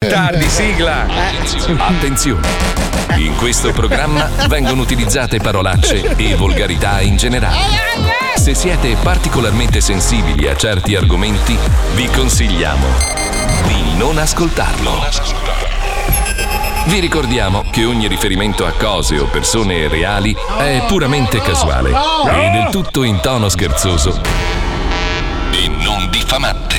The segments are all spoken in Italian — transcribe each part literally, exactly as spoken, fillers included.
tardi, sigla. Attenzione. In questo programma vengono utilizzate parolacce e volgarità in generale. Se siete particolarmente sensibili a certi argomenti, vi consigliamo di non ascoltarlo. Vi ricordiamo che ogni riferimento a cose o persone reali è puramente casuale e del tutto in tono scherzoso e non diffamante.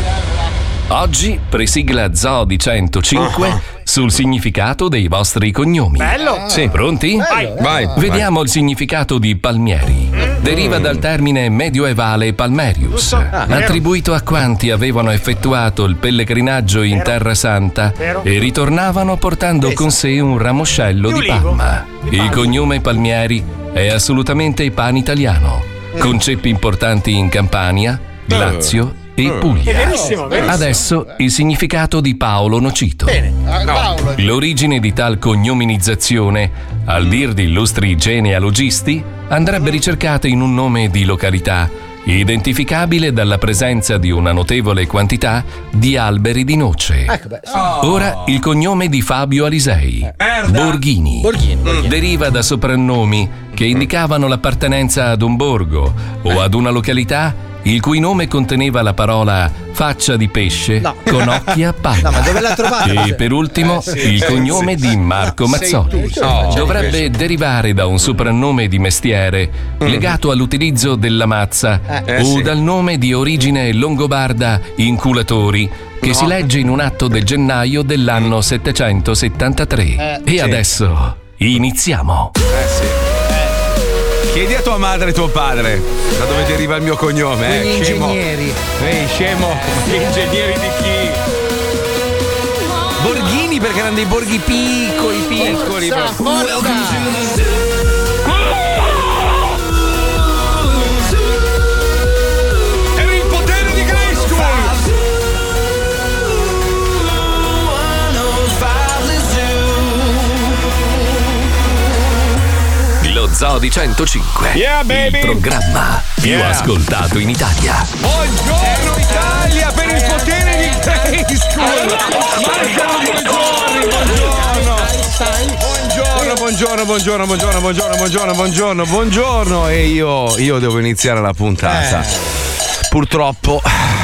Oggi presigla Zodi centocinque sul significato dei vostri cognomi. Bello! Sì, pronti? Vai. Vai. Vediamo il significato di Palmieri. Deriva dal termine medioevale Palmerius, attribuito a quanti avevano effettuato il pellegrinaggio in Terra Santa e ritornavano portando con sé un ramoscello di palma. Il cognome Palmieri è assolutamente panitaliano, con ceppi importanti in Campania, Lazio e Puglia. Verissimo, verissimo. Adesso il significato di Paolo Nocito. Bene, Paolo. L'origine di tal cognominizzazione, al dir di illustri genealogisti, andrebbe ricercata in un nome di località, identificabile dalla presenza di una notevole quantità di alberi di noce. Ecco, beh, sì. Ora il cognome di Fabio Alisei, Borghini, Borghini, Borghini. deriva da soprannomi che indicavano l'appartenenza ad un borgo o ad una località il cui nome conteneva la parola faccia di pesce No. con occhi a palla. No, ma dove l'ha trovata? E per ultimo Eh, sì, il sì, cognome sì. di Marco Sei Mazzoli. tu, oh, Dovrebbe derivare da un soprannome di mestiere legato all'utilizzo della mazza Eh, o sì. dal nome di origine longobarda Inculatori, che si legge in un atto del gennaio dell'anno settecentosettantatré. Eh, e sì. adesso iniziamo. Eh sì. Chiedi a tua madre e tuo padre da dove deriva il mio cognome. Quegli Eh, scemo. ingegneri. Ehi, scemo. Gli ingegneri di chi? Borghini, perché erano dei borghi piccoli, piccoli. Forza, proprio. forza. Era il potere di Grayskull. Lo Zodi centocinque, Yeah, baby. il programma più Yeah. ascoltato in Italia. Buongiorno Italia per il potere di Grayskull. Mancano due giorni, buongiorno. Buongiorno, buongiorno, buongiorno, buongiorno, buongiorno, buongiorno, buongiorno, buongiorno. E io, io devo iniziare la puntata. Purtroppo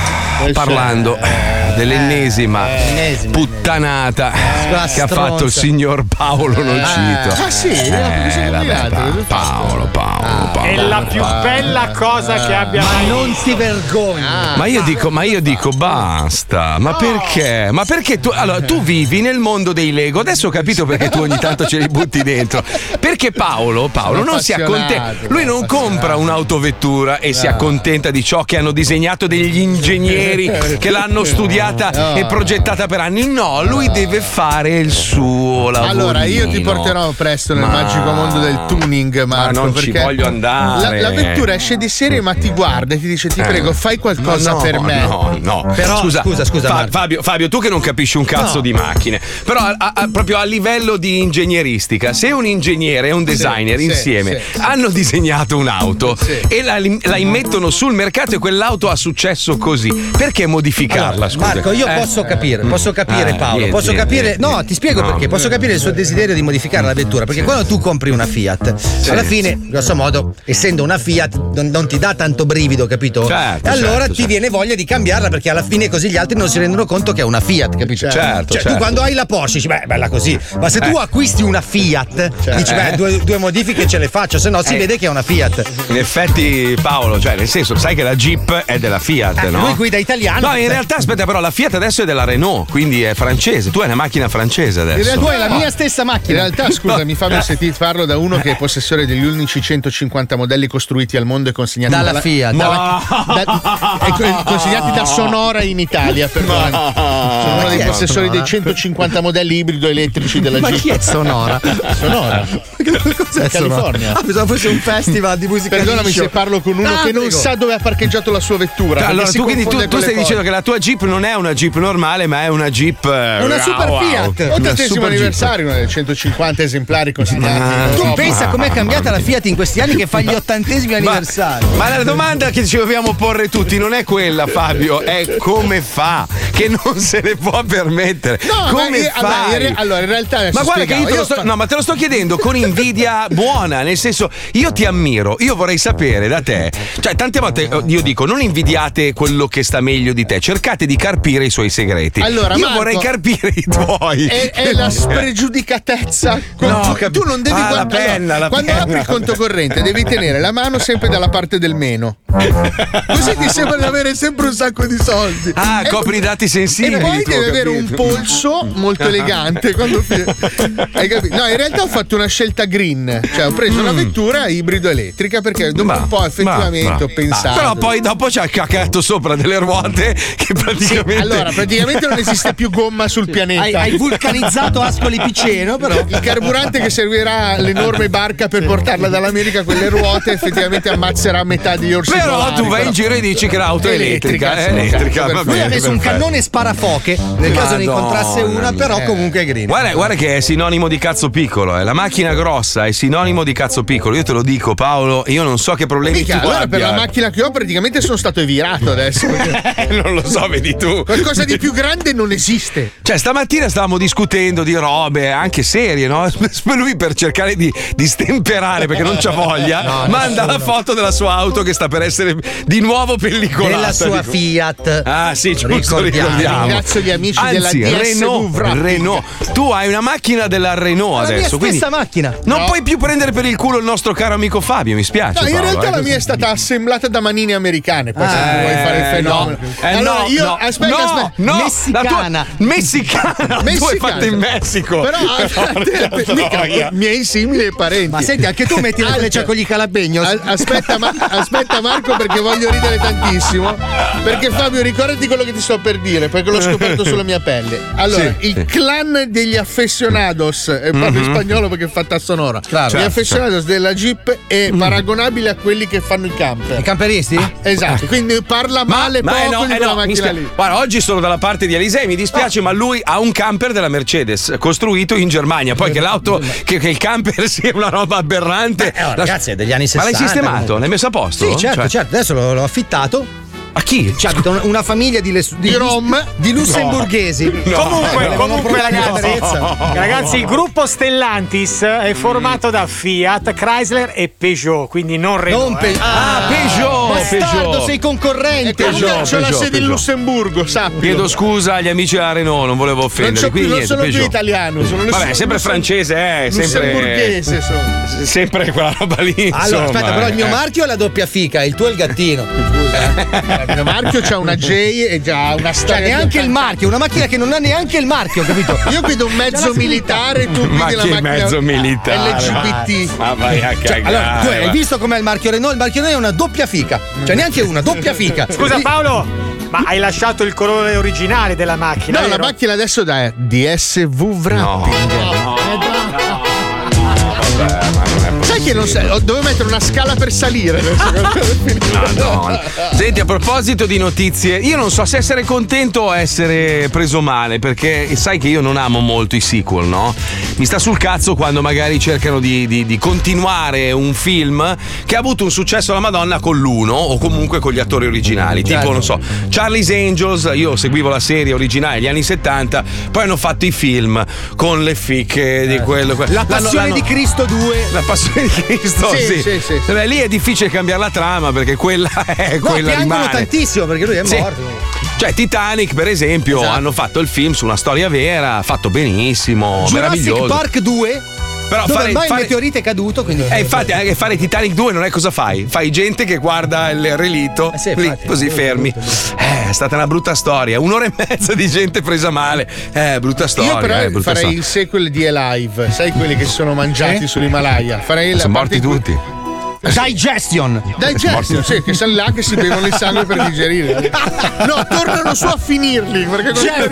parlando dell'ennesima Ennesima. puttanata Quella che ha fatto il stronza. signor Paolo Nocito. Ah, sì? Eh, vabbè, Cosa pa- hai fatto? Paolo, Paolo, Paolo. È la più bella cosa che abbia Ma mai non visto. ti vergogni. Ma io dico, ma io dico basta. Ma perché? Ma perché tu allora tu vivi nel mondo dei Lego? Adesso ho capito perché tu ogni tanto ce li butti dentro. Perché Paolo, Paolo Sono non si accontenta. appassionato, Lui non compra un'autovettura e si accontenta di ciò che hanno disegnato degli ingegneri che l'hanno studiata e progettata per anni. No, lui deve fare il suo lavoro. Allora, io ti porterò presto nel Ma- magico mondo del tuning, Marco. Ma non ci perché voglio andare. La, la vettura esce di serie, ma ti guarda e ti dice: Ti Eh. prego, fai qualcosa No, per me. No, no. Però, scusa, scusa, scusa, Fa- Marco. Fabio, Fabio, tu che non capisci un cazzo No. di macchine, però a- a- proprio a livello di ingegneristica, se un ingegnere e un designer sì, insieme sì. hanno disegnato un'auto e la, la immettono sul mercato e quell'auto ha successo così, perché modificarla? Allora, scusa? Marco, io Eh? posso capire, posso capire Ah, Paolo, niente, posso niente, capire. No, niente. ti spiego No. perché. Posso capire il suo desiderio di modificare la vettura. Perché quando tu compri una Fiat, alla fine, grosso modo, essendo una Fiat, non, non ti dà tanto brivido, capito? Certo, e allora certo, ti certo. viene voglia di cambiarla perché alla fine così gli altri non si rendono conto che è una Fiat, capito? Certo, Cioè, certo. tu quando hai la Porsche dici, beh, bella così. Ma se tu Eh. acquisti una Fiat, dici, beh, due, due modifiche ce le faccio, se no si Eh. vede che è una Fiat. In effetti, Paolo, cioè, nel senso, sai che la Jeep è della Fiat, Eh, no? lui guida italiano. No, in realtà, aspetta, però la Fiat adesso è della Renault, quindi è francese. Tu hai una macchina francese In adesso. realtà Tu hai la mia stessa macchina. In realtà, scusami, Fabio, se ti parlo da uno che è possessore degli unici centocinquanta modelli costruiti al mondo e consegnati Dalla dalla Fiat. dalla- da- e co- consegnati da Sonora in Italia. Perdonami. Sono uno dei chi è possessori Sonora? dei centocinquanta modelli ibrido elettrici della Ma Jeep. chi è Sonora? Sonora. Cos'è California. Ah, pensavo fosse un festival di musica. Perdonami liscio. se parlo con uno Ah, che non prego. sa dove ha parcheggiato la sua vettura. Allora, perché si tu, quindi tu, confonde tu con le stai cose. dicendo che la tua Jeep non è una Jeep normale, ma è una Jeep. È una super wow, Fiat. ottantesimo anniversario, una delle centocinquanta esemplari consegnati. Tu pensa com'è cambiata la Fiat in questi anni che fa gli ottantesimi anniversari. Ma la domanda che ci dobbiamo porre tutti non è quella, Fabio, è come fa? Che non se ne può permettere. No, come ma io, fai? allora, in, allora, in realtà ma guarda che io te lo sto, fa... no, ma te lo sto chiedendo con invidia buona, nel senso, io ti ammiro, io vorrei sapere da te, cioè tante volte io dico non invidiate quello che sta meglio di te, cercate di carpire i suoi segreti. Allora, io Marco, vorrei carpire i tuoi. È, è la spregiudicatezza. No, tu, cap- tu non devi ah, guardare. la penna, la quando penna. apri il conto corrente devi tenere la mano sempre dalla parte del meno. Così ti sembra di avere sempre un sacco di soldi. Ah, e copri i dati sensibili. E poi tu, devi avere un capito? polso molto elegante. Quando hai capito? No, in realtà ho fatto una scelta green, cioè ho preso una vettura ibrido elettrica perché dopo Ma- un po' effettivamente ma- ho pensato. Però poi dopo ci ha caccato sopra delle ruote che praticamente. Allora, praticamente non esiste più gomma sul pianeta. Hai, hai vulcanizzato Ascoli Piceno, però. Il carburante che servirà all'enorme barca per portarla dall'America, quelle ruote, effettivamente ammazzerà metà degli orsi Però polari, tu vai però. in giro e dici che l'auto è elettrica. È sì, elettrica, cazzo, va per Lui ha bene, messo un perfetto. cannone sparafoche nel caso ne Madonna incontrasse una, però mia. comunque è green. Guarda, guarda che è sinonimo di cazzo piccolo, eh. La macchina grossa è sinonimo di cazzo piccolo. Io te lo dico, Paolo, io non so che problemi Mica, tu allora abbia. per la macchina che ho praticamente sono stato evirato adesso. perché non lo so, vedi tu. Qualcosa di più grande non esiste. Cioè, stamattina stavamo discutendo di robe anche serie, no? Lui per cercare di, di stemperare perché non c'ha voglia, No, manda nessuno. la foto della sua auto che sta per essere di nuovo pellicolata. Della sua dico. Fiat. Ah, sì, ci ricordiamo. Ricordiamo. Ringrazio gli amici Anzi, della D S V Renault, Wrapping. Renault. Tu hai una macchina della Renault La mia adesso, quindi stessa macchina. non No. puoi più prendere per il culo il nostro caro amico Fabio, mi spiace. No, in Paolo, realtà eh, la così. mia è stata assemblata da manine americane. Poi se Eh, tu vuoi fare il fenomeno. no. Eh, allora no, io no, aspetta, no, aspetta. no, Messicana. la tua- messicana. Tu hai Messicana. fatto in Messico. Però aspetta, mica, miei simili e parenti. Ma senti, anche tu metti la Altre. freccia con gli calabegnos. A- Aspetta, ma- aspetta Marco, perché voglio ridere tantissimo. Perché Fabio, ricordati quello che ti sto per dire, perché l'ho scoperto sulla mia pelle. Allora, Sì, il sì. clan degli aficionados, e parlo in spagnolo perché è fatta sonora. Claro. Gli Certo, aficionados della Jeep è paragonabile a quelli che fanno i camper. I camperisti? Esatto, quindi parla male ma eh poco no, di eh quella no, mi macchina spia- lì. Guarda, oggi sono dalla parte di Alisei, mi dispiace, ma lui ha un camper della Mercedes costruito in Germania. Poi che l'auto, che, che il camper sia una roba aberrante. Eh, oh, ragazzi, è degli anni Ma sessanta. l'hai sistemato? comunque. L'hai messo a posto? Sì, certo, Cioè, certo. Adesso l'ho, l'ho affittato. A chi? C'è abita una, una famiglia di, les- di, Di Rom. di lussemburghesi. Comunque, Eh, comunque una ragazzi, tenerezza. ragazzi, il gruppo Stellantis è formato da Fiat, Chrysler e Peugeot, quindi non Renault. Non pe- eh. Ah, Peugeot, Bastardo, Peugeot. sei E concorrente. comunque Peugeot, c'ho la Peugeot, sede in Peugeot. Lussemburgo, sappi. Chiedo scusa agli amici della Renault, non volevo Non, offenderli. c'ho più, Quindi non niente, sono più Peugeot. italiano, sono Vabbè, lussem- sempre lussem- francese, eh, sempre. lussemburghese sono. Sempre quella roba lì. Allora, insomma, aspetta, però il mio eh. marchio è la doppia fica, il tuo è il gattino. Il mio marchio c'ha una J e già una Cioè, storia. neanche il marchio, una macchina che non ha neanche il marchio, capito? Io guido un mezzo militare, tu Ma guidi la che macchina mezzo militare? L G B T. Ma vai a cagare. Cioè, allora, tu hai va. visto com'è il marchio Renault? Il marchio Renault è una doppia fica. Cioè, neanche una, doppia fica. Scusa Sì. Paolo, ma hai lasciato il colore originale della macchina? No, la vero? macchina adesso da D S V Wrapping. Sai che non sai, dovevo mettere una scala per salire. Madonna. Senti, a proposito di notizie, io non so se essere contento o essere preso male, perché sai che io non amo molto i sequel, no? Mi sta sul cazzo quando magari cercano di, di- di continuare un film che ha avuto un successo alla Madonna con l'uno o comunque con gli attori originali. Tipo, Certo. non so, Charlie's Angels, io seguivo la serie originale degli anni settanta, poi hanno fatto i film con le fiche di quello. que- La l'hanno- passione l'hanno- di Cristo due. La passione di Cristo, Sì, sì. sì, sì, sì. Beh, lì è difficile cambiare la trama perché quella è No, quella piangono rimane. tantissimo perché lui è Sì. morto. Cioè, Titanic, per esempio, Esatto. hanno fatto il film su una storia vera, fatto benissimo, Jurassic meraviglioso. Park due, Però dove fare, ormai fare- il meteorite è caduto, quindi. eh, infatti, anche fare Titanic due non è cosa fai. Fai gente che guarda il relitto, Eh sì, lì, infatti, così è fermi. Eh, è stata una brutta storia. Un'ora e mezza di gente presa male. Eh, brutta storia. Io però eh, brutta farei storia. il sequel di Alive, sai quelli che si sono mangiati Eh? sull'Himalaya. Farei la Sono parte morti in cui- tutti. Digestion. Digestion, sì, che sono là che si bevono il sangue per digerire. No, tornano su a finirli perché non c'è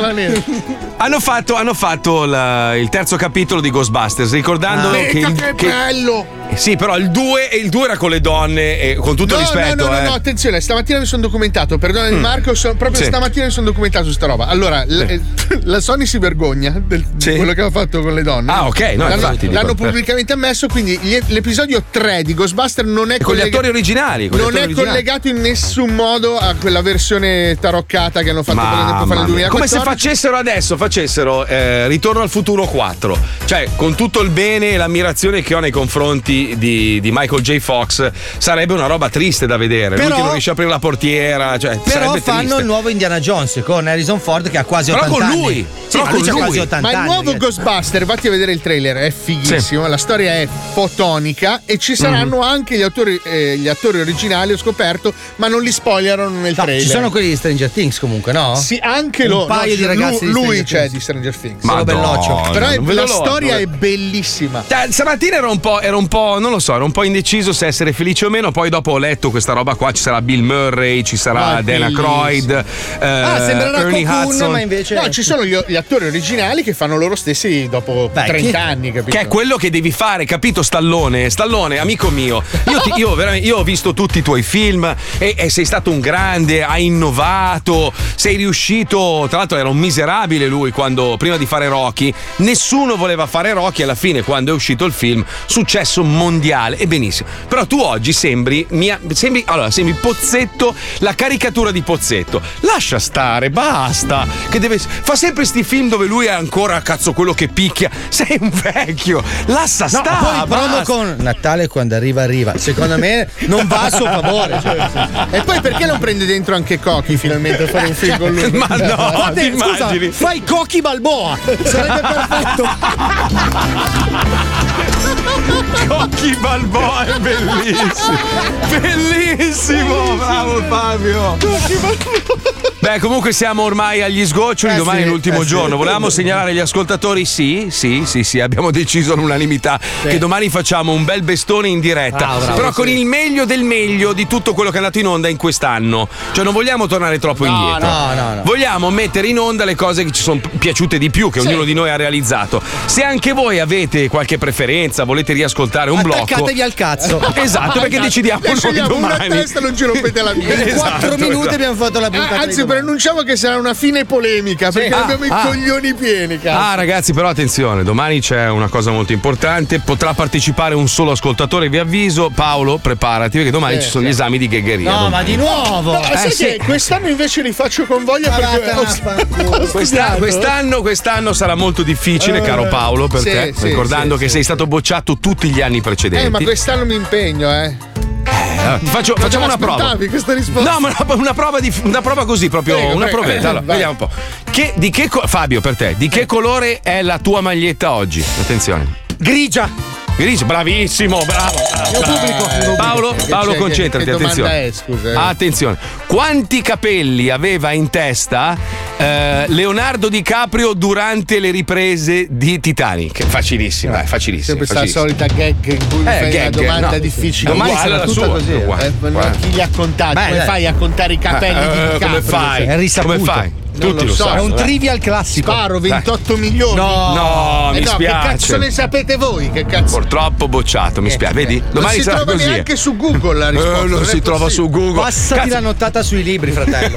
no. Hanno fatto, hanno fatto la, il terzo capitolo di Ghostbusters, ricordando ah, che, il, che che bello! Sì, però il due il due era con le donne, e con tutto no, rispetto. No, no, eh. no, attenzione, stamattina mi sono documentato, perdonami mm. Marco, so, proprio sì. stamattina mi sono documentato su sta roba. Allora, sì. la, la Sony si vergogna del, sì. di quello che ha fatto con le donne. Ah, ok, no, l'hanno, infatti, l'hanno dico, pubblicamente ammesso, quindi gli, l'episodio tre di Ghostbusters non è con collega- gli attori originali. Con non gli attori è originali. collegato in nessun modo a quella versione taroccata che hanno fatto per tempo fa nel duemilaquattordici. Come se facessero adesso, facessero eh, Ritorno al futuro quattro. Cioè, con tutto il bene e l'ammirazione che ho nei confronti di, di Michael J. Fox, sarebbe una roba triste da vedere. Però, lui che non riesce a aprire la portiera. Cioè, però fanno triste. il nuovo Indiana Jones con Harrison Ford che ha quasi però ottanta con lui. anni. Sì, però ma con lui, lui. quasi ottanta ma il anni, nuovo ragazzi. Ghostbuster, vatti a vedere il trailer, è fighissimo. Sì. La storia è fotonica e ci saranno mm-hmm. anche gli autori, eh, gli attori originali, ho scoperto, ma non li spoilerano nel no, trailer. Ci sono quelli di Stranger Things comunque, no? Sì, anche un lo, paio no, di ragazzi lui, di lui c'è di Stranger Things. Ma belloccio. Però è, la l'ho, storia l'ho. è bellissima. Cioè, stamattina ero un po', ero un po', non lo so, ero un po' indeciso se essere felice o meno. Poi dopo ho letto questa roba qua, ci sarà Bill Murray, ci sarà ah, Dana Croyd, eh, ah, sembrerà Ernie Cocoon, Hudson. ma invece no, ci sono gli, gli attori originali che fanno loro stessi dopo Beh, trenta che, anni, capito? Che è quello che devi fare, capito? Stallone, Stallone, amico mio. Io, ti, io, veramente, io ho visto tutti i tuoi film e, e sei stato un grande, hai innovato, sei riuscito. Tra l'altro era un miserabile lui quando prima di fare Rocky, nessuno voleva fare Rocky. Alla fine, quando è uscito il film, successo mondiale e benissimo. Però tu oggi sembri, mia, sembri allora sembri Pozzetto, la caricatura di Pozzetto. Lascia stare, basta. Che deve fa sempre sti film dove lui è ancora cazzo quello che picchia. Sei un vecchio. Lascia no, stare. Poi promo con Natale quando arriva arriva. Secondo me non va a suo favore. Cioè. E poi perché non prende dentro anche Cochi finalmente a fare un film con lui? Ma no, ah, ti scusa, immagini? fai Cochi Balboa. Sarebbe perfetto. Cocchi Balboa è bellissimo. Bellissimo, bravo Fabio. Beh, comunque siamo ormai agli sgoccioli, eh domani sì, è l'ultimo eh giorno. Sì. Volevamo segnalare agli ascoltatori, sì, sì, sì, sì, abbiamo deciso all'unanimità sì. che domani facciamo un bel bestone in diretta, ah, bravo, però sì. con il meglio del meglio di tutto quello che è andato in onda in quest'anno. Cioè non vogliamo tornare troppo no, indietro. No, no, no. Vogliamo mettere in onda le cose che ci sono piaciute di più, che sì. ognuno di noi ha realizzato. Se anche voi avete qualche preferenza, volete riascoltare un blocco, attaccatevi al cazzo. Esatto, perché decidiamo noi domani. Una testa, non ci rompete la vita. In quattro minuti esatto. abbiamo fatto la puntata. Anzi, preannunciamo che sarà una fine polemica perché sì. abbiamo ah, i ah. coglioni pieni. Cazzo. Ah, ragazzi, però attenzione, domani c'è una cosa molto importante. Potrà partecipare un solo ascoltatore, vi avviso. Paolo, preparati perché domani sì, ci sono sì. gli esami di ghegheria. No, ma di nuovo! No, eh, sai sì. che quest'anno invece li faccio con voglia ah, perché ho, ho quest'anno, quest'anno, quest'anno sarà molto difficile, uh, caro Paolo, per sì, te. Sì, ricordando sì, che sì, sei sì. stato bocciato tutti gli anni precedenti. Eh, ma quest'anno mi impegno, eh. Eh, ti faccio, facciamo una prova. Questa risposta? No, ma una, una prova di una prova così, proprio prego, una prego. provetta. Allora, vediamo un po'. Che, di che Fabio, per te, di che colore è la tua maglietta oggi? Attenzione. Grigia. Grigia, bravissimo, bravo. bravo. Pubblico. Paolo, Paolo, concentrati, che, che attenzione. È, scusa, eh. Attenzione. Quanti capelli aveva in testa eh, Leonardo DiCaprio durante le riprese di Titanic? Facilissimo, eh, facilissimo. Sempre questa solita gag in cui eh, fai gag, una domanda no. difficile. Domani sarà tutta sua, così. Eh, chi li ha contati? Beh, come dai. fai a contare i capelli eh, di DiCaprio? Come fai? È risaputo. Come fai? Non Tutti lo, lo so, sanno. È un dai. trivial classico. Sparo ventotto milioni. No, no, eh mi no, spiace. Che cazzo ne sapete voi? Che cazzo? Purtroppo bocciato, mi spiace. Vedi? Non Domani si sarà trova così. neanche su Google la risposta. Eh, non, non si trova su Google. Passati Cazzo. la nottata sui libri, fratello.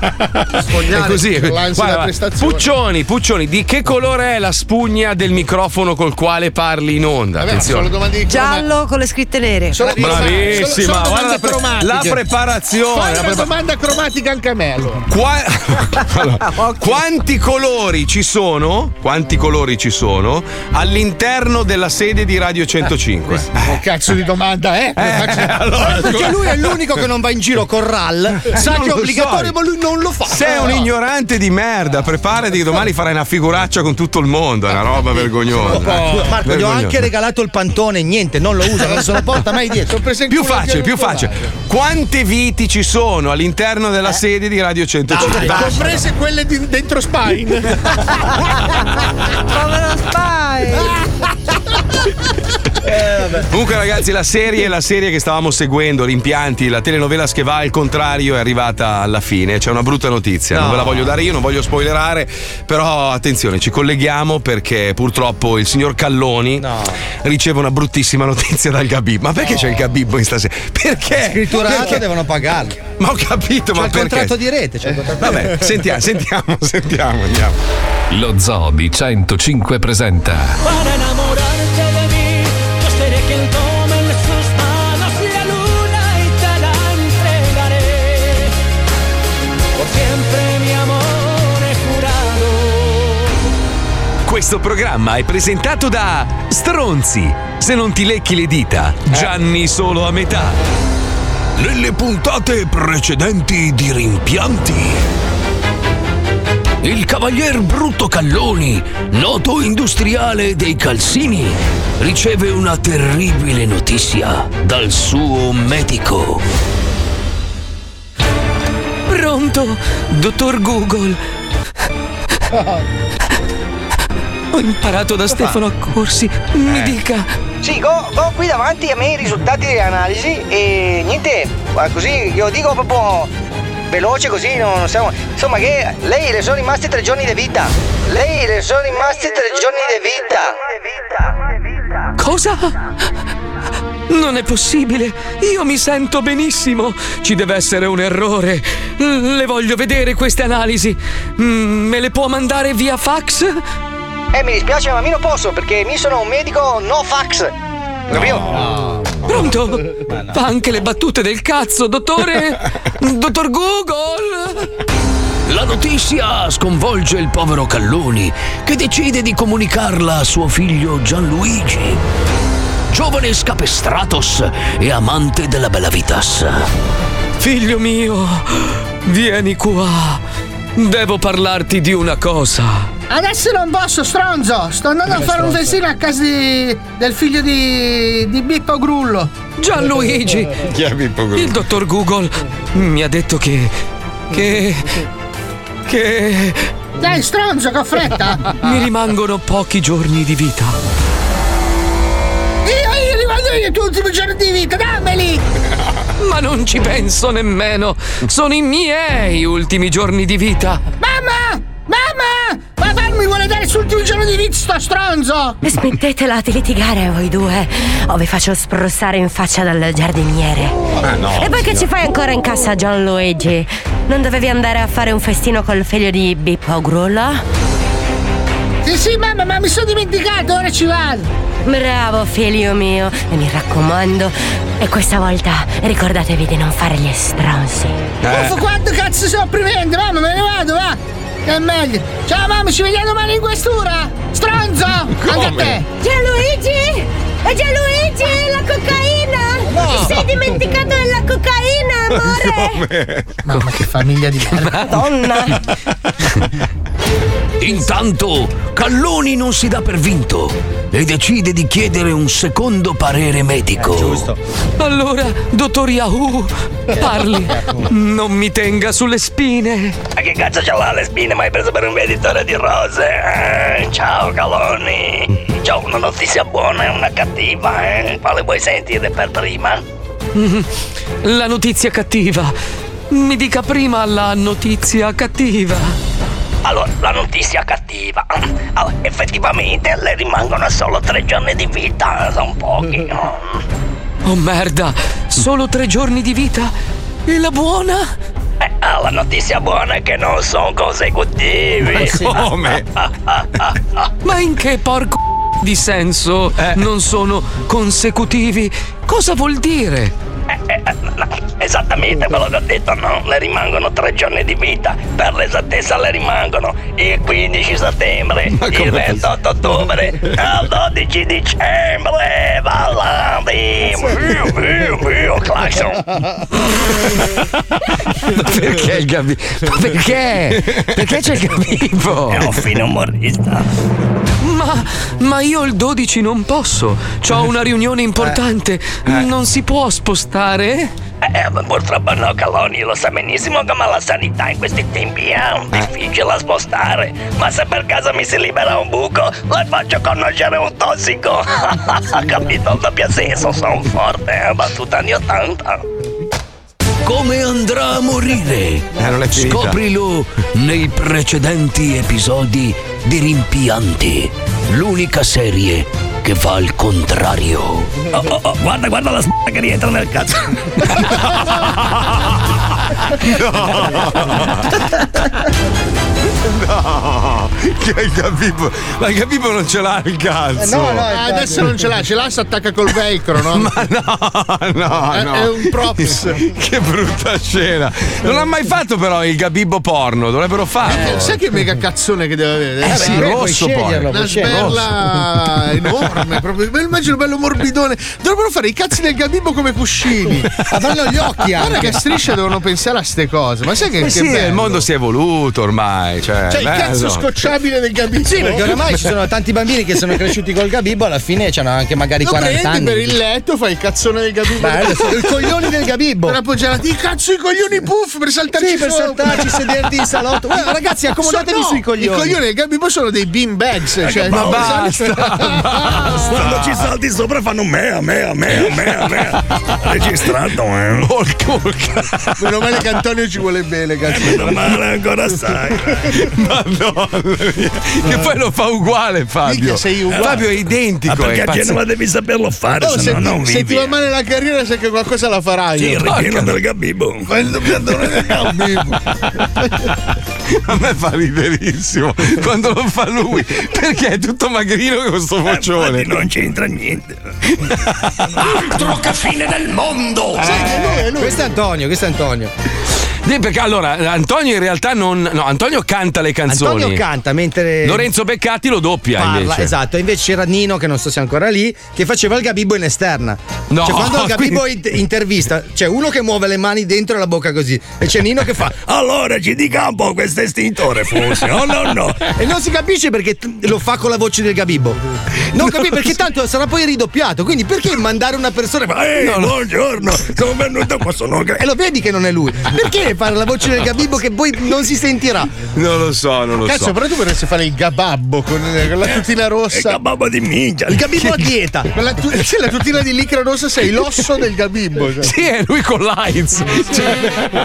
È così. Guarda, Puccioni, Puccioni, di che colore è la spugna del microfono col quale parli in onda? Vabbè, attenzione. Di giallo con le scritte nere. Solo, bravissima. Solo, solo guarda la, pre- la preparazione. Fai la una prepa- domanda cromatica anche a me allora. Qua- allora, okay. Quanti colori ci sono? Quanti colori ci sono all'interno della sede di Radio centocinque? Eh, che cazzo di domanda è? Eh, eh, allora, perché lui è l'unico che non va in giro con R A L, sa che è obbligatorio, so. Ma lui non lo fa. Sei un ignorante di merda, preparati che domani farai una figuraccia con tutto il mondo, è una roba vergognosa. Oh, Marco, gli ho anche regalato il pantone, niente, non lo usa, non se lo porta mai dietro. Più facile, più facile. Quante viti ci sono all'interno della eh? sede di Radio centocinque? Ah, comprese quelle di, dentro Spine. Povero Spine. Eh, Comunque, ragazzi, la serie, la serie che stavamo seguendo, Rimpianti, la telenovela che va al contrario, è arrivata alla fine. C'è una brutta notizia, no. Non ve la voglio dare io, non voglio spoilerare, però attenzione, ci colleghiamo perché purtroppo il signor Calloni no. riceve una bruttissima notizia dal Gabib. Ma perché no. c'è il Gabibbo in stasera? Perché? Scritturato, perché? Devono pagarlo. Ma ho capito, c'è ma il perché? contratto di rete, c'è il contratto Vabbè, di rete. sentiamo, sentiamo, sentiamo, andiamo. Lo Zoo di centocinque presenta Para enamorarte de mí, yo seré quien tome en sus manos la luna y te la entregaré. Por siempre mi amore jurado. Questo programma è presentato da Stronzi. Se non ti lecchi le dita, Gianni solo a metà. Nelle puntate precedenti di Rimpianti, il cavalier Brutto Calloni, noto industriale dei calzini, riceve una terribile notizia dal suo medico. Pronto, dottor Google. Ho imparato da Stefano Accorsi. Mi dica. Sì, go, go qui davanti a me i risultati delle analisi e niente, così io dico proprio veloce così non, non siamo. Insomma che lei le sono rimasti tre giorni di vita. Lei le sono rimasti tre giorni di vita. Cosa? Non è possibile. Io mi sento benissimo. Ci deve essere un errore. Le voglio vedere queste analisi. Me le può mandare via fax? Eh, mi dispiace, ma io non posso perché mi sono un medico no fax. Capito? No. Pronto? Fa anche le battute del cazzo, dottore? Dottor Google? La notizia sconvolge il povero Calloni, che decide di comunicarla a suo figlio Gianluigi, giovane scapestratos e amante della bella vitas. Figlio mio, vieni qua. Devo parlarti di una cosa. Adesso non posso, stronzo! Sto andando a fare un festino a casa di, del figlio di, di Bippo Grullo. Gianluigi! Chi è Bippo Grullo? Il dottor Google mi ha detto che... che... che... Dai, stronzo, che ho fretta! Mi rimangono pochi giorni di vita. Io, io li mando io i tuoi ultimi giorni di vita, dammeli! Ma non ci penso nemmeno! Sono i miei ultimi giorni di vita! Mamma! Mamma! Papà mi vuole dare sul ultimo giorno di vita, sto stronzo! Smettetela di litigare voi due, o vi faccio spruzzare in faccia dal giardiniere. Ah, no, e poi che no. ci fai ancora in casa, Gianluigi? Non dovevi andare a fare un festino col figlio di Bippo Grullo? Sì, sì, mamma, ma mi sono dimenticato, ora ci vado! Bravo, figlio mio, e mi raccomando, e questa volta ricordatevi di non fare gli stronzi. Eh. Uff, quanto cazzo sto opprimendo, mamma, me ne vado, va! È meglio. Ciao mamma, ci vediamo domani in questura. Stronzo! Come? Anche a te. Gianluigi! Gianluigi, la cocaina! No. Ti sei dimenticato della cocaina, amore! Come? Mamma, che famiglia di merda. Madonna! Intanto Calloni non si dà per vinto e decide di chiedere un secondo parere medico. Eh, giusto. Allora, dottor Yahoo, parli. Non mi tenga sulle spine. Ma che cazzo ce l'ha le spine? Ma hai preso per un venditore di rose? Eh, ciao Calloni. C'ho una notizia buona e una cattiva, eh? Quale vuoi sentire per prima? La notizia cattiva. Mi dica prima la notizia cattiva. Allora, la notizia cattiva. Allora, effettivamente le rimangono solo tre giorni di vita, sono pochi. Oh merda, solo tre giorni di vita? E la buona? Eh, la notizia buona è che non sono consecutivi. Come? Ma in che porco di senso eh. non sono consecutivi? Cosa vuol dire? Eh, eh, no, esattamente quello che ho detto, no? Le rimangono tre giorni di vita. Per l'esattezza le rimangono il quindici settembre, il ventotto ottobre, il dodici dicembre. Ballandi! Clacson! Ma perché il Gabibbo? Ma perché? Perché c'è il Gabibbo? È un fine umorista. Ma, ma io il dodici non posso. C'ho una riunione importante. Non si può spostare? Eh, purtroppo no, Caloni, lo sa benissimo come la sanità in questi tempi è difficile da spostare. Ma se per caso mi si libera un buco, le faccio conoscere un tossico. Capito? Il doppio senso, sono forte, è battuta anni ottanta. Come andrà a morire? Eh, non è finita. Scoprilo nei precedenti episodi di Rimpianti, l'unica serie che va al contrario. Oh, oh, oh, guarda, guarda la s***a che rientra nel cazzo. No, che il Gabibbo, ma il Gabibbo non ce l'ha il cazzo. Eh no, no, ah, adesso non ce l'ha, ce l'ha, si attacca col velcro, no? Ma no, no, è, no. È un props. Che brutta scena. Non ha mai fatto però il Gabibbo porno, dovrebbero farlo. Eh, sai che mega cazzone che deve avere? Eh, sì, rosso poi. Una sberla enorme, proprio. Me lo immagino bello morbidone. Dovrebbero fare i cazzi del Gabibbo come cuscini. Avranno gli occhi anche. Guarda che striscia devono pensare a ste cose. Ma sai che, eh che sì, bello? il mondo si è evoluto ormai. Cioè, Cioè il bello. cazzo scocciabile del Gabibbo. Sì, perché oramai ci sono tanti bambini che sono cresciuti col Gabibbo, alla fine hanno anche magari lo quaranta prendi anni. per il letto, fai il cazzone del Gabibbo. Bello, sono i coglioni del Gabibbo. Per appoggiarti, i cazzo i coglioni puff per saltarci Sì, per sopra. saltarci, sederti in salotto. Guarda, ragazzi, accomodatevi So- no, sui coglioni. I coglioni del Gabibbo sono dei bean bags. Cioè, ma no, basta, basta. Quando ci salti sopra fanno mea, mea, mea, mea, mea. Registrato, eh. Porca, porca. Meno male che Antonio ci vuole bene, cazzo. Meno male ancora sai. Madonna mia. Che poi lo fa uguale Fabio. Minchia, sei uguale. Fabio è identico. Ma perché è a pazz- Genova devi saperlo fare, Oh, se se, no non ti, vivi. se ti va male la carriera, sai che qualcosa la farai. Sì, il ripieno del Gabibbo. Fai il doppiatore del Gabibbo. A me fa riderissimo quando lo fa lui, perché è tutto magrino con sto vocione. Eh, non c'entra niente. Altro che fine del mondo! Sai che lui è lui. Questo è Antonio, questo è Antonio. Sì, perché allora Antonio in realtà non. No, Antonio canta le canzoni. Antonio canta mentre Lorenzo Beccati lo doppia parla, invece. esatto. Invece c'era Nino, che non so se è ancora lì, che faceva il Gabibbo in esterna. No, cioè, quando il Gabibbo quindi- in- intervista, c'è uno che muove le mani dentro la bocca così, e c'è Nino che fa. Allora ci dica un po' questo estintore forse. Oh no no. E non si capisce perché t- lo fa con la voce del Gabibbo. Non capisci perché tanto sarà poi ridoppiato. Quindi perché mandare una persona. Ehi, No, no. buongiorno, sono venuto qua, sono E lo vedi che non è lui. Perché fare la voce del Gabibbo che poi non si sentirà? Non lo so, non lo Cazzo, so. però tu vorresti fare il Gababbo con, con la tutina È rossa. Gababbo di minchia. Il Gabibbo a dieta. Con la, tu- sì, la tutina di licra rossa sei l'osso del Gabibbo. Cioè. Sì, è lui con l'AIDS. Cioè,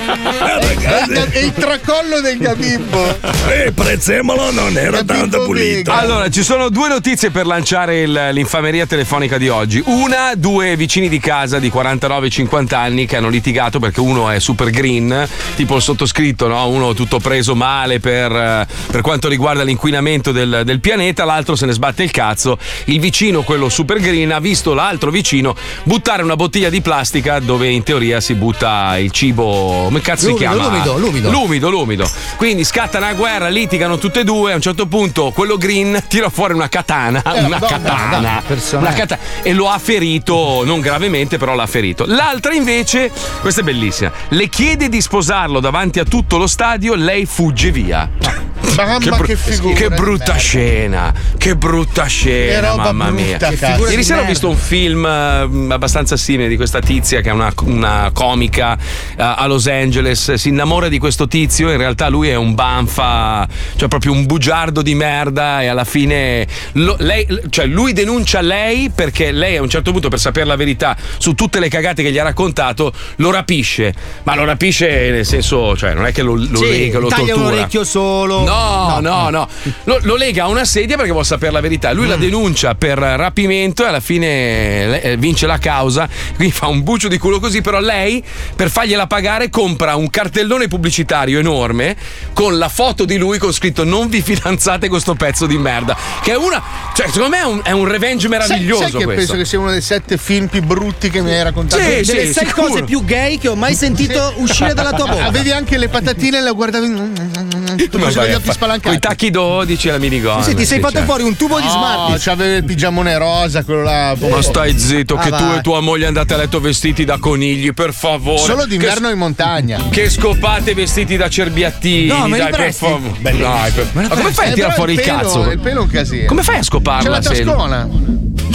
Eh, È, il- è il tracollo del Gabibbo. eh, prezzemolo non era Gabibbo tanto pulito. Vega. allora, ci sono due notizie per lanciare il- l'infameria telefonica di oggi. Una, due vicini di casa di quarantanove cinquanta anni che hanno litigato perché uno è super green, tipo il sottoscritto, no? Uno tutto preso male per, eh, per quanto riguarda l'inquinamento del, del pianeta, l'altro se ne sbatte il cazzo. Il vicino, quello super green, ha visto l'altro vicino buttare una bottiglia di plastica dove in teoria si butta il cibo. Come cazzo L'umido, si chiama? l'umido, l'umido. L'umido, l'umido. Quindi scatta una guerra, litigano tutte e due. A un certo punto quello green tira fuori una katana. Eh, una Madonna, katana. dai, personale. Una katana. E lo ha ferito, non gravemente, però l'ha ferito. L'altra invece, questa è bellissima, le chiede di sposarlo davanti a tutto lo stadio, lei fugge via. Mamma che, bru- figura. che di brutta merda. scena, che brutta Che scena, roba mamma mia. brutta, Che cazzo. figura Ieri di sera ho merda. visto un film eh, abbastanza simile di questa tizia che è una, una comica eh, a Los Angeles, si innamora di questo tizio, in realtà lui è un banfa, cioè proprio un bugiardo di merda, e alla fine lo- lei, cioè lui denuncia lei perché lei a un certo punto, per sapere la verità su tutte le cagate che gli ha raccontato, lo rapisce, ma lo rapisce nel senso, cioè non è che lo, lo Sì, lega, lo taglia un tortura. orecchio solo. No, no, no. Lo, lo lega a una sedia perché vuole sapere la verità. Lui la denuncia per rapimento e alla fine eh, vince la causa. Quindi fa un bucio di culo così. Però lei, per fargliela pagare, compra un cartellone pubblicitario enorme con la foto di lui con scritto "Non vi fidanzate con sto pezzo di merda". Che è una. Cioè, secondo me è un, è un revenge meraviglioso. Sai, sai che questo. penso che sia uno dei sette film più brutti che mi hai raccontato? Sì, Delle sì, sei sicuro. cose più gay che ho mai sentito uscire dalla tua bocca. Avevi anche le patatine e le guardavi tutto Ma così con vai gli a occhi fa- spalancati. Coi tacchi dodici e la minigonna. Sì, ti sei sì, fatto certo. fuori un tubo di No, Smarties. c'aveva il pigiamone rosa, quello là. Ma stai zitto, Ah, che tu vai. e tua moglie andate a letto vestiti da conigli, per favore. Solo d'inverno Che, in montagna. che scopate vestiti da cerbiattini. No, me li dai, per presti? favore. Dai, per- Ma come fai a Eh, tirare però fuori il pelo- cazzo? Il pelo è un casino. Come fai a scoparla? C'è la se- tascona.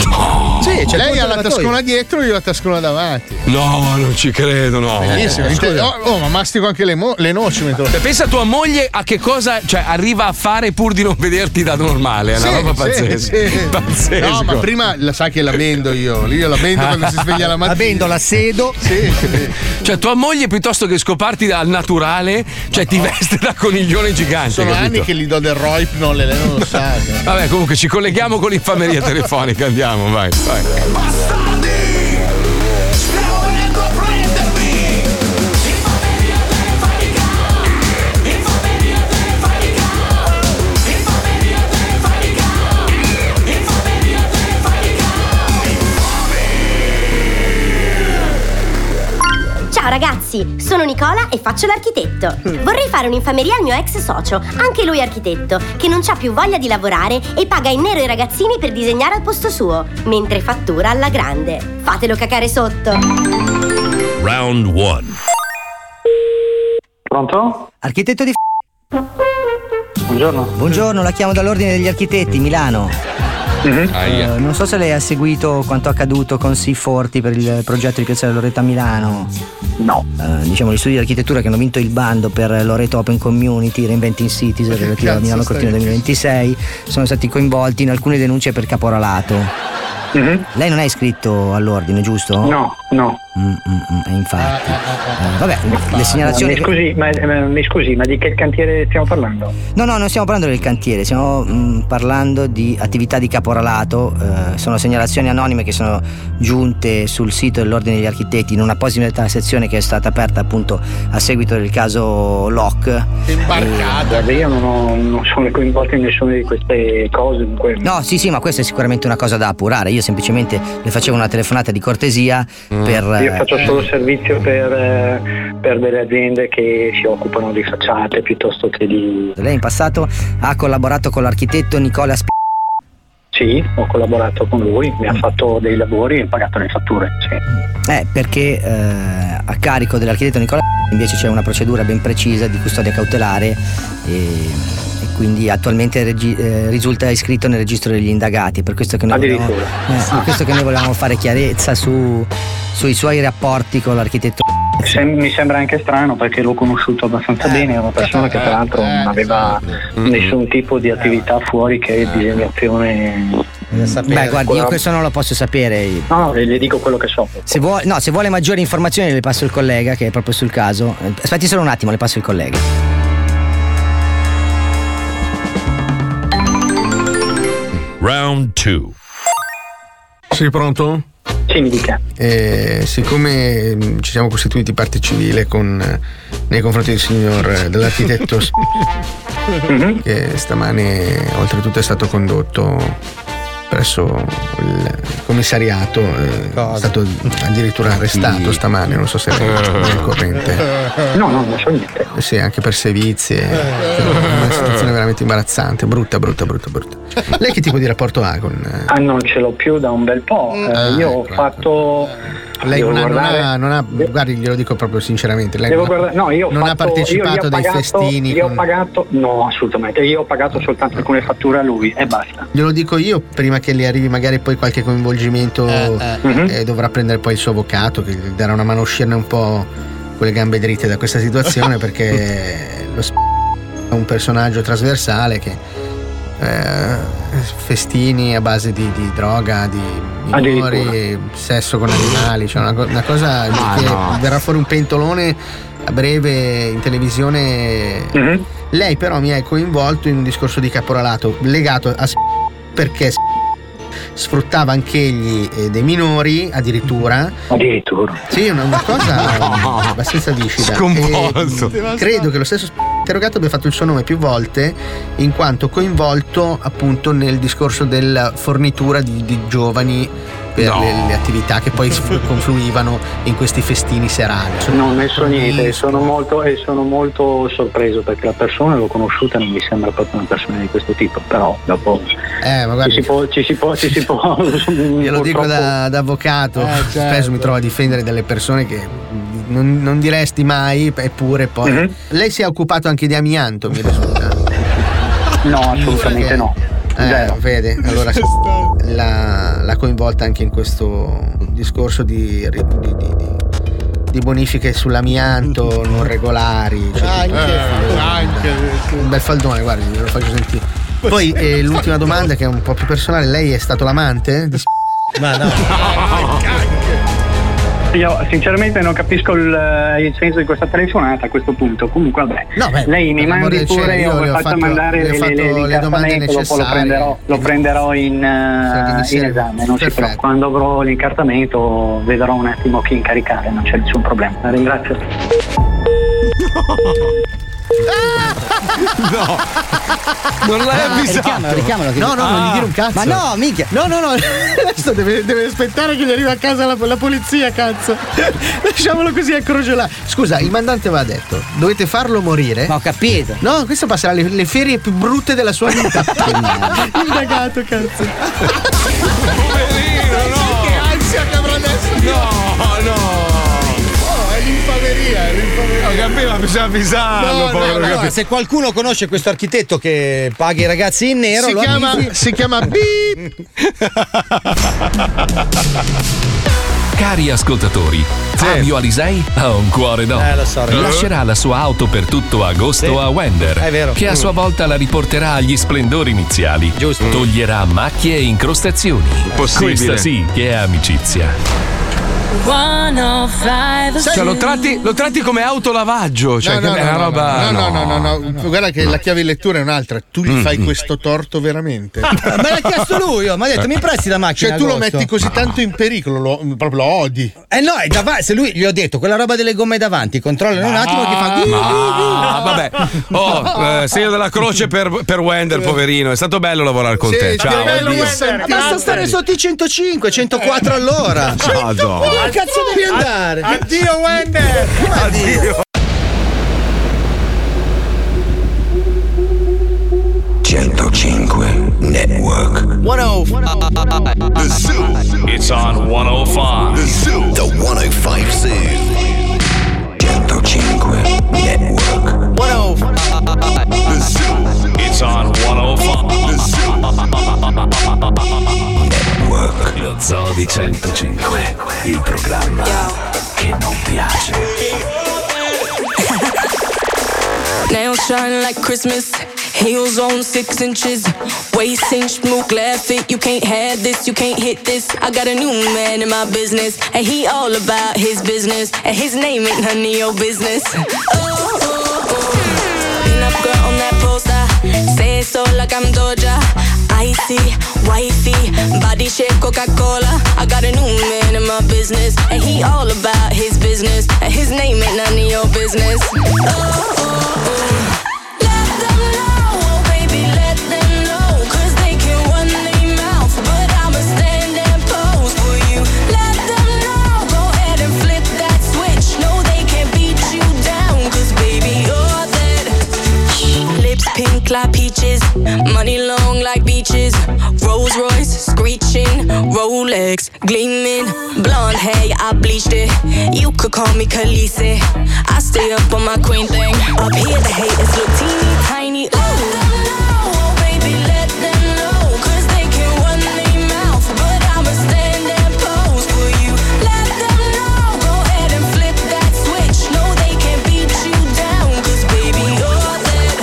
No. Sì, c'è il lei ponte ha la lavatoio. tascona dietro, io la tascona davanti. No, non ci credo, no. Bellissimo. Scusa. Oh, oh, ma mastico anche le, mo- le noci mentre Cioè, pensa a tua moglie a che cosa, cioè, arriva a fare pur di non vederti da normale. È una Sì, roba sì, pazzesca. sì. Pazzesco. No, ma prima la sai che la vendo io. Io la vendo quando si sveglia la mattina. La vendo, la sedo. Sì. Cioè, tua moglie piuttosto che scoparti al naturale, cioè ti veste da coniglione gigante. Sono capito? anni che gli do del Rohypnol e lei non lo sa. Vabbè, comunque ci colleghiamo con l'infameria telefonica. Andiamo, vai, vai. Ciao ragazzi, sono Nicola e faccio l'architetto. Vorrei fare un'infameria al mio ex socio, anche lui architetto, che non c'ha più voglia di lavorare e paga in nero i ragazzini per disegnare al posto suo, mentre fattura alla grande. Fatelo cacare sotto. Round one. Pronto? Architetto di Buongiorno. Buongiorno, la chiamo dall'Ordine degli Architetti, Milano. Mm-hmm. Uh, non so se lei ha seguito quanto accaduto con Sì Forti per il progetto di Piazzale Loreto a Milano. No. Uh, diciamo gli studi di architettura che hanno vinto il bando per Loreto Open Community Reinventing Cities relativo a Milano Cortina duemilaventisei sono stati coinvolti in alcune denunce per caporalato. Mm-hmm. Lei non è iscritto all'ordine, giusto? No, no. Mm, mm, mm, infatti. Eh, vabbè, le segnalazioni. Mi scusi, ma, eh, mi scusi, ma di che cantiere stiamo parlando? No, no, non stiamo parlando del cantiere, stiamo mh, parlando di attività di caporalato. Eh, sono segnalazioni anonime che sono giunte sul sito dell'Ordine degli Architetti in un'apposita sezione che è stata aperta appunto a seguito del caso Locke. Imbarcata. E... Io non, ho, non sono coinvolto in nessuna di queste cose. Dunque... No, sì, sì, ma questa è sicuramente una cosa da appurare. Io semplicemente le facevo una telefonata di cortesia mm. per. Io faccio solo servizio per, eh, per delle aziende che si occupano di facciate piuttosto che di. Lei in passato ha collaborato con l'architetto Nicola Sp- Sì, ho collaborato con lui, mi ha fatto dei lavori e pagato le fatture. Sì. Eh, perché eh, a carico dell'architetto Nicola invece c'è una procedura ben precisa di custodia cautelare e, e quindi attualmente regi- eh, risulta iscritto nel registro degli indagati. Per questo che noi volevamo, eh, per questo che noi volevamo fare chiarezza su sui suoi rapporti con l'architetto. Sem- mi sembra anche strano perché l'ho conosciuto abbastanza eh. bene, è una persona che tra l'altro non aveva mm-hmm. nessun tipo di attività fuori che disegnazione. Beh, guardi, io questo non lo posso sapere. No, no, le dico quello che so. Se vuole, no, se vuole maggiori informazioni le passo il collega che è proprio sul caso. Aspetti solo un attimo, le passo il collega. Round two. Sei pronto? Sì, mi dica. Eh, siccome ci siamo costituiti parte civile con, nei confronti del signor dell'architetto mm-hmm. che stamane oltretutto è stato condotto presso il commissariato, eh, è stato addirittura arrestato stamane, non so se è al corrente. No, no, non so niente. Sì, anche per sevizie, è una situazione veramente imbarazzante, brutta, brutta, brutta, brutta. Lei che tipo di rapporto ha con? Ah, non ce l'ho più da un bel po'. Eh, ah, io ho ecco, fatto. Lei non ha, non, ha, non ha, guardi, glielo dico proprio sinceramente, lei Devo non, guardare, no, io ho non fatto, ha partecipato io dai pagato, festini. Io con... ho pagato, no, assolutamente. Io ho pagato soltanto alcune fatture a lui e basta. Glielo dico io, prima che le arrivi magari poi qualche coinvolgimento, eh, eh. Eh, dovrà prendere poi il suo avvocato che gli darà una mano a uscirne un po' con le gambe dritte da questa situazione perché lo sp- è un personaggio trasversale che eh, festini a base di, di droga, di minori, sesso con animali, cioè una, una cosa ah, che no. verrà fuori un pentolone a breve in televisione. Mm-hmm. Lei però mi ha coinvolto in un discorso di caporalato legato a sp- perché sp- sfruttava anch'egli eh, dei minori addirittura addirittura sì, una, una cosa no. abbastanza viscida. Sconvolto. E credo che lo stesso interrogato abbia fatto il suo nome più volte in quanto coinvolto appunto nel discorso della fornitura di, di giovani per no. le, le attività che poi confluivano in questi festini serali. Non ne so niente, sono molto, e sono molto sorpreso perché la persona l'ho conosciuta e non mi sembra proprio una persona di questo tipo, però dopo eh, ma guarda, ci si può, ci si può, ci si può glielo dico da, da avvocato, eh, certo. Spesso mi trovo a difendere delle persone che non, non diresti mai, eppure poi mm-hmm. lei si è occupato anche di amianto, mi risulta. No, assolutamente perché... no. Eh, vede, allora la, la coinvolta anche in questo discorso di, di, di, di, di bonifiche sull'amianto non regolari. Cioè, anche, eh, anche un bel faldone, guardi, ve lo faccio sentire. Poi eh, l'ultima domanda, che è un po' più personale: lei è stato l'amante? Di... Ma no. Io sinceramente non capisco il, il senso di questa telefonata a questo punto. Comunque vabbè, no, beh, lei mi mandi pure, io vi faccio mandare le, le, le, l'incartamento, dopo lo prenderò, lo prenderò in, uh, in esame, non si preoccupi. Quando avrò l'incartamento vedrò un attimo chi incaricare, non c'è nessun problema. La ringrazio. No, non l'hai Ah, avvisato. richiamalo, richiamalo, che- No, no, non gli dire un cazzo. Ma no, minchia. No, no, no. Adesso deve, deve aspettare che gli arrivi a casa la, la polizia, cazzo. Lasciamolo così a crogiolare. Scusa, il mandante aveva detto: dovete farlo morire. Ma ho capito. No, questo passerà le, le ferie più brutte della sua vita. Indagato, cazzo. Poverino, no. Che ansia che avrà adesso. No, no. Oh, è l'infameria, è l'infameria. Ho capito, ma bisogna avvisarlo. No, povero, no, no, capito. se qualcuno conosce questo architetto che paga i ragazzi in nero, Si lo chiama- avvisi. si chiama Beep. Cari ascoltatori, Fabio Alisei ha un cuore d'oro. Eh, lo so, ragazzi. Lascerà la sua auto per tutto agosto Sì. a Wender, È vero. che a Mm. sua volta la riporterà agli splendori iniziali. Giusto. Toglierà macchie e incrostazioni. Possibile. Questa sì che è amicizia. Cioè, lo tratti, lo tratti come autolavaggio, cioè No, che no, è no, una no, roba. no, no, no, no, no. Guarda che la chiave in lettura è un'altra. Tu gli fai questo torto veramente. Me l'ha chiesto lui, oh, mi ha detto mi presti la macchina. Cioè tu lo agosto?" metti così tanto in pericolo, lo, proprio lo odi. Eh no, è davanti, se lui gli ho detto quella roba delle gomme davanti, controlla un attimo che fa. Ah, vabbè. Oh, eh, segno della croce per, per Wender, poverino. È stato bello lavorare con Sì, te. Ciao. bello, addio. Wender. Basta stare sotto i centocinque, centoquattro all'ora. Madonna. Dove cazzo devi andare? Addio Wender! Addio. centocinque Network. The Zoo. It's on one oh five. The Zoo. The one oh five Zoo. centocinque Network. The Zoo. It's on one oh five. The Zoo. Network. Lo Zoo di centocinque, il programma che non piace. Nails shine like Christmas, heels on six inches, waist cinched, move glad fit. You can't have this, you can't hit this. I got a new man in my business, and he all about his business, and his name ain't none of your business. Oh, oh, oh. Pin up girl on that poster, say it so like I'm Doja. Icy, wifey, body shape Coca-Cola. I got a new man in my business, and he all about his business, and his name ain't none of your business. Oh, oh, oh. Let them know, oh baby, let them know, 'cause they can run their mouth, but I'ma stand and pose for you. Let them know, go ahead and flip that switch. No, they can't beat you down, 'cause baby, you're that. Lips pink like peaches, money long like beaches, Rolls Royce screeching, Rolex gleaming, blonde hair, I bleached it. You could call me Khaleesi. I stay up on my queen thing. Up here the haters look teeny tiny. Ooh. Let them know, oh baby, let them know, 'cause they can run their mouth, but I'ma stand and pose for you. Let them know, go ahead and flip that switch. No, they can't beat you down, 'cause baby, you're that.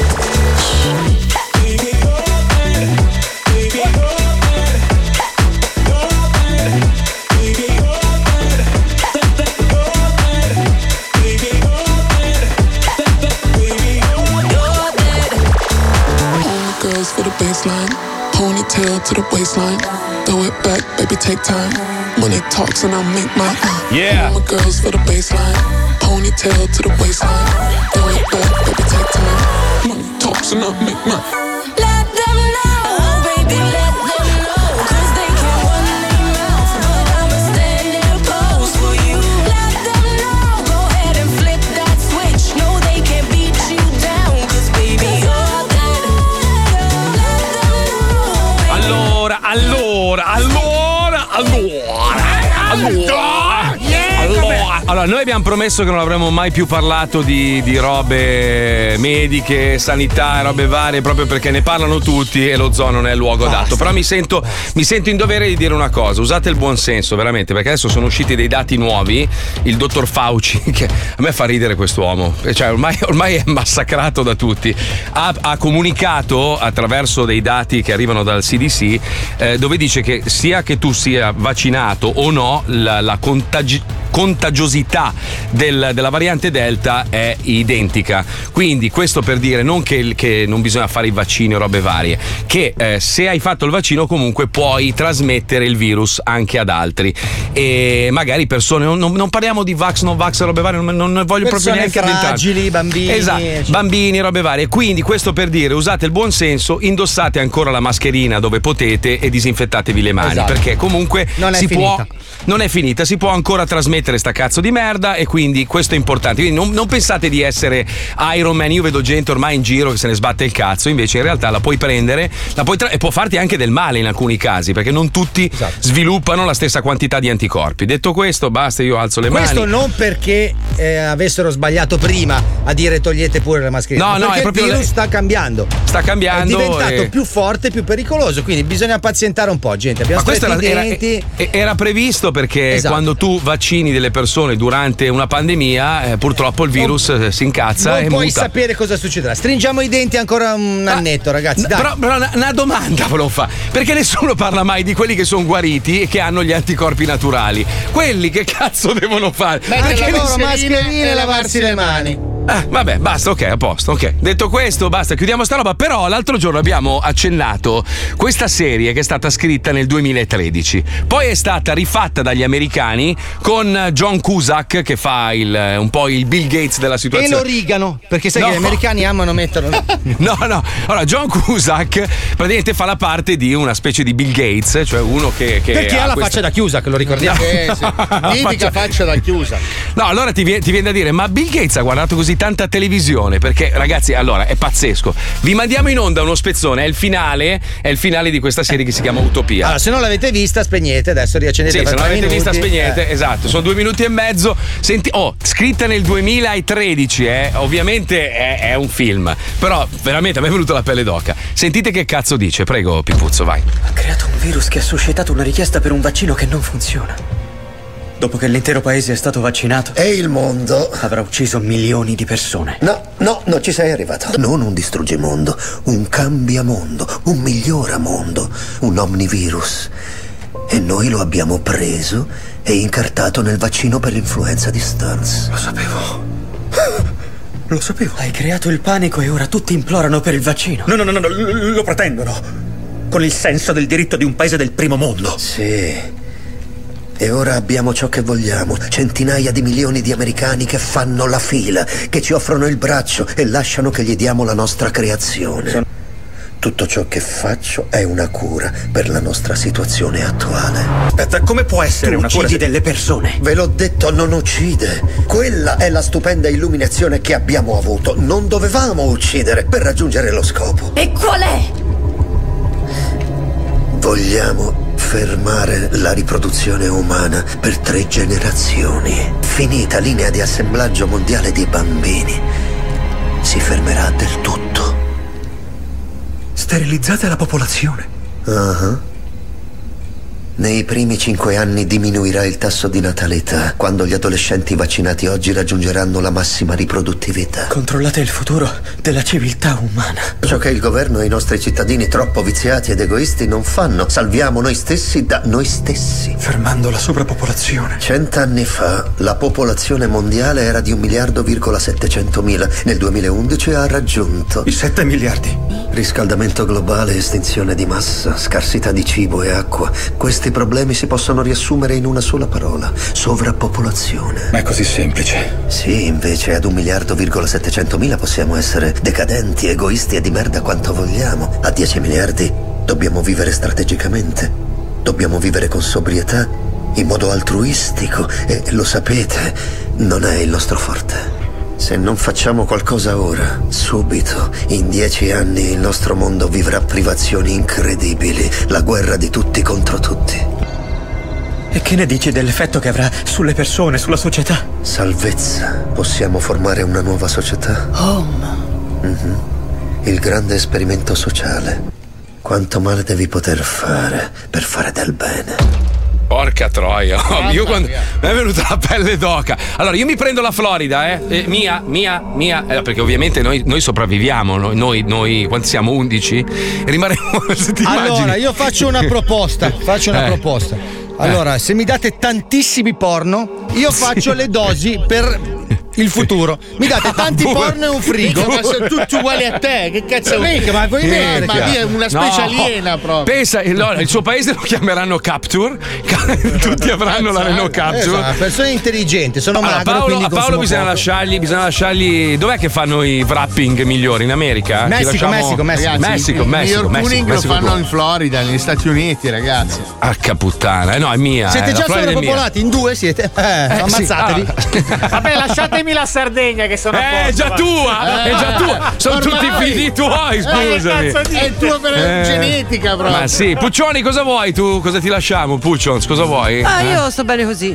Baby, you're that. Baby, you're that. You're that. Baby, you're that. That, that, you're that. Baby, you're that. That, that, baby, you're that. All the girls for the baseline, ponytail to the waistline. Throw it back, baby, take time. Money talks and I make mine. Yeah. All the girls for the baseline, ponytail to the waistline. Throw it back, baby, take time. Money talks and I make mine. Let them know, oh baby, let them know, 'cause they can run their mouth, but I'ma stand and pose for you. Let them know, go ahead and flip that switch. No, they can't beat you down, 'cause baby, you're that. Allora, allora, allora, allora, allora, allora, allora, noi abbiamo promesso che non avremmo mai più parlato di, di robe mediche, sanità, robe varie, proprio perché ne parlano tutti e lo zoo non è il luogo Basta. adatto. Però mi sento, mi sento in dovere di dire una cosa: usate il buon senso, veramente, perché adesso sono usciti dei dati nuovi. Il dottor Fauci, che a me fa ridere quest'uomo, cioè ormai, ormai è massacrato da tutti, ha, ha comunicato attraverso dei dati che arrivano dal C D C, eh, dove dice che sia che tu sia vaccinato o no, la, la contagi- contagiosità del, della variante Delta è identica. Quindi questo per dire non che, che non bisogna fare i vaccini o robe varie, che eh, se hai fatto il vaccino comunque puoi trasmettere il virus anche ad altri, e magari persone, non, non parliamo di vax, non vax, robe varie, non, non voglio persone proprio neanche addentrare. fragili, bambini, esatto, eccetera. bambini, robe varie. Quindi questo per dire, usate il buon senso, indossate ancora la mascherina dove potete e disinfettatevi le mani, Esatto. perché comunque Non è si può, finita. non è finita, si può ancora trasmettere sta cazzo di merda, e quindi questo è importante. Quindi non, non pensate di essere Iron Man. Io vedo gente ormai in giro che se ne sbatte il cazzo, invece in realtà la puoi prendere, la puoi tra- e può farti anche del male in alcuni casi, perché non tutti Esatto. sviluppano la stessa quantità di anticorpi. Detto questo, basta, io alzo le Questo mani. non perché eh, avessero sbagliato prima a dire togliete pure la mascherina, No, ma no, perché è proprio il virus le- sta cambiando. Sta cambiando. È diventato e- più forte, più pericoloso, quindi bisogna pazientare un po', gente. Abbiamo Ma questo era, stretto i era- denti. e- era previsto perché Esatto. quando tu vaccini delle persone durante una pandemia, eh, purtroppo il virus eh, si incazza Non e puoi muta. sapere cosa succederà. Stringiamo i denti ancora un annetto, ragazzi. Dai. Però, però una, una domanda volevo fare, perché nessuno parla mai di quelli che sono guariti e che hanno gli anticorpi naturali. Quelli che cazzo devono fare? Anche Perché loro ne- mascherine e lavarsi le mani. Ah, vabbè, basta, ok, a posto, ok. Detto questo, basta, chiudiamo sta roba. Però l'altro giorno abbiamo accennato questa serie che è stata scritta nel duemilatredici. Poi è stata rifatta dagli americani con John Cusack, che fa il, un po' il Bill Gates della E situazione. l'origano, perché sai No. che gli americani amano metterlo. No, no. Allora, John Cusack praticamente fa la parte di una specie di Bill Gates, cioè uno che. che Perché ha la questa- faccia da chiusa, che lo ricordiamo. No. Tipica faccia da chiusa. No, allora ti viene, ti viene da dire, ma Bill Gates ha guardato così tanta televisione? Perché, ragazzi, allora è pazzesco. Vi mandiamo in onda uno spezzone, è il finale, è il finale di questa serie che si chiama Utopia. Allora, se non l'avete vista, spegnete, adesso riaccendete Sì, per se non tre l'avete vista minuti. spegnete, Eh. esatto, sono due minuti e mezzo. Senti, oh, scritta nel duemilatredici, eh, ovviamente è, è un film, però veramente a me è venuta la pelle d'oca. Sentite che cazzo dice, prego Pipuzzo, vai. Ha creato un virus che ha suscitato una richiesta per un vaccino che non funziona. Dopo che l'intero paese è stato vaccinato. E il mondo avrà ucciso milioni di persone. No, no, non ci sei arrivato. Non un distruggemondo, un cambiamondo, un miglioramondo, un omnivirus. E noi lo abbiamo preso e incartato nel vaccino per l'influenza di Stars. Lo sapevo. Lo sapevo. Hai creato il panico e ora tutti implorano per il vaccino. No, no, no, no, lo pretendono. Con il senso del diritto di un paese del primo mondo. Sì. E ora abbiamo ciò che vogliamo. Centinaia di milioni di americani che fanno la fila, che ci offrono il braccio e lasciano che gli diamo la nostra creazione. Tutto ciò che faccio è una cura per la nostra situazione attuale. Aspetta, come può essere Tu una cura? uccidi delle persone. Ve l'ho detto, non uccide. Quella è la stupenda illuminazione che abbiamo avuto. Non dovevamo uccidere per raggiungere lo scopo. E qual è? Vogliamo fermare la riproduzione umana per tre generazioni. Finita linea di assemblaggio mondiale di bambini. Si fermerà del tutto. Sterilizzate la popolazione. Uh-huh. Nei primi cinque anni diminuirà il tasso di natalità, quando gli adolescenti vaccinati oggi raggiungeranno la massima riproduttività. Controllate il futuro della civiltà umana. Ciò che il governo e i nostri cittadini troppo viziati ed egoisti non fanno. Salviamo noi stessi da noi stessi. Fermando la sovrappopolazione. Cent'anni fa la popolazione mondiale era di un miliardo virgola settecentomila. Nel duemilaundici ha raggiunto i sette miliardi. Riscaldamento globale, estinzione di massa, scarsità di cibo e acqua. Questi problemi si possono riassumere in una sola parola: sovrappopolazione. Ma è così semplice. Sì, invece ad un miliardo virgola settecentomila possiamo essere decadenti, egoisti e di merda quanto vogliamo. A dieci miliardi dobbiamo vivere strategicamente. Dobbiamo vivere con sobrietà, in modo altruistico e, lo sapete, non è il nostro forte. Se non facciamo qualcosa ora, subito, in dieci anni il nostro mondo vivrà privazioni incredibili, la guerra di tutti contro tutti. E che ne dici dell'effetto che avrà sulle persone, sulla società? Salvezza. Possiamo formare una nuova società? Home. Mm-hmm. Il grande esperimento sociale. Quanto male devi poter fare per fare del bene? Porca troia, oh, io quando mi è venuta la pelle d'oca. Allora, io mi prendo la Florida, eh? eh mia, mia, mia, eh, perché ovviamente noi, noi sopravviviamo, noi, noi, noi quanti siamo? undici? Rimarremo. Se ti allora, immagini. io faccio una proposta. Faccio una eh. proposta. Allora, eh. se mi date tantissimi porno, io faccio sì. le dosi per il futuro. Mi date tanti porno e un frigo. Ma sono tutti uguali a te. Che cazzo vuoi? Ma vuoi vedere? Ma è una specie no. aliena proprio. Pensa, allora, il suo paese lo chiameranno Capture. Tutti avranno la Renault Capture. Esatto, persone intelligenti, sono allora, magro, Paolo, quindi a Paolo bisogna lasciargli, bisogna lasciargli. Dov'è che fanno i wrapping migliori? In America? Messico, lasciamo... Messico, Messico. Ragazzi, Messico, il Messico, miglior Messico, tuning Messico, lo fanno Messico. in Florida, negli Stati Uniti, ragazzi. Arca puttana, eh, no, è mia. Siete eh, già sovrapopolati, in due siete. Eh, eh ammazzatevi. Sì. Ah. Vabbè, lasciatemi la Sardegna che sono a posto. È già tua, eh, è già tua. Sono ormai. tutti figli tuoi, scusami. Eh, è il tuo per eh. genetica, proprio. Ma sì, Puccioni, cosa vuoi tu? Cosa ti lasciamo, Puccions? Cosa vuoi? Ah, eh? io sto bene così.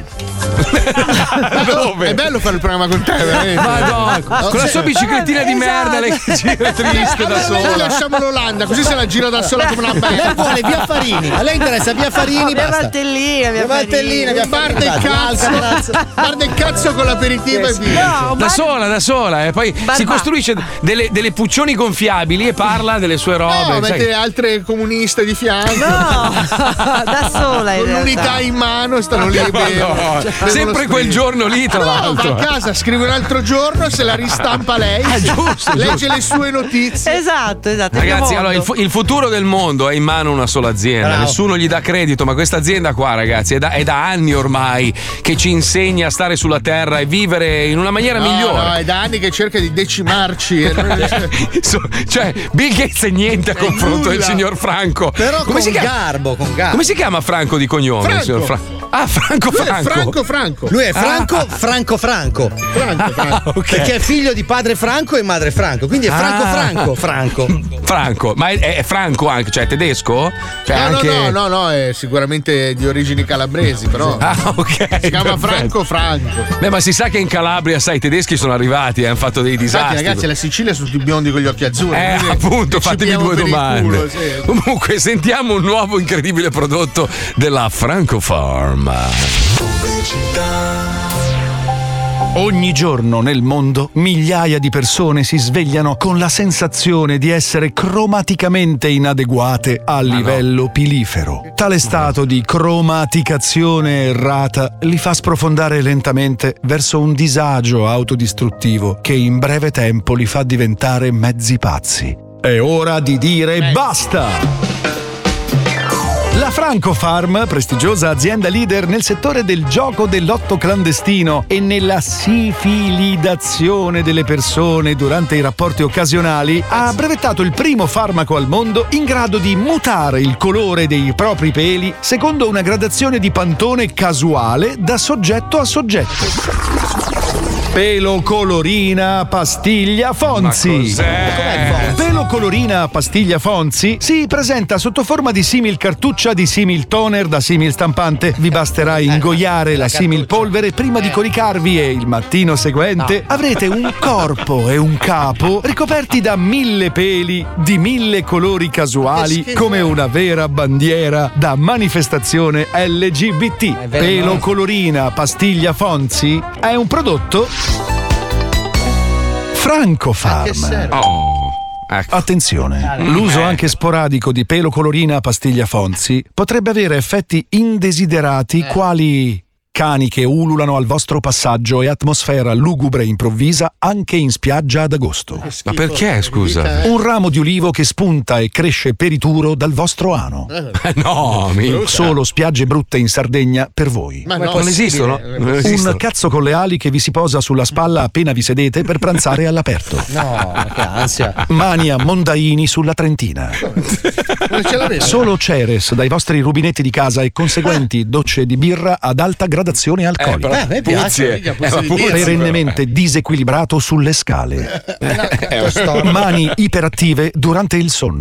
Dove? È bello fare il programma con te, veramente. Madonna, con la sua biciclettina di merda, lei che gira triste da sola. Noi lasciamo l'Olanda, così se la gira da sola come una bella. Lei vuole via Farini. A lei interessa via Farini, via basta. Valtellina, via Valtellina, via Bar del cazzo. Bar del cazzo con l'aperitivo e via. No, da sola, da sola, e poi Barba. si costruisce delle, delle puccioni gonfiabili e parla delle sue robe. No, sai? mette altre comuniste di fianco. No, da sola in con realtà. l'unità in mano stanno lì e bevono. Cioè, sempre quel giorno lì, tra no, l'altro. va a casa, scrive un altro giorno, se la ristampa lei. Ah, giusto, legge giusto. le sue notizie. Esatto, esatto. Ragazzi, allora il, fu- il futuro del mondo è in mano a una sola azienda. Bravo. Nessuno gli dà credito, ma questa azienda qua, ragazzi, è da, è da anni ormai che ci insegna a stare sulla terra e vivere in una maniera no, migliore. No, è da anni che cerca di decimarci. Cioè, Bill Gates è niente a è confronto nulla. del signor Franco. Però come con si chiama? garbo, con garbo. Come si chiama Franco di cognome? Franco. Il signor Fra- ah, Franco Lui Franco. è Franco Franco. Lui è Franco Ah. Franco Franco. Franco, Franco. Ah, okay. Perché è figlio di padre Franco e madre Franco, quindi è Franco Ah. Franco Franco. Franco, ma è, è Franco anche, cioè tedesco? Cioè No, anche... no, no, no, no, è sicuramente di origini calabresi, però. Ah, ok. Si chiama perfetto. Franco Franco. Beh, ma si sa che in Calabria, sai, i tedeschi sono arrivati e hanno fatto dei Infatti, disastri. ragazzi, la Sicilia sono tutti biondi con gli occhi azzurri. Eh, quindi appunto, ci fatemi piamo due per il domande. culo, sì. Comunque, sentiamo un nuovo incredibile prodotto della Franco Farm. Ogni giorno nel mondo migliaia di persone si svegliano con la sensazione di essere cromaticamente inadeguate a livello no. pilifero. Tale stato di cromaticazione errata li fa sprofondare lentamente verso un disagio autodistruttivo che in breve tempo li fa diventare mezzi pazzi. È ora di dire basta! La Franco Farm, prestigiosa azienda leader nel settore del gioco dell'otto clandestino e nella sifilidazione delle persone durante i rapporti occasionali, ha brevettato il primo farmaco al mondo in grado di mutare il colore dei propri peli secondo una gradazione di Pantone casuale da soggetto a soggetto. Pelo colorina pastiglia Fonzi. Ma cos'è? Pelo colorina pastiglia Fonzi si presenta sotto forma di simil cartuccia di simil toner da simil stampante. Vi basterà ingoiare la simil polvere prima di coricarvi e il mattino seguente avrete un corpo e un capo ricoperti da mille peli di mille colori casuali come una vera bandiera da manifestazione L G B T. Pelo colorina pastiglia Fonzi è un prodotto Franco Farm. Oh, ecco. Attenzione, l'uso anche sporadico di pelo colorina pastiglia Fonzi potrebbe avere effetti indesiderati quali cani che ululano al vostro passaggio e atmosfera lugubre improvvisa anche in spiaggia ad agosto. Ma perché, scusa? Un ramo di ulivo che spunta e cresce perituro dal vostro ano. No, mi... Solo spiagge brutte in Sardegna per voi. Ma no, non esistono? Non esistono. Un cazzo con le ali che vi si posa sulla spalla appena vi sedete per pranzare all'aperto. No, che ansia. Mani a Mondaini sulla Trentina. Non ce l'avevo. Solo Ceres dai vostri rubinetti di casa e conseguenti docce di birra ad alta gradazione alcolica. Eh, a me piace. Mica, puzza di birra, Perennemente disequilibrato sulle scale. Eh, Mani iperattive durante il sonno.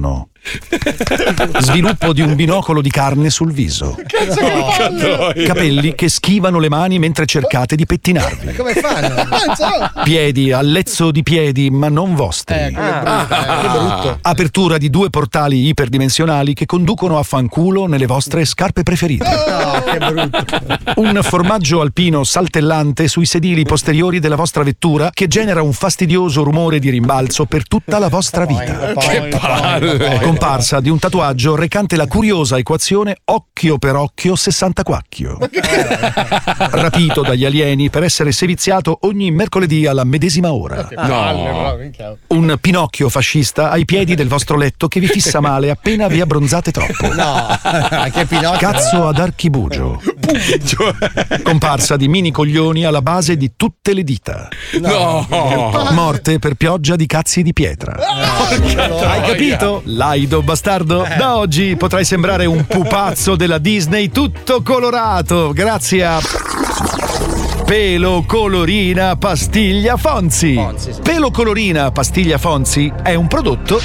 Sviluppo di un binocolo di carne sul viso. No. Capelli che schivano le mani mentre cercate di pettinarvi. Come fanno? Piedi al lezzo di piedi, ma non vostri. Eh, che brutto. Eh, che brutto. Apertura di due portali iperdimensionali che conducono a fanculo nelle vostre scarpe preferite. Oh, che brutto. Un formaggio alpino saltellante sui sedili posteriori della vostra vettura che genera un fastidioso rumore di rimbalzo per tutta la vostra vita. Che palle. Comparsa di un tatuaggio recante la curiosa equazione occhio per occhio sessantaquacchio. Rapito dagli alieni per essere seviziato ogni mercoledì alla medesima ora. No. Un Pinocchio fascista ai piedi del vostro letto che vi fissa male appena vi abbronzate troppo. No, che Pinocchio. Cazzo ad archibugio. Comparsa di mini coglioni alla base di tutte le dita. No. Morte per pioggia di cazzi di pietra. Hai capito? Laido bastardo? Da oggi potrai sembrare un pupazzo della Disney tutto colorato grazie a Pelo Colorina Pastiglia Fonzi. Fonzi, sì. Pelo Colorina Pastiglia Fonzi è un prodotto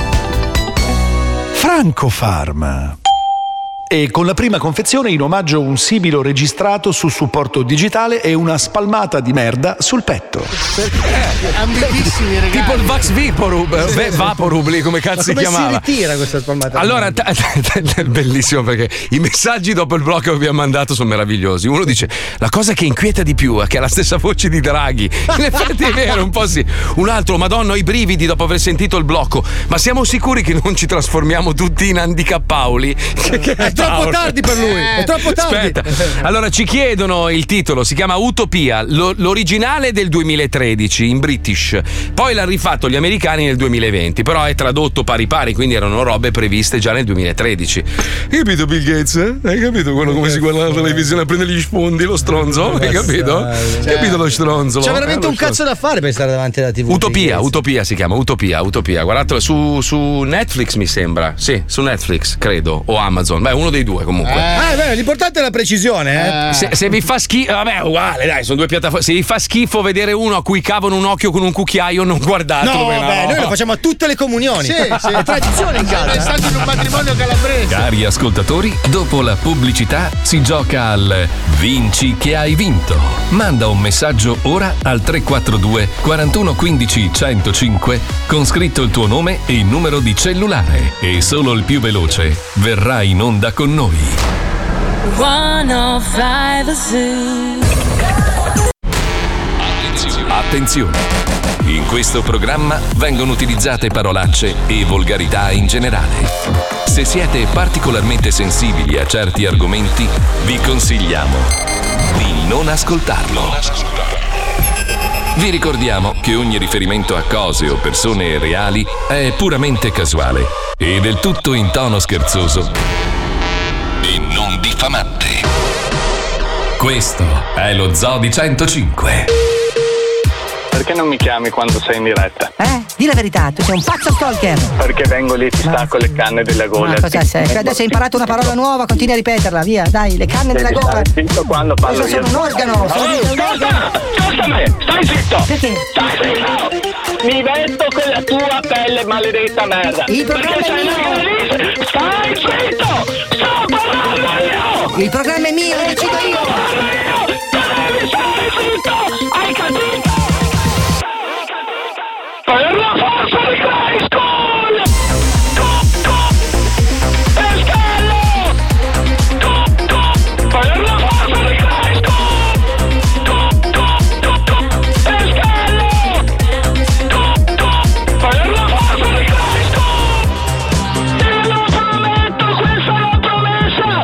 Francofarm. E con la prima confezione in omaggio un sibilo registrato su supporto digitale e una spalmata di merda sul petto. Ambitissimi regali. Tipo il Vax Vaporub, beh, Vaporub lì come cazzo si come chiamava. si ritira questa spalmata? Allora, t- t- bellissimo perché i messaggi dopo il blocco che vi ha mandato sono meravigliosi. Uno dice: la cosa che inquieta di più è che ha la stessa voce di Draghi. In effetti è vero, un po' sì. Un altro: Madonna, ho i brividi dopo aver sentito il blocco. Ma siamo sicuri che non ci trasformiamo tutti in handicappauli? Che, che è troppo tardi per lui, è troppo tardi. Aspetta. Allora ci chiedono il titolo, si chiama Utopia, lo, l'originale è del duemilatredici in British, poi l'hanno rifatto gli americani nel duemilaventi, però è tradotto pari pari, quindi erano robe previste già nel duemilatredici. Hai capito Bill Gates? Eh? Hai capito quello come si guarda la televisione a prendere gli sfondi, lo stronzo? Hai capito? Hai capito lo stronzo? C'è veramente eh, un cazzo da fare per stare davanti alla tivù. Utopia, Utopia si chiama, Utopia, Utopia. Guardatelo su, su Netflix mi sembra. Sì, su Netflix, credo, o Amazon. Beh, uno dei due comunque. Eh, beh, l'importante è la precisione, eh. Se, se vi fa schifo, vabbè, uguale, dai, sono due piattaforme. Se vi fa schifo vedere uno a cui cavano un occhio con un cucchiaio, non guardatelo. No, beh, noi lo facciamo a tutte le comunioni. Sì, sì. È tradizione in casa. È stato in un matrimonio calabrese. Cari ascoltatori, dopo la pubblicità si gioca al Vinci che hai vinto. Manda un messaggio ora al tre quattro due quarantuno quindici centocinque con scritto il tuo nome e il numero di cellulare e solo il più veloce verrà in onda con noi. centocinque Zoo. Attenzione! In questo programma vengono utilizzate parolacce e volgarità in generale. Se siete particolarmente sensibili a certi argomenti, vi consigliamo di non ascoltarlo. Vi ricordiamo che ogni riferimento a cose o persone reali è puramente casuale e del tutto in tono scherzoso e non diffamante. Questo è lo Zoo di centocinque. Perché non mi chiami quando sei in diretta? Eh? Di la verità, tu sei un pazzo stalker. Perché vengo lì e ti stacco le canne della gola. Ma cosa sei? Adesso hai imparato una parola nuova, continui a ripeterla, via, dai, le canne della gola. Stai zitto quando parlo Cosa io. sono un organo? Sono Oh, un organo. Ascolta me, stai zitto! Perché? Stai zitto! Mi vento con la tua pelle maledetta merda! Il programma Perché è sei mio. una... Stai zitto! Sto parlando io! Il programma è mio, lo decido io! Devi stare zitto! Hai capito? Per la forza di Grayskull! Go, go! Peschello! Go, go! Per la forza di Grayskull! Go, go, go, go! Peschello! Go, go! Per la forza di Grayskull! Te lo prometto, questa è la promessa!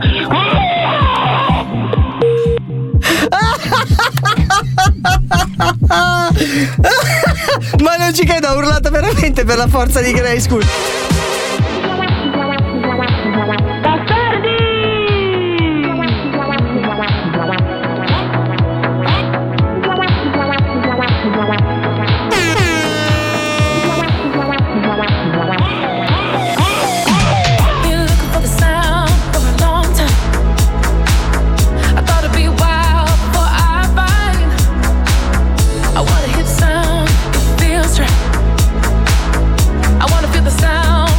Ma non ci credo, ha urlato veramente per la forza di Grayskull. I wanna feel the sound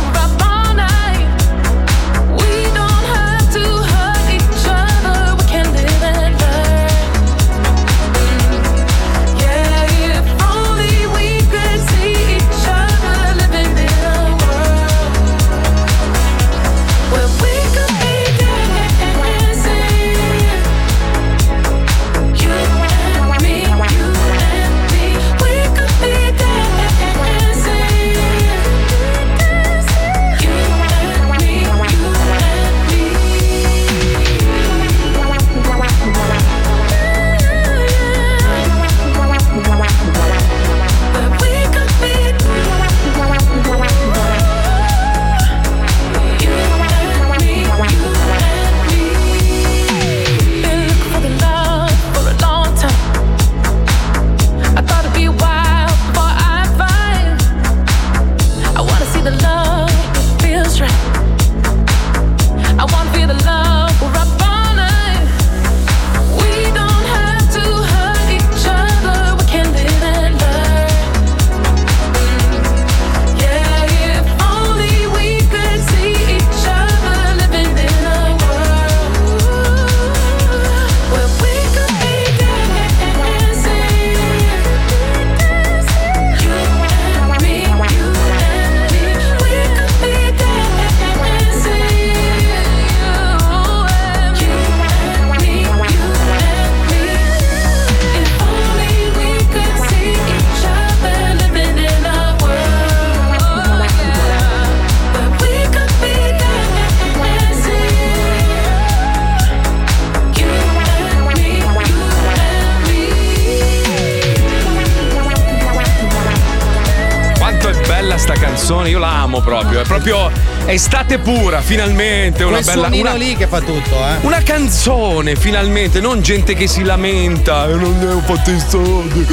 canzone, io la amo proprio. È proprio estate pura, finalmente. Una Quel bella suonino una, lì che fa tutto, eh. una canzone, finalmente, non gente che si lamenta. Non ne ho fatto i soldi.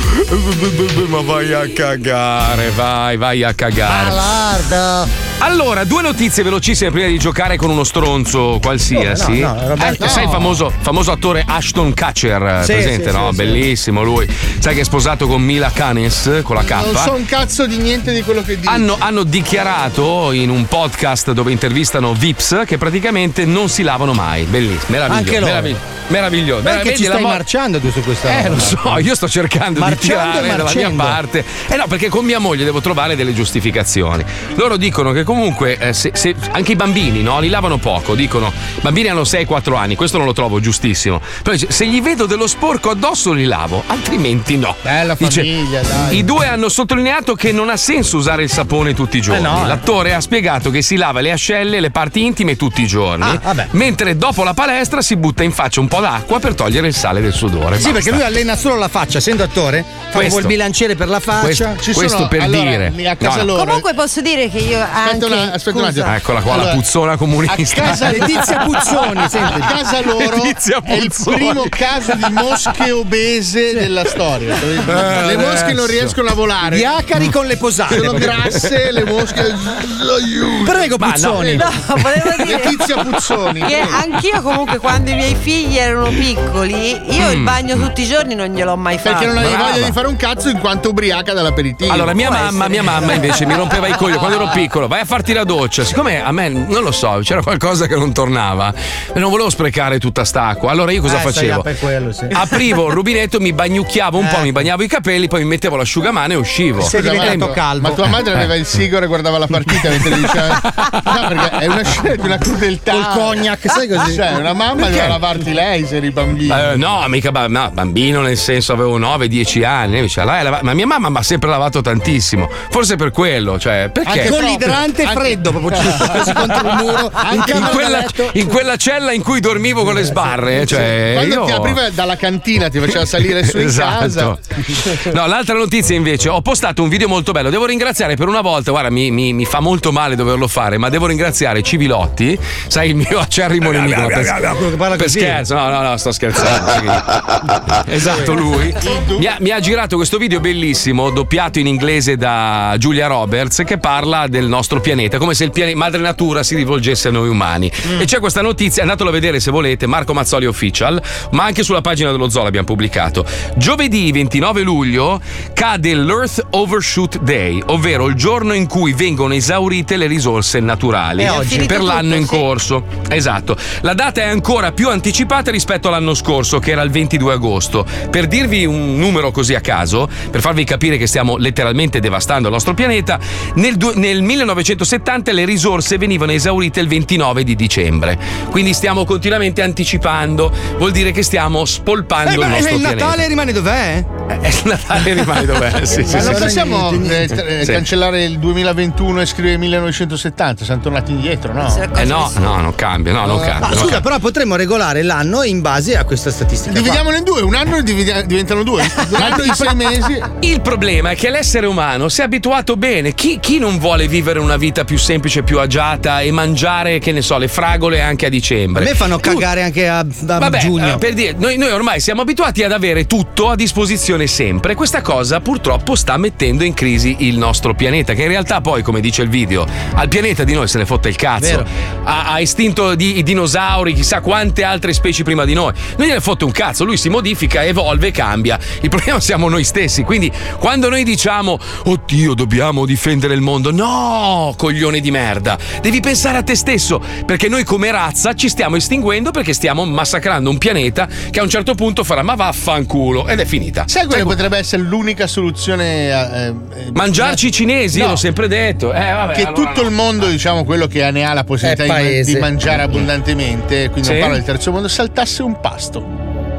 Ma vai a cagare, vai, vai a cagare. Malarda. Allora, due notizie velocissime prima di giocare con uno stronzo qualsiasi. No, no, Roberto, eh, sai il no. famoso, famoso attore Ashton Kutcher, Sì, presente, sì, no? sì, Bellissimo lui. Sai che è sposato con Mila Kunis con la K. Non so un cazzo di niente di quello che dici. Hanno, hanno dichiarato in un podcast dove intervistano Vips che praticamente non si lavano mai. Bellissimo, meraviglioso. Anche loro. Meraviglioso. Meraviglioso. Perché Vedi ci la stai mo- marciando tu su questa Eh, roba? lo so, io sto cercando Marciando di tirare e dalla mia marcendo. parte. Eh no, perché con mia moglie devo trovare delle giustificazioni. Loro dicono che comunque eh, se, se, anche i bambini, no, li lavano poco. Dicono, i bambini hanno sei quattro anni, questo non lo trovo giustissimo. Però dice, se gli vedo dello sporco addosso li lavo, altrimenti no. Bella Dice, famiglia, dai. I due hanno sottolineato che non ha senso usare il sapone tutti i giorni. Eh no, eh. L'attore ha spiegato che si lava le ascelle e le parti intime tutti i giorni, Ah, vabbè. mentre dopo la palestra si butta in faccia un po' d'acqua per togliere il sale del sudore. Sì, Basta. perché lui allena solo la faccia, essendo attore, fa Questo. il bilanciere per la faccia. Questo- Ci questo sono- per allora, dire. lì a casa No, no. loro. Comunque posso dire che io anche Aspetta, una, aspetta un scusa. attimo. Eccola qua, Allora, la puzzona comunista. A casa Letizia Puzzoni, senti. A casa loro Letizia è il Puzzoni. primo caso di mosche obese della storia. Eh, Le mosche non adesso. riescono a volare. Gli acari con le posate. Sono grasse, le mosche. Aiuto. Prego, Ma no. Puzzoni. No, volevo dire Letizia Puzzoni. che anch'io comunque quando i miei figli erano piccoli, io il bagno tutti i giorni non gliel'ho mai fatto. Perché non avevi Brava. voglia di fare un cazzo in quanto ubriaca dall'aperitivo. Allora, mia Può mamma, essere. mia mamma invece mi rompeva i coglioni quando ero piccolo. Vai a farti la doccia. Siccome a me, non lo so, c'era qualcosa che non tornava e non volevo sprecare tutta sta acqua. Allora io cosa Eh, stai facevo? là per quello, sì. Aprivo il rubinetto, mi bagnucchiavo un po', Eh. mi bagnavo i capelli, poi mi mettevo l'asciugamano e uscivo. Sei Scusa, diventato ma- calvo. Ma tua madre aveva il sigaro e guardava la partita mentre diceva. No, perché è una scena di una crudeltà. Col cognac, sai così? Cioè, una mamma doveva lavarti lei se eri bambino. Eh, no, mica ba- no, bambino, nel senso avevo nove dieci anni. Dice, "Lei lava-" ma mia mamma mi ha sempre lavato tantissimo. Forse per quello, cioè, perché? Anche Con proprio. l'idrante Anche- freddo, proprio ci sono presi contro il muro. In in camera da quella, letto. in quella cella in cui dormivo con le sbarre, cioè, Quando io... ti apriva dalla cantina ti faceva salire su in Esatto. casa. No, l'altra notizia invece, ho postato un video molto bello. Devo ringraziare per una volta, guarda, mi, mi- mi fa molto male doverlo fare, ma devo ringraziare Civilotti, sai, il mio acerrimo nemico. no, Per, Quello che parla per così. scherzo, no, no, no, sto scherzando. Esatto, lui. Mi ha, mi ha girato questo video bellissimo, doppiato in inglese da Julia Roberts, che parla del nostro pianeta, come se il pianeta, madre natura si rivolgesse a noi umani. E c'è questa notizia, andatelo a vedere se volete, Marco Mazzoli Official, ma anche sulla pagina dello Zoo l'abbiamo pubblicato. Giovedì ventinove luglio cade l'Earth Overshoot Day, ovvero il giorno in cui vengono esaurite le risorse naturali È oggi. per l'anno tutto, in sì. corso. Esatto. La data è ancora più anticipata rispetto all'anno scorso, che era il ventidue agosto. Per dirvi un numero così a caso, per farvi capire che stiamo letteralmente devastando il nostro pianeta, nel, du- nel millenovecentosettanta le risorse venivano esaurite il ventinove di dicembre. Quindi stiamo continuamente anticipando, vuol dire che stiamo spolpando Eh, il ma nostro il pianeta. Natale rimane dov'è? Eh, il Natale rimane dov'è? Sì, sì, Ma sì, non sì. possiamo niente, eh, niente. t- eh, Sì. cancellare il duemilaventuno e scrivere millenovecentosettanta? Siamo tornati indietro, no? Eh no, no, non cambia, no, non cambia. Ma non scusa, cambia. però potremmo regolare l'anno in base a questa statistica. qua. Dividiamolo in due, un anno dividi- diventano due. Durante i sei mesi. Il problema è che l'essere umano si è abituato bene. Chi, chi non vuole vivere una vita più semplice, più agiata e mangiare, che ne so, le fragole anche a A dicembre? me fanno Tu- cagare anche a, a Vabbè, giugno. eh, per dire, noi, noi ormai siamo abituati ad avere tutto a disposizione sempre. Questa cosa purtroppo sta mettendo in crisi il nostro pianeta, che in realtà poi, come dice il video, al pianeta di noi se ne fotte il cazzo. Vero. Ha, ha estinto di- i dinosauri, chissà quante altre specie prima di noi. Non gliene fotte un cazzo, lui si modifica, evolve, cambia. Il problema siamo noi stessi. Quindi quando noi diciamo oddio, dobbiamo difendere il mondo, no, coglione di merda, devi pensare a te stesso, perché noi come razza ci stiamo estinguendo perché stiamo massacrando un pianeta che a un certo punto farà ma vaffanculo ed è finita. Sai quale potrebbe essere l'unica soluzione? eh, eh, Mangiarci i cinesi, io No. l'ho sempre detto. Eh, vabbè, che allora tutto no. il mondo, diciamo quello che ne ha la possibilità È di, paese. di mangiare abbondantemente, quindi Sì. non parlo del terzo mondo, saltasse un pasto.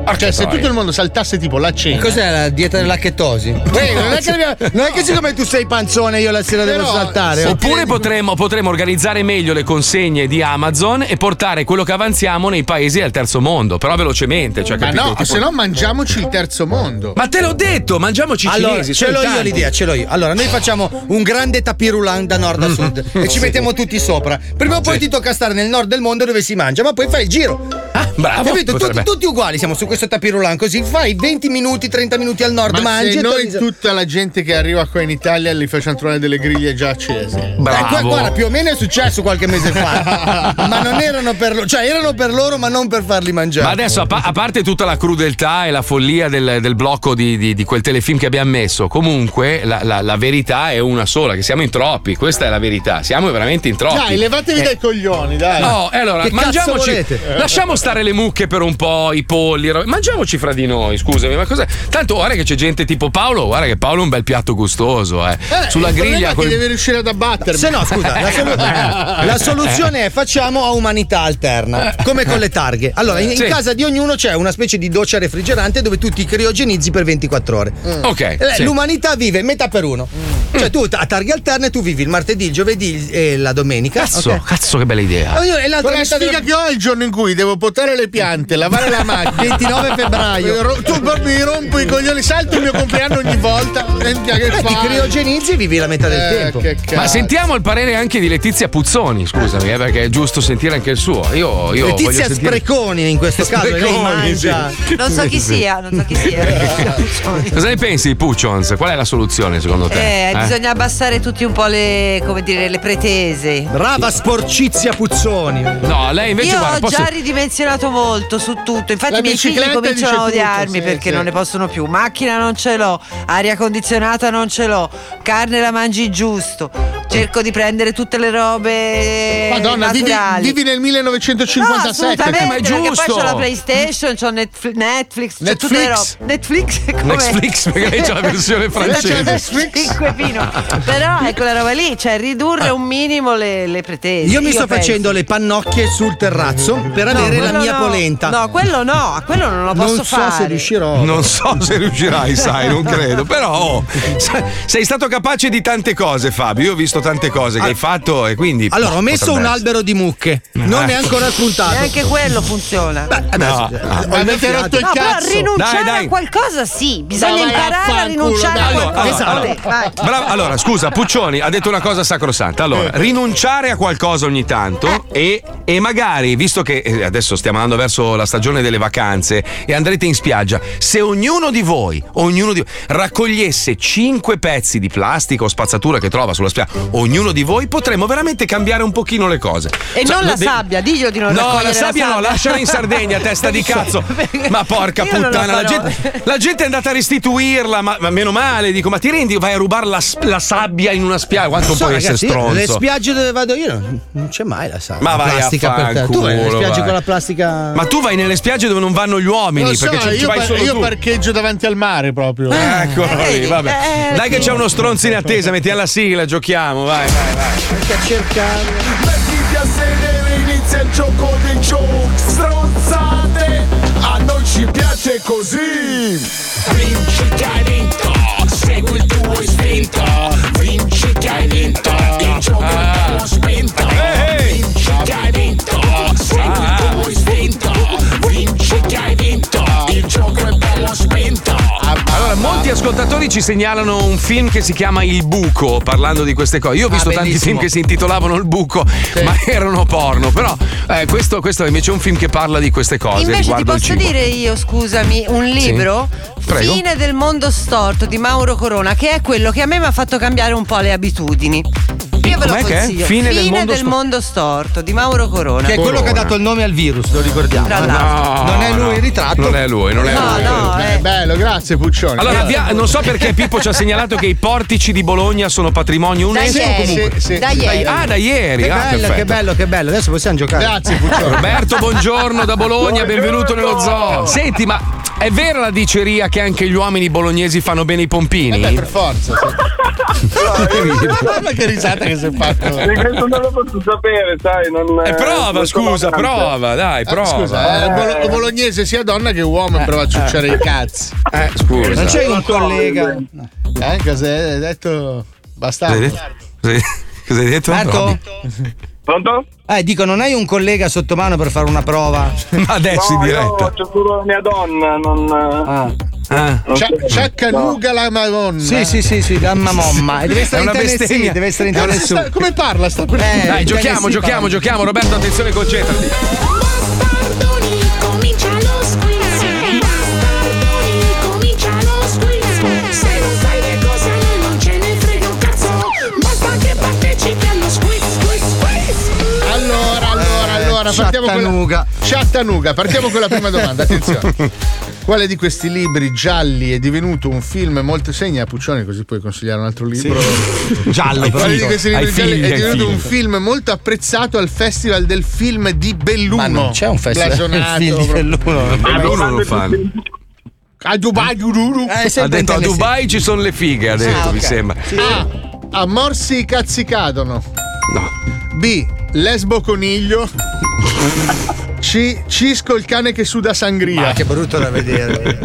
Cioè, se tutto il mondo saltasse tipo la cena. Cos'è la dieta della chetosi? Uè, non, è che abbiamo, non è che siccome tu sei panzone io la sera Però, devo saltare. Oppure potremmo, potremmo organizzare meglio le consegne di Amazon e portare quello che avanziamo nei paesi del terzo mondo, però velocemente. Cioè, Ma capito? no, Tipo... se no mangiamoci il terzo mondo. Ma te l'ho detto, mangiamoci i allora, cinesi. ce l'ho io l'idea, ce l'ho io. Allora, noi facciamo un grande tapirulan da nord a sud e ci Sì. mettiamo tutti sopra. Prima o poi Sì. ti tocca stare nel nord del mondo dove si mangia, ma poi fai il giro. Ah, bravo. Capito? Tutti, Potrebbe. tutti uguali, siamo su questo tapirulan così. Fai venti minuti, trenta minuti al nord, Ma mangi se e noi torni- tutta la gente che arriva qua in Italia li facciamo trovare delle griglie già accese. Eh, qua- guarda, più o meno è successo qualche mese fa. Ma non erano per loro, cioè erano per loro, ma non per farli mangiare. Ma adesso, a, pa- a parte tutta la crudeltà e la follia del, del blocco di, di- di quel telefilm che abbiamo messo, comunque la, la- la verità è una sola, che siamo in troppi. Questa è la verità, siamo veramente in troppi. Dai, levatevi Eh, dai coglioni, dai. No, e allora Che cazzo mangiamoci. volete? Lasciamo stare le mucche per un po', i polli. ro- Mangiamoci fra di noi, scusami, ma cos'è? Tanto guarda che c'è gente tipo Paolo, guarda che Paolo è un bel piatto gustoso, eh. Eh, Sulla il problema griglia. è che col- deve riuscire ad abbattermi. Se no, scusa, la, solu- la soluzione è facciamo a umanità alterna, come con le targhe. Allora, in, in Sì. casa di ognuno c'è una specie di doccia refrigerante dove tu ti criogenizzi per ventiquattro ore. Ok, Eh, sì. L'umanità vive metà per uno. Cioè, tu a targhe alterne tu vivi il martedì, il giovedì e la domenica. Cazzo, ok? cazzo, che bella idea. Ognuno- e l'altra Con la metà sfiga della- che ho è il giorno in cui devo potare le piante, lavare la macchina. ventinove febbraio. Ro- Tu mi rompo i coglioni, salto il mio compleanno ogni volta. Minchia, che Eh, ti fai? criogenizzi e vivi la metà del Eh, tempo. che cazzo. Ma sentiamo il parere anche di Letizia Puzzoni, scusami, eh, perché è giusto sentire anche il suo. Io, io voglio Letizia sentire... Spreconi in questo caso, lei Spreconi, mangia. sì. Non so chi Sì. sia, non so chi sia. Cosa ne pensi di Puccions? Qual è la soluzione secondo te? Eh, bisogna abbassare tutti un po' le, come dire, le pretese. Brava sporcizia Puzzoni. No, lei invece Io guarda, ho posso... già ridimensionato molto su tutto. Infatti La i miei figli bicicletta cominciano a dice tutto, odiarmi sì, perché sì. non ne possono più. Macchina non ce l'ho, aria condizionata non ce l'ho, carne la mangi giusto. Cerco di prendere tutte le robe Madonna, vivi, naturali. vivi nel No, millenovecentocinquantasette. assolutamente, ma è perché giusto. poi c'ho la PlayStation, c'ho Netflix, Netflix, c'ho tutte le robe. Netflix. Netflix, come? Netflix, perché lei c'ha la versione francese. Cinque pino. Però è quella roba lì, cioè ridurre un minimo le, le pretese. Io mi sto penso. facendo le pannocchie sul terrazzo per avere la quello mia no. polenta. No, quello no, a quello non lo posso non so fare. se riuscirò. Non so se riuscirai, sai, non credo. Però oh, sa- sei stato capace di tante cose, Fabio. Io ho visto tante cose che hai fatto e quindi. Allora, ho messo potrebbe un essere. albero di mucche. Non Eh. è ancora spuntato. Neanche quello funziona. No, Ma avete rotto il No, però cazzo. rinunciare Dai, dai. a qualcosa sì, bisogna Dai, vai, imparare a affanculo, rinunciare a dai. qualcosa. Allora, allora, Vabbè, vai. Bravo, allora, scusa, Puccioni ha detto una cosa sacrosanta. Allora, rinunciare a qualcosa ogni tanto e, e magari, visto che eh, adesso stiamo andando verso la stagione delle vacanze e andrete in spiaggia, se ognuno di voi, ognuno di raccogliesse cinque pezzi di plastica o spazzatura che trova sulla spiaggia, ognuno di voi, potremmo veramente cambiare un pochino le cose. E Cioè, non la de- sabbia, diglielo di non No, raccogliere la sabbia no, lasciala in Sardegna, testa di cazzo. Ma porca Io non lo puttana, la farò. gente, la gente è andata a restituirla, ma, ma meno male, dico, ma ti rendi, vai a rubare la, la sabbia in una spiaggia, quanto Non so, puoi essere ragazzi, stronzo? le spiagge dove vado io non, non c'è mai la sabbia. Ma vai a plastica per te. Tu vai nelle fanculo, spiagge vai. con la plastica. Ma tu vai nelle spiagge dove non vanno gli uomini, Lo so, perché ci, ci io, vai par- solo io tu. parcheggio davanti al mare proprio. Eccolo lì, vabbè. eh, Dai che c'è uno stronzo in attesa, metti alla sigla, giochiamo, vai, vai, vai. Anche a cercare. Mettiti a sedere, inizia il gioco dei giochi stronzate. A noi ci piace così. Vinci che hai vinto, segui il tuo istinto. Vinci che hai vinto, il gioco è bello spinto. Vinci che hai vinto, segui il tuo istinto. Vinci che hai vinto, il gioco è bello spinto. Allora, molti ascoltatori ci segnalano un film che si chiama Il Buco, parlando di queste cose. Io ho visto Ah, tanti bellissimo. film che si intitolavano Il Buco, ma erano porno. Però eh, questo, questo invece è un film che parla di queste cose. Invece ti riguardo il posso cibo. dire io, scusami, un libro, Prego. Fine del mondo storto di Mauro Corona, che è quello che a me mi ha fatto cambiare un po' le abitudini. Io ve lo Com'è che è? consiglio. Fine del mondo del sto- mondo storto di Mauro Corona. Che è quello che ha dato il nome al virus, lo ricordiamo. Tra l'altro. non è lui il ritratto. Non è lui, non è No, lui. no, È eh. bello, grazie Puccioni. Allora, via- non so perché Pippo ci ha segnalato che i portici di Bologna sono patrimonio Da UNESCO. ieri. Comunque. Sì, sì. Da ieri. Ah, da ieri. Che ah, bello, perfetto. che bello, che bello. Adesso possiamo giocare. Grazie Puccioni. Roberto, buongiorno da Bologna, benvenuto nello zoo. Senti, ma è vera la diceria che anche gli uomini bolognesi fanno bene i pompini? Eh beh, per forza, sì. Guarda che risata che si è fatto. Questo non lo posso sapere, sai, non eh, prova, non scusa, prova, dai, prova. Ah, scusa, eh, bolo- bolognese sia donna che uomo eh, prova a ciucciare eh, i cazzi. Eh, scusa. Non c'è un so, collega. Eh, cosa hai detto? Bastardo. Cosa hai detto? Marco? Pronto? Eh, dico, non hai un collega sotto mano per fare una prova? Ma adesso no, in diretta. Io c'è solo la mia donna, non. Ah. Ah. Ciaccanuga la Madonna. Sì, sì, sì, sì, la mamma. E deve È stare in una Tennessee, bestemmia. deve stare in Eh, Tennessee. sta- come parla sta Eh, Dai, giochiamo, Tennessee giochiamo, parla. giochiamo. Roberto, attenzione, concentrati. Bastardoni, comincia lo squiz. Bastardoni, comincia lo squiz. Se non sai le cose a noi non ce ne frega un cazzo. Basta che partecipi allo squiz, squiz, squiz. Allora, allora, allora, partiamo con Chattanooga. la Chattanooga, partiamo con la prima domanda, attenzione. Quale di questi libri gialli è divenuto un film molto segna a Puccioni, così puoi consigliare un altro libro. Giallo, Quale di questi libri Ai gialli figli, è ai divenuto figli. un film molto apprezzato al Festival del Film di Belluno? Ma non c'è un festival del Blasonato, film di proprio. Belluno. Belluno non lo fanno. A Dubai, Ururu. Eh, Ha sempre in detto a Tennessee. Dubai ci sono le fighe, ha detto, Ah, mi ok. sembra. A. A morsi i cazzi cadono. No. B. Lesbo coniglio. C. Cisco il cane che suda sangria. Ma che brutto da vedere.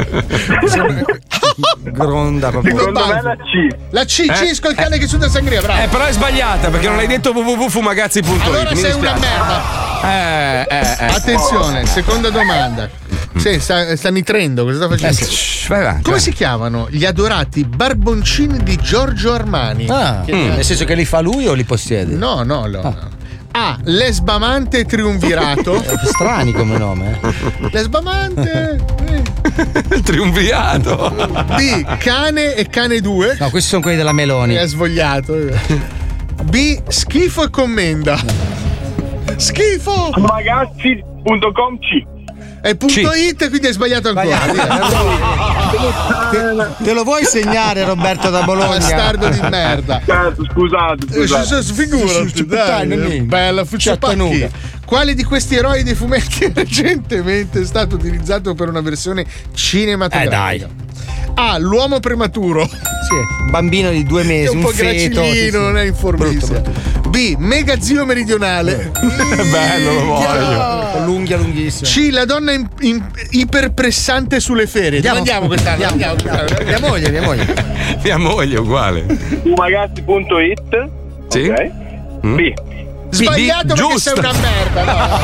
Gronda proprio. Secondo me la C. La C, Eh? Cisco il cane che suda sangria, bravo. Eh, però è sbagliata perché non hai detto w w w punto fumagazzi punto it. Allora mi sei una dispiace. merda. Eh, eh, eh. Attenzione, seconda domanda. Sì, sta, sta nitrendo, cosa sta facendo? Eh, shh, vai avanti, Come vai. si chiamano gli adorati barboncini di Giorgio Armani? Ah, Che- nel senso che li fa lui o li possiede? No, no, no. no. A. Lesbamante triunvirato. Strani come nome. eh. Lesbamante. Il triunvirato. B. Cane e cane due. No, questi sono quelli della Meloni. Mi ha svogliato. B. Schifo e commenda. Schifo. Magazzi punto com C. È punto it, quindi hai sbagliato ancora. Te, te lo vuoi segnare, Roberto da Bologna? Bastardo di merda. Cazzo, scusate, Eh, scusate. Figurati, dai, bella Chattanooga. Fucipacchi. Quale di questi eroi dei fumetti è recentemente stato utilizzato per una versione cinematografica? Eh, dai. A. L'uomo prematuro. Sì, bambino di due mesi, È un, un, po' feto. gracilino, sì, sì. non è informissimo. Brutto, brutto. B. Mega zio meridionale. Bello, lo voglio. Con l'unghia lunghissima. C. La donna in- in- iperpressante sulle ferie. Dove andiamo quest'anno? Andiamo, Andiamo, andiamo. Mia moglie, mia moglie. Mia moglie è uguale. Fumagazzi punto it. Sì? Ok. Mm? B. Sbagliato perché giusto. sei una merda.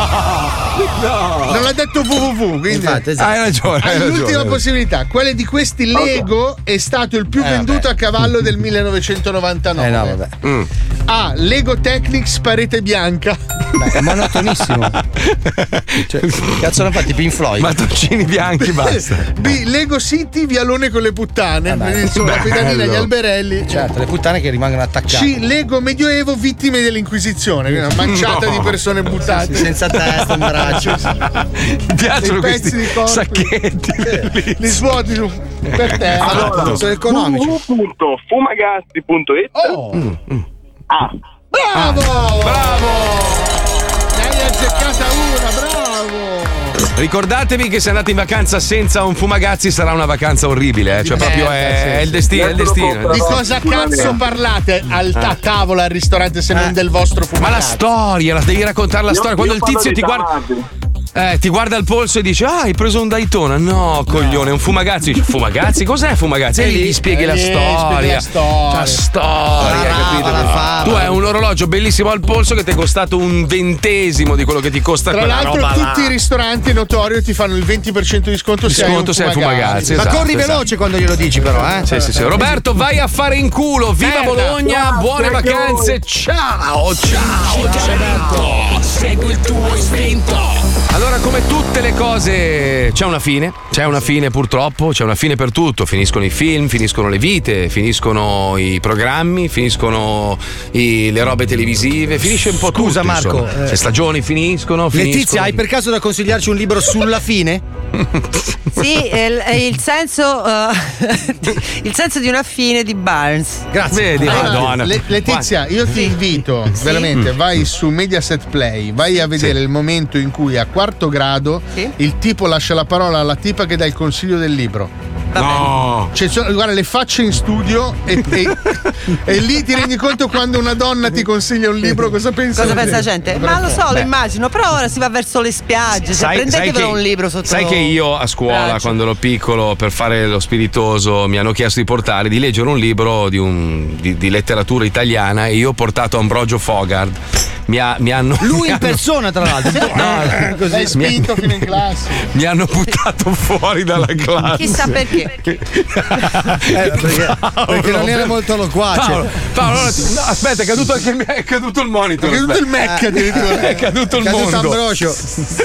No. Non l'ha detto www, quindi Infatti, esatto. Hai ragione, hai hai ragione. l'ultima possibilità. Quale di questi Lego è stato il più Eh, venduto vabbè. a cavallo del millenovecentonovantanove? Eh no, vabbè. Mm. A. Lego Technics parete bianca. Beh, è monotonissimo. Cioè, cazzo l'hanno fatti Pink Floyd? Mattoncini bianchi, basta. B. Lego City vialone con le puttane. Vabbè. Quindi sono la pedalina, Bello. gli alberelli. Certo, le puttane che rimangono attaccate. C. Lego Medioevo vittime dell'Inquisizione. Quindi una manciata No. di persone buttate. Sì, senza testa, un braccio. Mi piacciono I pezzi questi di corpo. sacchetti. bellissimi. Li svuoti su- per te. Allora, sono economici. www punto fumagazzi punto it. Oh. A. Bravo! Bravo! Ne hai azzeccata una, bravo! Ricordatevi che se andate in vacanza senza un fumagazzi sarà una vacanza orribile, eh? Cioè proprio è, è il destino, è il destino. Di cosa cazzo parlate al, a tavola al ristorante se non del vostro Ma fumagazzi? la storia, la devi raccontare la Io- storia. Quando io il tizio parlo ti di guarda. tamati. Eh, ti guarda il polso e dice: ah, hai preso un Daytona? No, coglione, un fumagazzi. Dice, fumagazzi? Cos'è fumagazzi? E lì gli spieghi e la lì spieghi storia. la storia. La storia, La capito? fava, la fava. Tu hai un orologio bellissimo al polso che ti è costato un ventesimo di quello che ti costa Tra quella l'altro roba tutti là. i ristoranti notorio ti fanno il venti per cento di sconto se hai un Sconto se hai fumagazzi. Ma esatto, corri esatto. veloce quando glielo dici, però, eh? Sì, sì, sì. Roberto, vai a fare in culo. Viva Merda. Bologna, buone Grazie a vacanze. Ciao, ciao, ciao. Segui il tuo istinto. Allora, come tutte le cose, c'è una fine, c'è una fine purtroppo, c'è una fine per tutto. Finiscono i film, finiscono le vite, finiscono i programmi, finiscono i- le robe televisive, finisce un po' Scusa, tutto. Marco, insomma. eh. Le stagioni finiscono, finiscono. Letizia, hai per caso da consigliarci un libro sulla fine? Sì, è il, è il senso eh, il senso di una fine di Barnes. Grazie. Vedi, Allora, Madonna. Le- Letizia, io ti invito veramente, vai su Mediaset Play, vai a vedere il momento in cui a quarta quarto grado, sì? Il tipo lascia la parola alla tipa che dà il consiglio del libro. No, cioè, sono, guarda, le facce in studio e, e, e lì ti rendi conto quando una donna ti consiglia un libro, cosa pensa? Cosa pensa la gente? Ma lo so, Beh. lo immagino, però ora si va verso le spiagge, sai, prendetevelo un libro sotto. Sai che io a scuola, braccio. quando ero piccolo, per fare lo spiritoso, mi hanno chiesto di portare, di leggere un libro di, un, di, di letteratura italiana, e io ho portato Ambrogio Fogart. Mi, ha, mi hanno lui mi in hanno... persona, tra l'altro. No, così. L'hai spinto fino in classe. Mi hanno buttato fuori dalla classe. Chissà perché. eh, perché, perché non era molto loquace. Paolo, Paolo no, aspetta, è caduto anche il, è caduto il monitor. È caduto aspetta. il Mac addirittura. È caduto il è mondo. Ambrogio.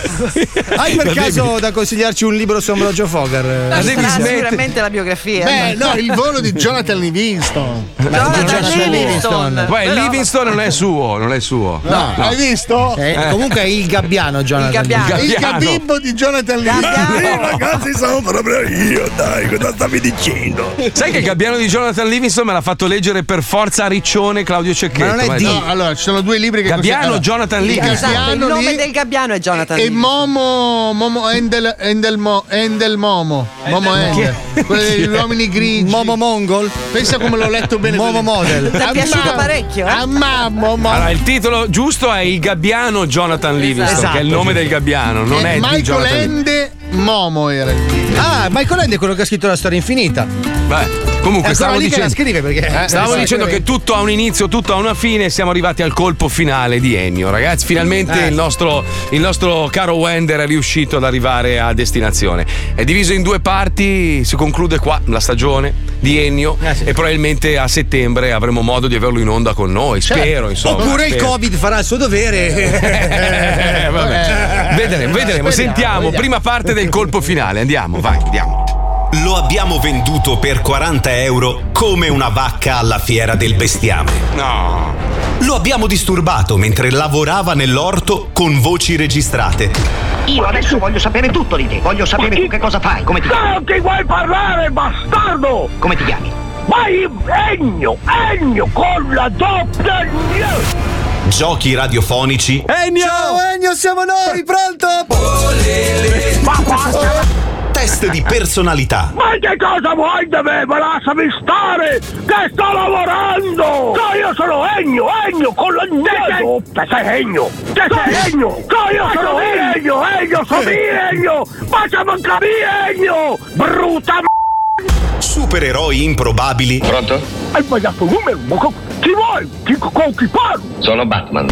Hai per caso da consigliarci un libro su Ambrogio Fogar? No, sarà sicuramente la biografia. Beh, no, il volo di Jonathan Livingston. Jonathan, Jonathan Livingston. Poi Livingston non è suo, non è suo. No, no. Hai visto? Eh, eh. Comunque è il gabbiano Jonathan. Il gabbiano. Il gabibbo di Jonathan Livingston. Sì, ragazzi, sono proprio io, dai, cosa stavi dicendo? Sai che il gabbiano di Jonathan Livingston me l'ha fatto leggere per forza a Riccione Claudio Cecchetto. Ma non è di... no, allora, ci sono due libri che Gabbiano allora, Jonathan Livingston. Esatto, il nome del gabbiano è Jonathan e, e Livingston. Momo Momo Endel Endel Mo, Endel Momo. Momo Endel. Quelli degli uomini grigi. Momo Mongol. Pensa come l'ho letto bene. Momo Model. Ti è piaciuto parecchio? Eh? Mamma, allora, il titolo giusto è Il gabbiano Jonathan Livingston, esatto, che è il nome del gabbiano, non e è Michael di Jonathan Ende Momo era il titolo. Ah, Michael Ende è quello che ha scritto La storia infinita. Beh, comunque è stavo lì dicendo, che la scrive perché, eh, stavo dicendo che tutto ha un inizio, tutto ha una fine, e siamo arrivati al colpo finale di Ennio, ragazzi. Finalmente eh. il, nostro, il nostro caro Wender è riuscito ad arrivare a destinazione. È diviso in due parti, si conclude qua la stagione di Ennio eh sì. e probabilmente a settembre avremo modo di averlo in onda con noi, spero, certo. insomma. Oppure spero. il Covid farà il suo dovere. eh, vabbè. Vedremo, vedremo. Sentiamo, vediamo. Prima parte del colpo finale, andiamo, vai, andiamo. Lo abbiamo venduto per quaranta euro come una vacca alla fiera del bestiame. No. Lo abbiamo disturbato mentre lavorava nell'orto con voci registrate. Io adesso voglio sapere tutto di te. Voglio sapere tu che cosa fai. Come ti chiami? Non ti vuoi parlare, bastardo! Come ti chiami? Vai Ennio! Ennio con la doppia N! Giochi radiofonici. Ennio! Ciao Ennio, siamo noi, pronto? Ma basta! Test di personalità. Ma che cosa vuoi da me? Ma lasciami stare! Che sto lavorando! So io sono Ennio, Ennio con la N! Che sei Ennio? Che sei Ennio? So io sono Ennio, Ennio, sono Ennio! Facciamo capire Ennio! Brutta m***a! Supereroi improbabili. Pronto? Hai sbagliato il numero, ma con chi vuoi? Chi, con chi parlo? Sono Batman.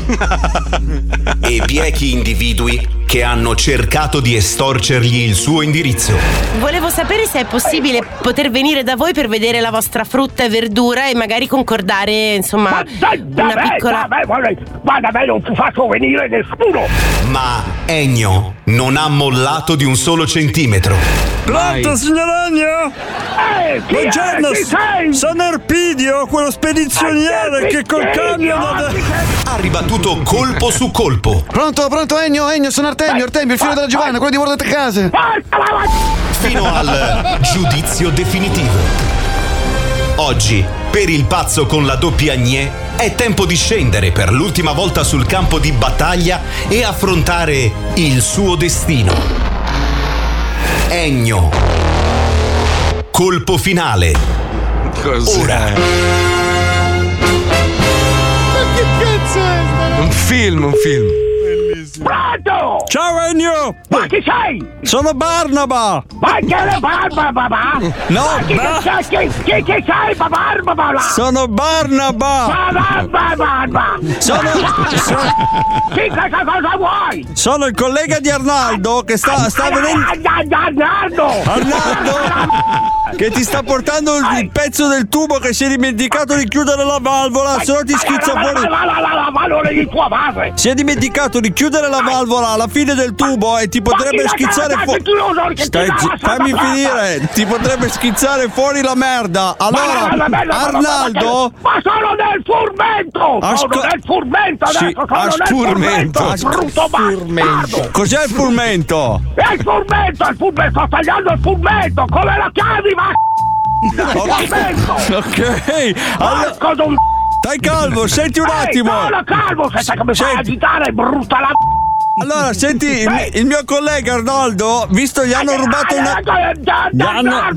E biechi individui che hanno cercato di estorcergli il suo indirizzo. Volevo sapere se è possibile poter venire da voi per vedere la vostra frutta e verdura e magari concordare, insomma, ma dai, da una me, piccola... da me, guarda, ma da me non ti faccio venire nessuno! Ma Ennio non ha mollato di un solo centimetro. Pronto, signor Ennio? Eh, chi buongiorno, è? Chi sei? sono Erpidio, quello spedizioniere che col camion... Ha ribattuto colpo su colpo. Pronto, pronto Ennio, Ennio, sono Artemio, Artemio, il figlio della Giovanna, quello di Guardate Case. Fino al giudizio definitivo. Oggi, per il pazzo con la doppia gne, è tempo di scendere per l'ultima volta sul campo di battaglia e affrontare il suo destino. Ennio. Colpo finale. Cos'è? Ora. Ma che cazzo è? Un film, un film. Pronto! Ciao Ennio! Ma chi sei? Sono Barnaba! Ma che è Barbaba? No, ma chi, ba- che, chi, chi, chi sei Barbaba? Sono Barnaba! Barba, Barba! Sono... sono... Sì, cosa, cosa vuoi? Sono il collega di Arnaldo che sta, sta venendo... Arnaldo! Arnaldo! Che ti sta portando il, il pezzo del tubo che si è dimenticato di chiudere la valvola, se no ti schizza fuori... La, la, la, la valvola di tua base! Si è dimenticato di chiudere la valvola alla fine del tubo e ti potrebbe schizzare fuori... Stai, fammi finire! Ti potrebbe schizzare fuori la merda! Allora, Arnaldo... Ma sono nel furmento! Sono nel furmento adesso! Sono nel furmento! Brutto bastardo! Cos'è il furmento? È il furmento! Il furmento! Sto tagliando il furmento! Come la chiavi, ma... Ok! Allora... Cosa un... Stai calmo, senti un attimo! Ehi, no, calmo! Se sai come fai a agitare, brutta la... Allora, senti, il, il mio collega Arnoldo, visto gli hanno rubato una. Gli hanno...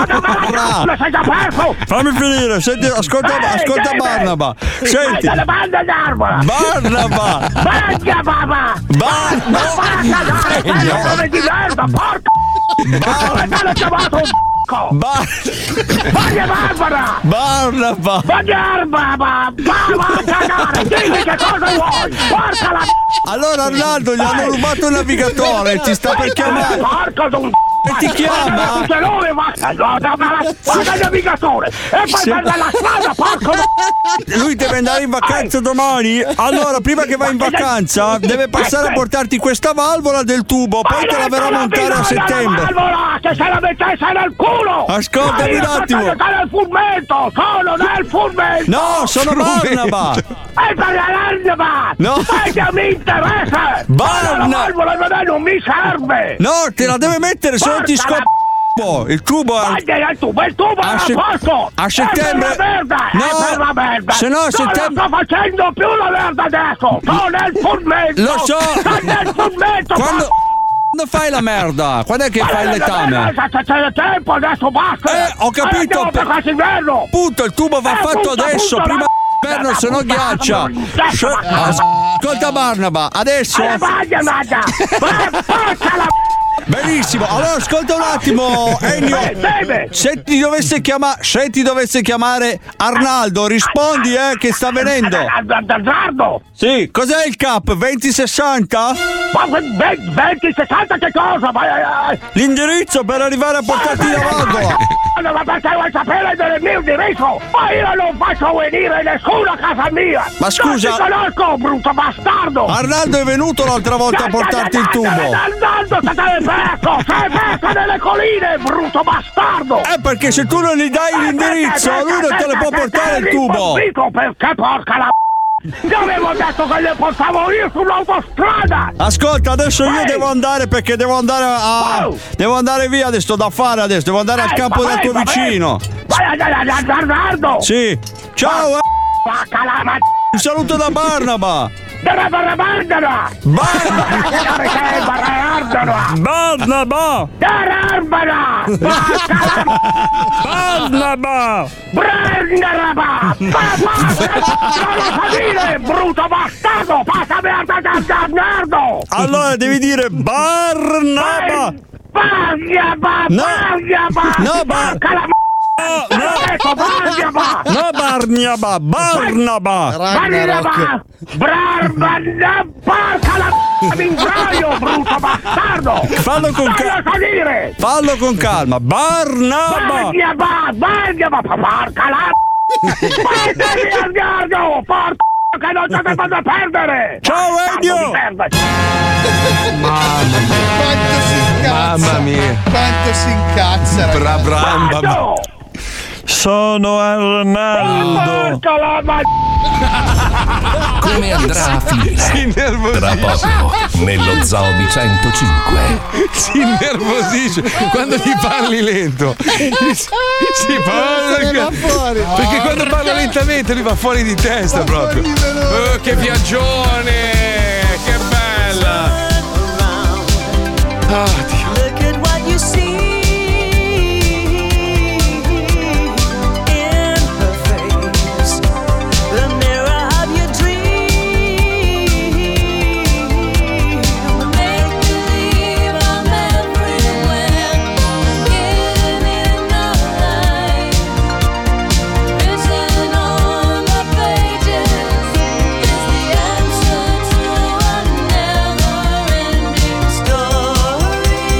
Fammi finire, senti, ascolta, ascolta Barnaba. Senti. Barnaba. Barnaba. Barnaba. Bar- Voglio Barbara! Barnaba! Voglio Barbara! Va a cagare! Dimmi che cosa vuoi! Porca la... Allora Arnaldo gli hanno rubato il navigatore, ti sta per chiamare. Porca d'un... E ti chiama? Lui va... Guarda il navigatore! E poi per la strada, porco... Lui deve andare in vacanza domani. Allora, prima che va in vacanza, deve passare a portarti questa valvola del tubo, poi te la verrà a montare a settembre. Valvola, che se la mettesse nel culo! Ascoltami un attimo! Sono nel fumetto! Sono nel fumetto! No, sono Barnaba! E per la Barnaba! No! Ma che mi interessa! Barna! La valvola non mi serve! No, te la deve mettere, se no ti scopre. Il tubo è il tubo, il tubo a, è se- a posto! a settembre. È per la merda! No, è per la merda! se no a settembre. Non sto facendo più la merda adesso! Sono nel fumetto! Lo so! Sono nel fumetto! Quando, quando fai la merda? Quando è che fai il letame? Se c'è il tempo, adesso basta! Eh, ho capito! Andiamo per questo inverno! Punto, il tubo va Eh, fatto punto, adesso, punto, prima la- inverno, se no ghiaccia. Se- Ascolta Barnaba, adesso. Alla baglia, mangia! Porca la... Benissimo, allora ascolta un attimo Ennio, se ti dovesse chiamare se ti dovesse chiamare Arnaldo, rispondi eh che sta venendo. Azzardo? Sì, cos'è il cap? venti sessanta? Ma venti sessanta che cosa? L'indirizzo per arrivare a portarti la valvola. Ma perché vuoi sapere del mio indirizzo? Ma io non faccio venire nessuno a casa mia! Ma scusa, non ti conosco, brutto bastardo! Arnaldo è venuto l'altra volta a portarti il tubo. Arnaldo, te l'hai perso! Sei perso nelle colline, brutto bastardo! Eh, perché se tu non gli dai l'indirizzo, lui non te ne può portare il tubo! Perché porca la... Ti avevo detto che le portavo io sull'autostrada! Ascolta, adesso io devo andare perché devo andare a. Devo andare via adesso, da fare adesso, devo andare al campo del tuo vicino. Vai a Bernardo! Sì! Ciao! eh. Un saluto da Barnaba! Dalla Barnaba! Barnaba! Barnaba! Barnaba! Barnaba! Barnaba! Non lo sa dire, brutto bastardo! Passa merda da Bernardo! Allora devi dire Barnaba! Barnaba! Barnaba! No, Bar- No, no, Barnaba! No, Barnaba! Barnaba! Barnaba! Barnaba! Porca la mingraio, brutto bastardo! Fallo con calma! Fallo con calma! Barnaba! Barnaba! Barnaba! Porca la... Portami al gardo! Porca che non te ne vado a perdere! Ciao Ennio! Mamma mia! Quanto si incazza! Mamma mia! Quanto si incazza! Bra bramba! Sono Arnaldo! Porca la ma... Come andrà a finire? Tra poco, nello Zoo di centocinque. Si innervosisce quando gli parli lento. Si, si parla fuori. perché quando parla lentamente lui va fuori di testa proprio. Oh, che viaggione! Che bella! Oh, Dio. Look at what you see. Story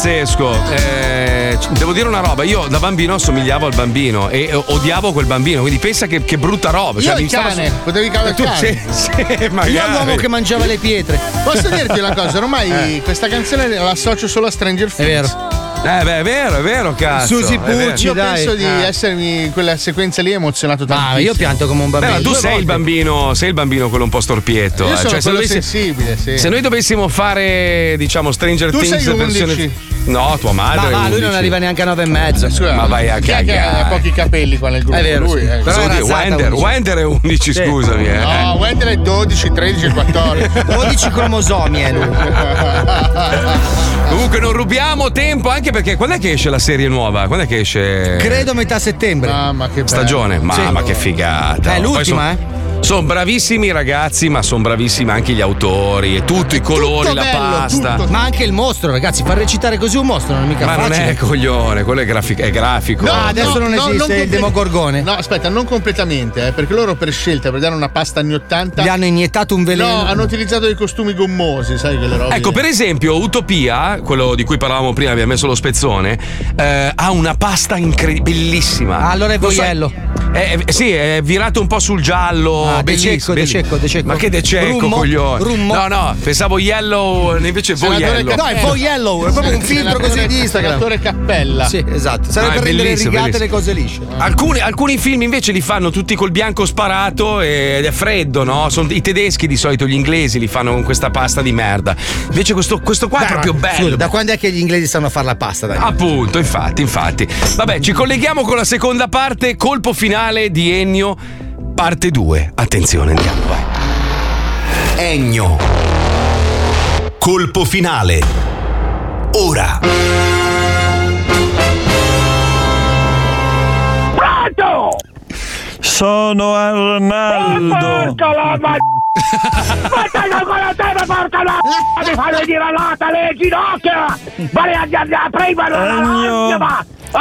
pazzesco. Eh, devo dire una roba, io da bambino assomigliavo al bambino e odiavo quel bambino, quindi pensa che, che brutta roba. Io Cioè, il mi stava cane, su- potevi cavare il Tu- cane. sì, sì, magari. Io l'uomo che mangiava le pietre. Posso dirti una cosa? Ormai Eh. questa canzone l'associo solo a Stranger Things. È vero. Eh beh, è vero, è vero, cazzo. Susi è vero. Pucci, Io dai. penso di Eh. essermi in quella sequenza lì emozionato tantissimo. Ah, io pianto come un Beh, bambino. ma tu Due sei il volte. bambino, sei il bambino quello un po' storpietto. Io eh. sono Cioè, se, quello dovessi- sensibile, sì. se noi dovessimo fare, diciamo, Stranger Tu Things sei versione. undici. No, tua madre. Ma è va, lui non undici. arriva neanche a nove e mezzo. Scusa, Ma vai a chi è che cagare. ha pochi capelli qua nel gruppo? È vero, Lui, sì. eh. Però Cosa è vuol dire? razzata, Wender, undici. Wender è undici, Sì. scusami. Eh. No, Wendell è dodici, tredici, quattordici. dodici cromosomi è lui. Comunque non rubiamo tempo, anche perché quando è che esce la serie nuova? Quando è che esce? Credo metà settembre. Mamma che bello. Stagione? Mamma Sì. che figata. È Poi l'ultima, son- Sono bravissimi i ragazzi, ma sono bravissimi anche gli autori e tutto, i colori, Tutto la bello, pasta. tutto. Ma anche il mostro, ragazzi, far recitare così un mostro non è mica Ma non facile. è coglione, quello è, grafic- è grafico. No, adesso non esiste il comple- Demogorgone. No, aspetta, non completamente, eh, perché loro per scelta, per dare una pasta anni ottanta. Gli hanno iniettato un veleno. No, hanno utilizzato dei costumi gommosi, sai quelle robe. Ecco, per esempio, Utopia, quello di cui parlavamo prima, abbiamo messo lo spezzone, eh, ha una pasta incredibile, bellissima. Ah, allora è Non so- voiello. è- è- sì, è virato un po' sul giallo. Ah, De bellissimo, Cecco, De bellissimo. Cecco, De Cecco. Ma che De Cecco, Rummo, coglione. Rummo. No, no, pensavo yellow, invece Senatore voiello. No, è voiello, è proprio un filtro così di Instagram. Senatore Cappella. Sì, esatto. Ah, Sarebbe è per rendere bellissimo, rigate bellissimo. le cose lisce. Alcuni, alcuni film invece li fanno tutti col bianco sparato ed è freddo, no? Sono i tedeschi di solito, gli inglesi li fanno con questa pasta di merda. Invece questo, questo qua è Dai, proprio ma, bello. scusa, da quando è che gli inglesi sanno fare la pasta? Dai? Appunto, infatti, infatti. Vabbè, ci colleghiamo con la seconda parte, colpo finale di Ennio, parte due. Attenzione, andiamo, vai. Ennio. Colpo finale. Ora. Pronto! Sono Arnaldo. Porca la ma... Ma stai con la terra, porca la m***a! Mi fai venire all'ata le ginocchia! Vale a andare prima la Ennio. ma...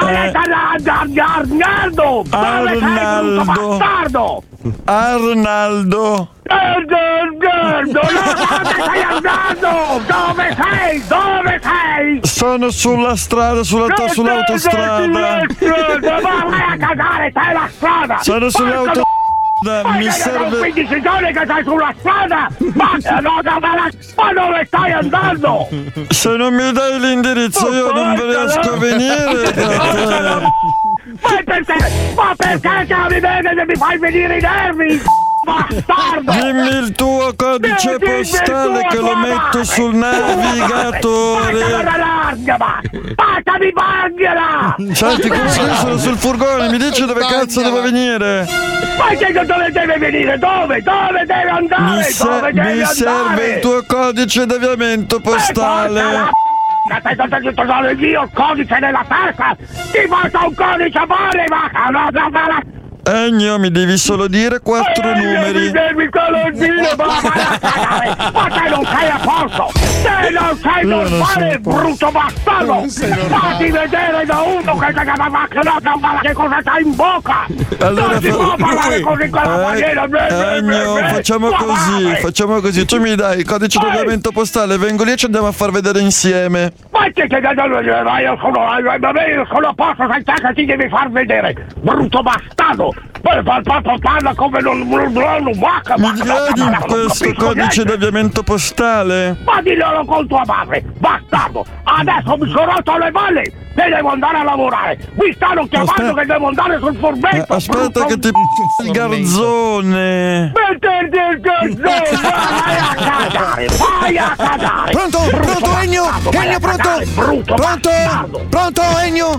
Arnaldo! Dove sei, brutto bastardo? Arnaldo. Arnaldo! Dove stai andando? Dove sei? Dove sei? Sono sulla strada, sulla Non sull'autostrada. sei sulla strada, ma vai a cagare, stai la strada! Sono Porca sull'autostrada. Ma Mi che serve. sono quindici giorni che sei sulla strada! Ma, no, no, ma, la- ma dove stai andando? Se non mi dai l'indirizzo io non riesco a venire da te. Ma perché? Ma perché che mi vede e mi fai venire i nervi? Bastardo! Dimmi il tuo codice Dimmi il postale tuo che lo tuo metto nome. sul Passami navigatore. la larga, ma! Passami bargliela! Senti, comunque io sono sul furgone, mi dici dove cazzo devo venire? Ma che dove deve venire? Dove? Dove deve andare? Mi, se- dove deve mi andare? serve il tuo codice d'avviamento postale. Ma stai tutto solo io il codice nella testa! Ti porta un codice a mare, ma no, no, no, no. Ennio, mi devi solo dire quattro numeri. Devi colonnine, ma vai a cagare! Ma te non sei a posto! Te non sei Io non normale, sono- brutto bastardo! Non sei normale. Fatti vedere da uno che che cosa c'hai in bocca! Allora non si può fa- parlare così con la maniera! Eh, Ennio, facciamo così, facciamo così. Tu mi dai il codice d'avviamento postale, vengo lì e ci andiamo a far vedere insieme. Ma che che ma io sono io sono a posto, sai te che ti devi far vedere! Brutto bastardo! Poi parla come non non vacca! Mi chiedi questo codice d'avviamento postale? Ma diglielo con tua madre, bastardo! Adesso mi sono rotto le balle e devo andare a lavorare! Mi stanno chiamando Aspetta. che devo andare sul furbetto! Eh, aspetta che ti p***o il garzone. Metterti il garzone! Vai a cagare! Vai a cagare! Pronto? Brutto Pronto, Ennio? bastardo, vai Ennio, a pronto? cagare, brutto Pronto? bastardo. Pronto, Ennio?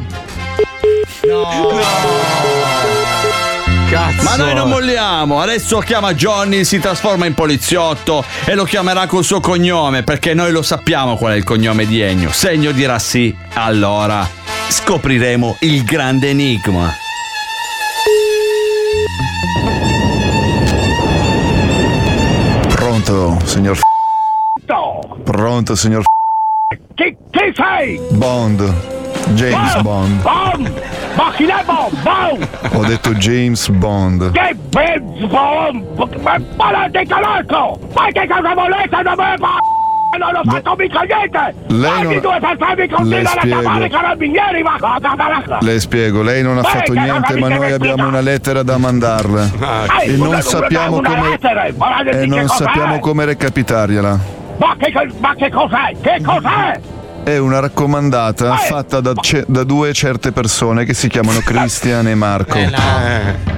Cazzo. Ma noi non molliamo. Adesso chiama Johnny, si trasforma in poliziotto e lo chiamerà col suo cognome, perché noi lo sappiamo qual è il cognome di Ennio. Se Ennio dirà sì, allora scopriremo il grande enigma. Pronto, signor F***. Pronto, signor F***. Chi, chi sei? Bond. James Oh, Bond. Bond! Ma chi è Bond? Bond! Ho detto James Bond. Che Bond! Ma ma non ti conosco! Ma che cosa volete da me? Ma non ho fatto mica niente! Lei non... due per farmi continuare a chiamare i carabinieri, ma cosa? Le spiego, lei non ha Beh, fatto niente, ma noi abbiamo una lettera da mandarle. Ah, e non sappiamo come. E non sappiamo come recapitargliela. Ma che, ma che cos'è? Che cos'è? È una raccomandata eh. fatta da, ce- da due certe persone che si chiamano Cristian e Marco. Eh, no.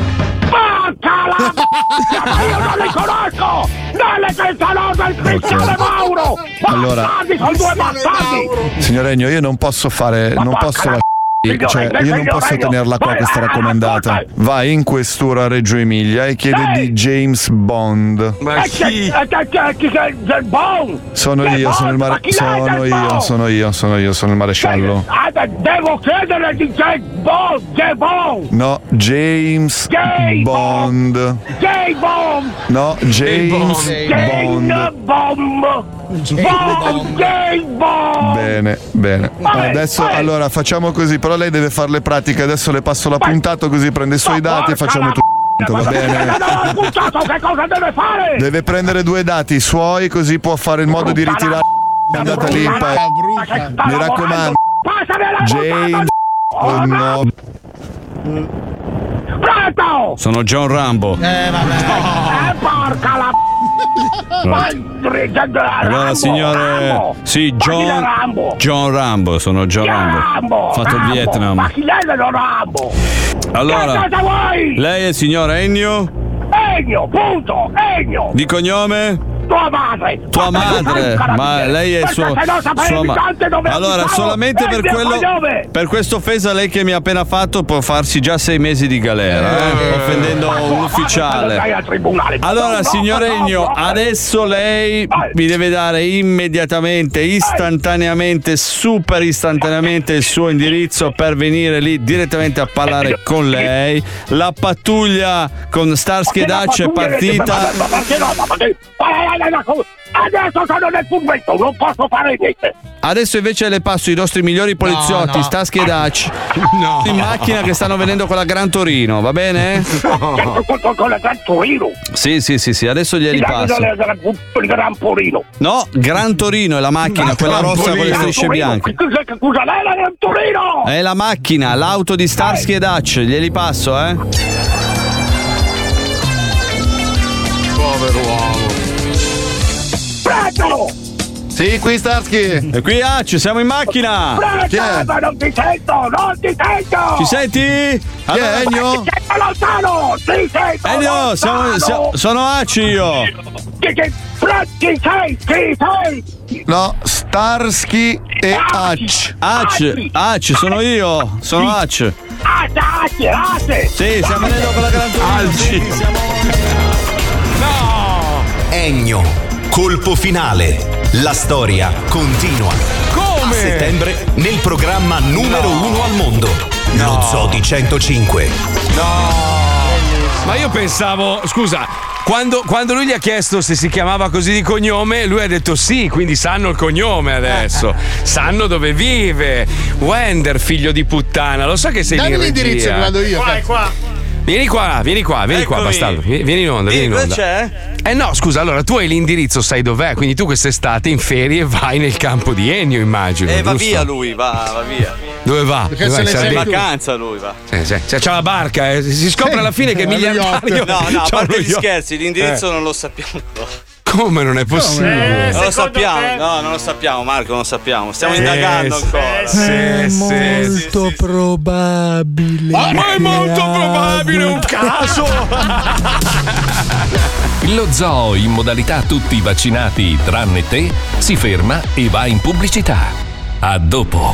Ma io non li conosco! Dalle Testanosa il Cristiano Mauro! Allora, bastardi, sono due bastardi! Signor Regno, io non posso fare. Non posso lasciare. Cioè, io non posso tenerla qua questa raccomandata. Vai in questura a Reggio Emilia e chiede di James Bond. Ma chi? Chi sei Bond? Sono io, sono il mare- sono io, sono io, sono io, sono il maresciallo. Devo chiedere di James Bond, James Bond! No, James Bond. James Bond! No, James Bond. Bond! James Bond! Bene, bene. Adesso allora facciamo così, però lei deve fare le pratiche, adesso le passo la puntata così prende i suoi dati e facciamo tutto, va bene? No, puntato, che cosa deve fare? Deve prendere due dati suoi così può fare il modo di ritirare. È andata lì, pa- mi raccomando. James. Oh no. Pronto! Sono John Rambo. Eh vabbè. Eh porca la Allora signore, sì, John Rambo. John Rambo, sono John Rambo. Rambo. Fatto il Vietnam. Ma chi lei non Rambo? Allora, che cosa vuoi? lei è il signor Ennio? Ennio, punto, Ennio. Di cognome? Tua madre. Tua madre, ma lei è suo, sua madre. Allora, solamente per quello, per questa offesa lei che mi ha appena fatto può farsi già sei mesi di galera, eh, offendendo un ufficiale. Allora, signor Ennio, adesso lei mi deve dare immediatamente, istantaneamente, super istantaneamente il suo indirizzo per venire lì direttamente a parlare con lei. La pattuglia con Starsky e Hutch è partita. Adesso sono nel fumetto, non posso fare niente. Adesso invece le passo i nostri migliori poliziotti, no, no. Starsky e Hutch, no. in macchina che stanno venendo con la Gran Torino, va bene? No. Con, con la Gran Torino? Sì, sì, sì, sì, adesso glieli passo. Il Gran Torino? No, Gran Torino è la macchina, quella rossa con le strisce bianche. Scusa, lei è la Gran Torino? È la macchina, l'auto di Starsky e Hutch, glieli passo, eh? Povero uomo. Prendilo! Sì, qui Starsky. E qui Hutch, siamo in macchina. Prendilo, ma non ti sento, non ti sento! Ci senti? Allora, chi è Ennio? Ti sento lontano, ti sento Ennio, siamo, siamo, sono Hutch io. Chi, chi, chi sei? Chi sei? No, Starsky e Hutch. Hutch, Hutch, sono io, sono Hutch. Hutch, Hutch, Hutch! Sì, stiamo venendo con la Gran Torino. Sì, siamo... No! Ennio, colpo finale. La storia continua. Come? A settembre nel programma numero no. uno al mondo, no. Lo Zoo di centocinque. No! Ma io pensavo, scusa, quando, quando lui gli ha chiesto se si chiamava così di cognome, lui ha detto sì, quindi sanno il cognome adesso. Sanno dove vive. Wender, figlio di puttana, lo so che sei lì in regia. Dammi l'indirizzo che vado io. Qua, qua. Vieni qua, vieni qua, vieni Eccomi. qua, bastardo. Vieni in onda, vieni in onda. Dove c'è? Eh no, scusa, allora tu hai l'indirizzo, sai dov'è, quindi tu quest'estate in ferie vai nel campo di Ennio, immagino. Eh, va giusto? via lui, va, va via. Dove va? Perché Dove se vai? ne Sarà in lì? vacanza lui va. Eh, sì, sì, c'ha la barca, eh. Si scopre Sì, alla fine che eh, miliardario. No, no, a c'ha parte lo gli yacht. scherzi, l'indirizzo Eh. non lo sappiamo. Come non è possibile? Eh, non lo sappiamo, te? no, non lo sappiamo, Marco, non lo sappiamo. Stiamo Eh, indagando sì, ancora. sì, È sì, molto sì, probabile. Ma è molto probabile, un caso. Lo zoo in modalità tutti vaccinati tranne te si ferma e va in pubblicità. A dopo.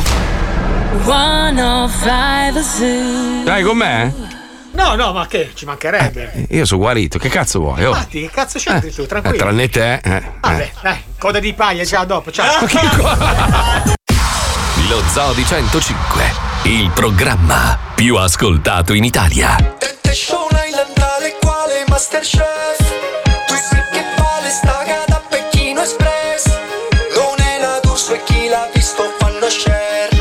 Dai con me? No, no, ma che? Ci mancherebbe. Io sono guarito, che cazzo vuoi? Oh. Infatti, che cazzo c'entri tu? Tranquillo. Eh, tranne te, eh. Vabbè, eh. dai, coda di paglia, ciao, dopo, ciao. Lo Zoo di centocinque, il programma più ascoltato in Italia. Temptation Island, quale Masterchef? Tu sai che vale sta da Pechino Express. Non è la D'Urso e chi l'ha visto fanno share.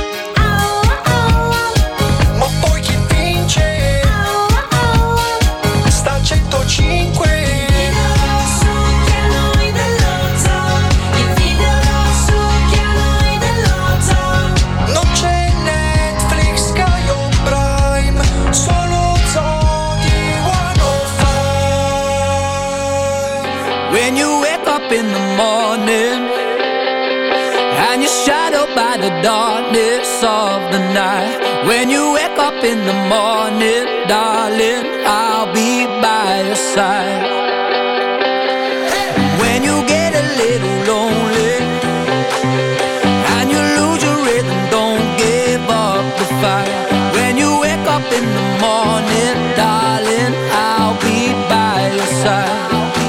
Ma poi chi vince? Sta a centocinque. in the morning, and you're shadowed by the darkness of the night. When you wake up in the morning, darling, I'll be by your side. When you get a little lonely and you lose your rhythm, don't give up the fight. When you wake up in the morning, darling, I'll be by your side.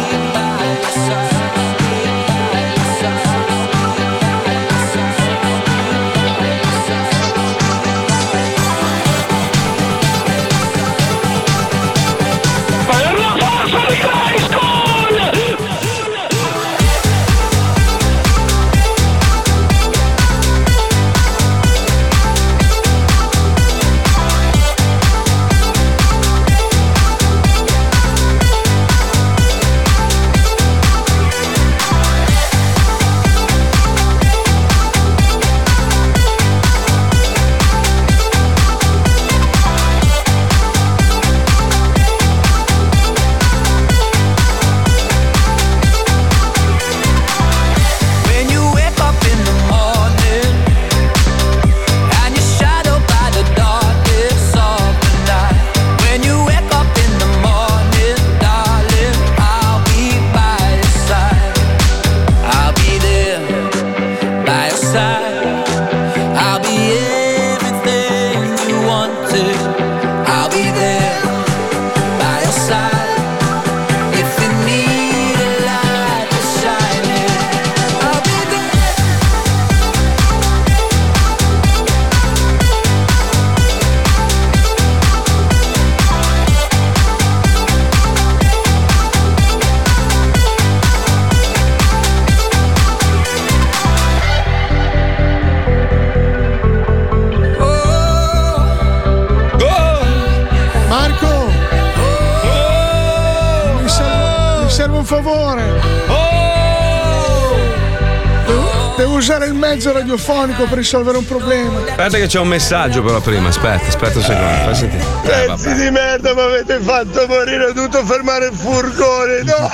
Usare il mezzo radiofonico per risolvere un problema. Aspetta che c'è un messaggio però prima, aspetta, aspetta un secondo, fai sentire. Eh, Pezzi di merda, mi avete fatto morire, ho dovuto fermare il furgone, no!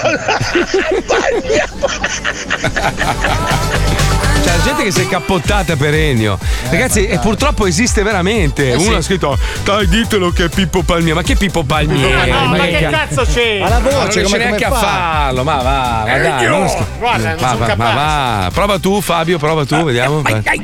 C'è la gente che si è cappottata per Ennio. Ragazzi, e purtroppo esiste veramente. Eh, Uno sì. ha scritto: dai, ditelo che è Pippo Palmieri. Ma che Pippo Palmieri? Ma no, ma che ca- cazzo c'è? Ma la voce, Ma non riesce come- neanche come a fa? farlo. Ma va, ma dai. Ennio! non scher- Guarda, non ma, sono va, ma capace. va. Prova tu, Fabio, prova tu, vediamo.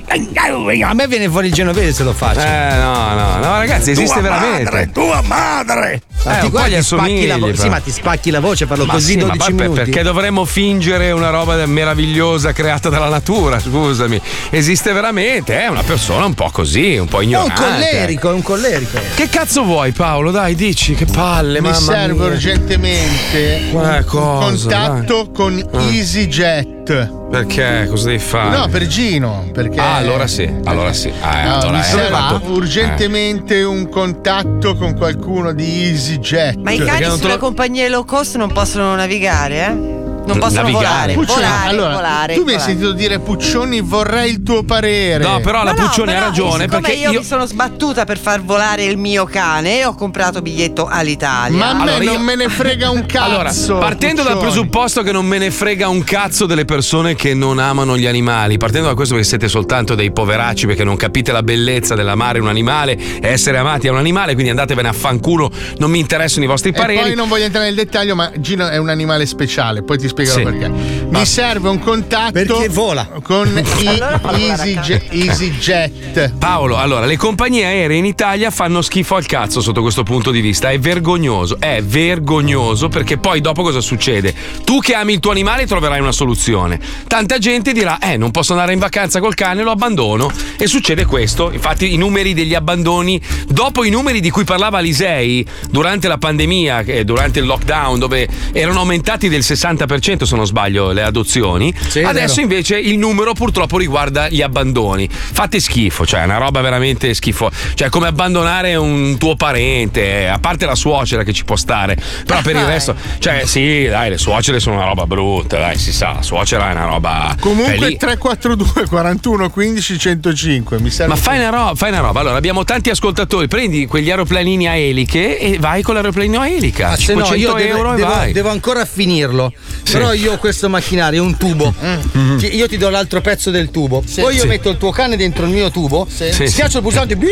A me viene fuori il genovese se lo faccio. Eh, no, no, no, ragazzi, esiste Tua veramente. madre, tua madre! Ma Eh, ti un po' guardi, gli spacchi la vo- assomigli, sì, però. ma ti spacchi la voce, parlo Ma così sì, ma dodici per- minuti. perché dovremmo fingere una roba meravigliosa creata dalla natura? Scusami, esiste veramente, è una persona un po' così, un po' È un ignorante. collerico, è un collerico. Che cazzo vuoi, Paolo? Dai, dici, che palle, Mi mamma serve mia. urgentemente Qual è un cosa, contatto con Ah. EasyJet. Perché? Cosa devi fare? No, per Gino. Perché Ah, allora sì, allora sì. Ah, No, allora, mi eh, serve fatto- urgentemente un contatto con qualcuno di EasyJet. Ma i cani sulle compagnie low cost non possono navigare, eh? Non possono Navigare. volare, Puccioni, volare, allora, volare. tu mi hai volare. sentito dire Puccioni, vorrei il tuo parere. No, però la No, no, Puccioni ha però, ragione, siccome perché io, io mi sono sbattuta per far volare il mio cane e ho comprato biglietto all'Italia. Ma a me Allora, non io- me ne frega un cazzo. Allora, partendo dal Puccioni. presupposto che non me ne frega un cazzo delle persone che non amano gli animali, partendo da questo che siete soltanto dei poveracci perché non capite la bellezza dell'amare un animale e essere amati a un animale, quindi andatevene a fanculo, non mi interessano i vostri E pareri. poi non voglio entrare nel dettaglio, ma Gino è un animale speciale, poi ti spiegherò Sì. perché. Ma- Mi serve un contatto Perché vola. con i Allora fa volare a EasyJet. EasyJet. Paolo, allora, le compagnie aeree in Italia fanno schifo al cazzo sotto questo punto di vista. È vergognoso, è vergognoso perché poi dopo cosa succede? Tu che ami il tuo animale troverai una soluzione. Tanta gente dirà, eh, non posso andare in vacanza col cane, lo abbandono. E succede questo. Infatti i numeri degli abbandoni, dopo i numeri di cui parlava Lisei durante la pandemia, eh, durante il lockdown, dove erano aumentati del sessanta per cento se non sbaglio le adozioni, Sì, è adesso vero. invece il numero purtroppo riguarda gli abbandoni. Fate schifo, cioè è una roba veramente schifo. Cioè è come abbandonare un tuo parente, eh, a parte la suocera che ci può stare, però per il resto, cioè sì, dai, le suocere sono una roba brutta, dai, si sa, la suocera è una roba. è Comunque lì. tre quattro due quarantuno quindici centocinque. Mi serve Ma fai una, roba, fai una roba, allora abbiamo tanti ascoltatori, prendi quegli aeroplanini a eliche e vai con l'aeroplanino a elica, Ah, se no, cinquecento io devo, euro e devo- vai. devo ancora finirlo. Sì. Però io ho questo macchinario, un tubo. Mm. Ti- Io ti do l'altro pezzo del tubo. Sì. Poi io Sì. metto il tuo cane dentro il mio tubo, Sì. schiaccio il pulsante bii,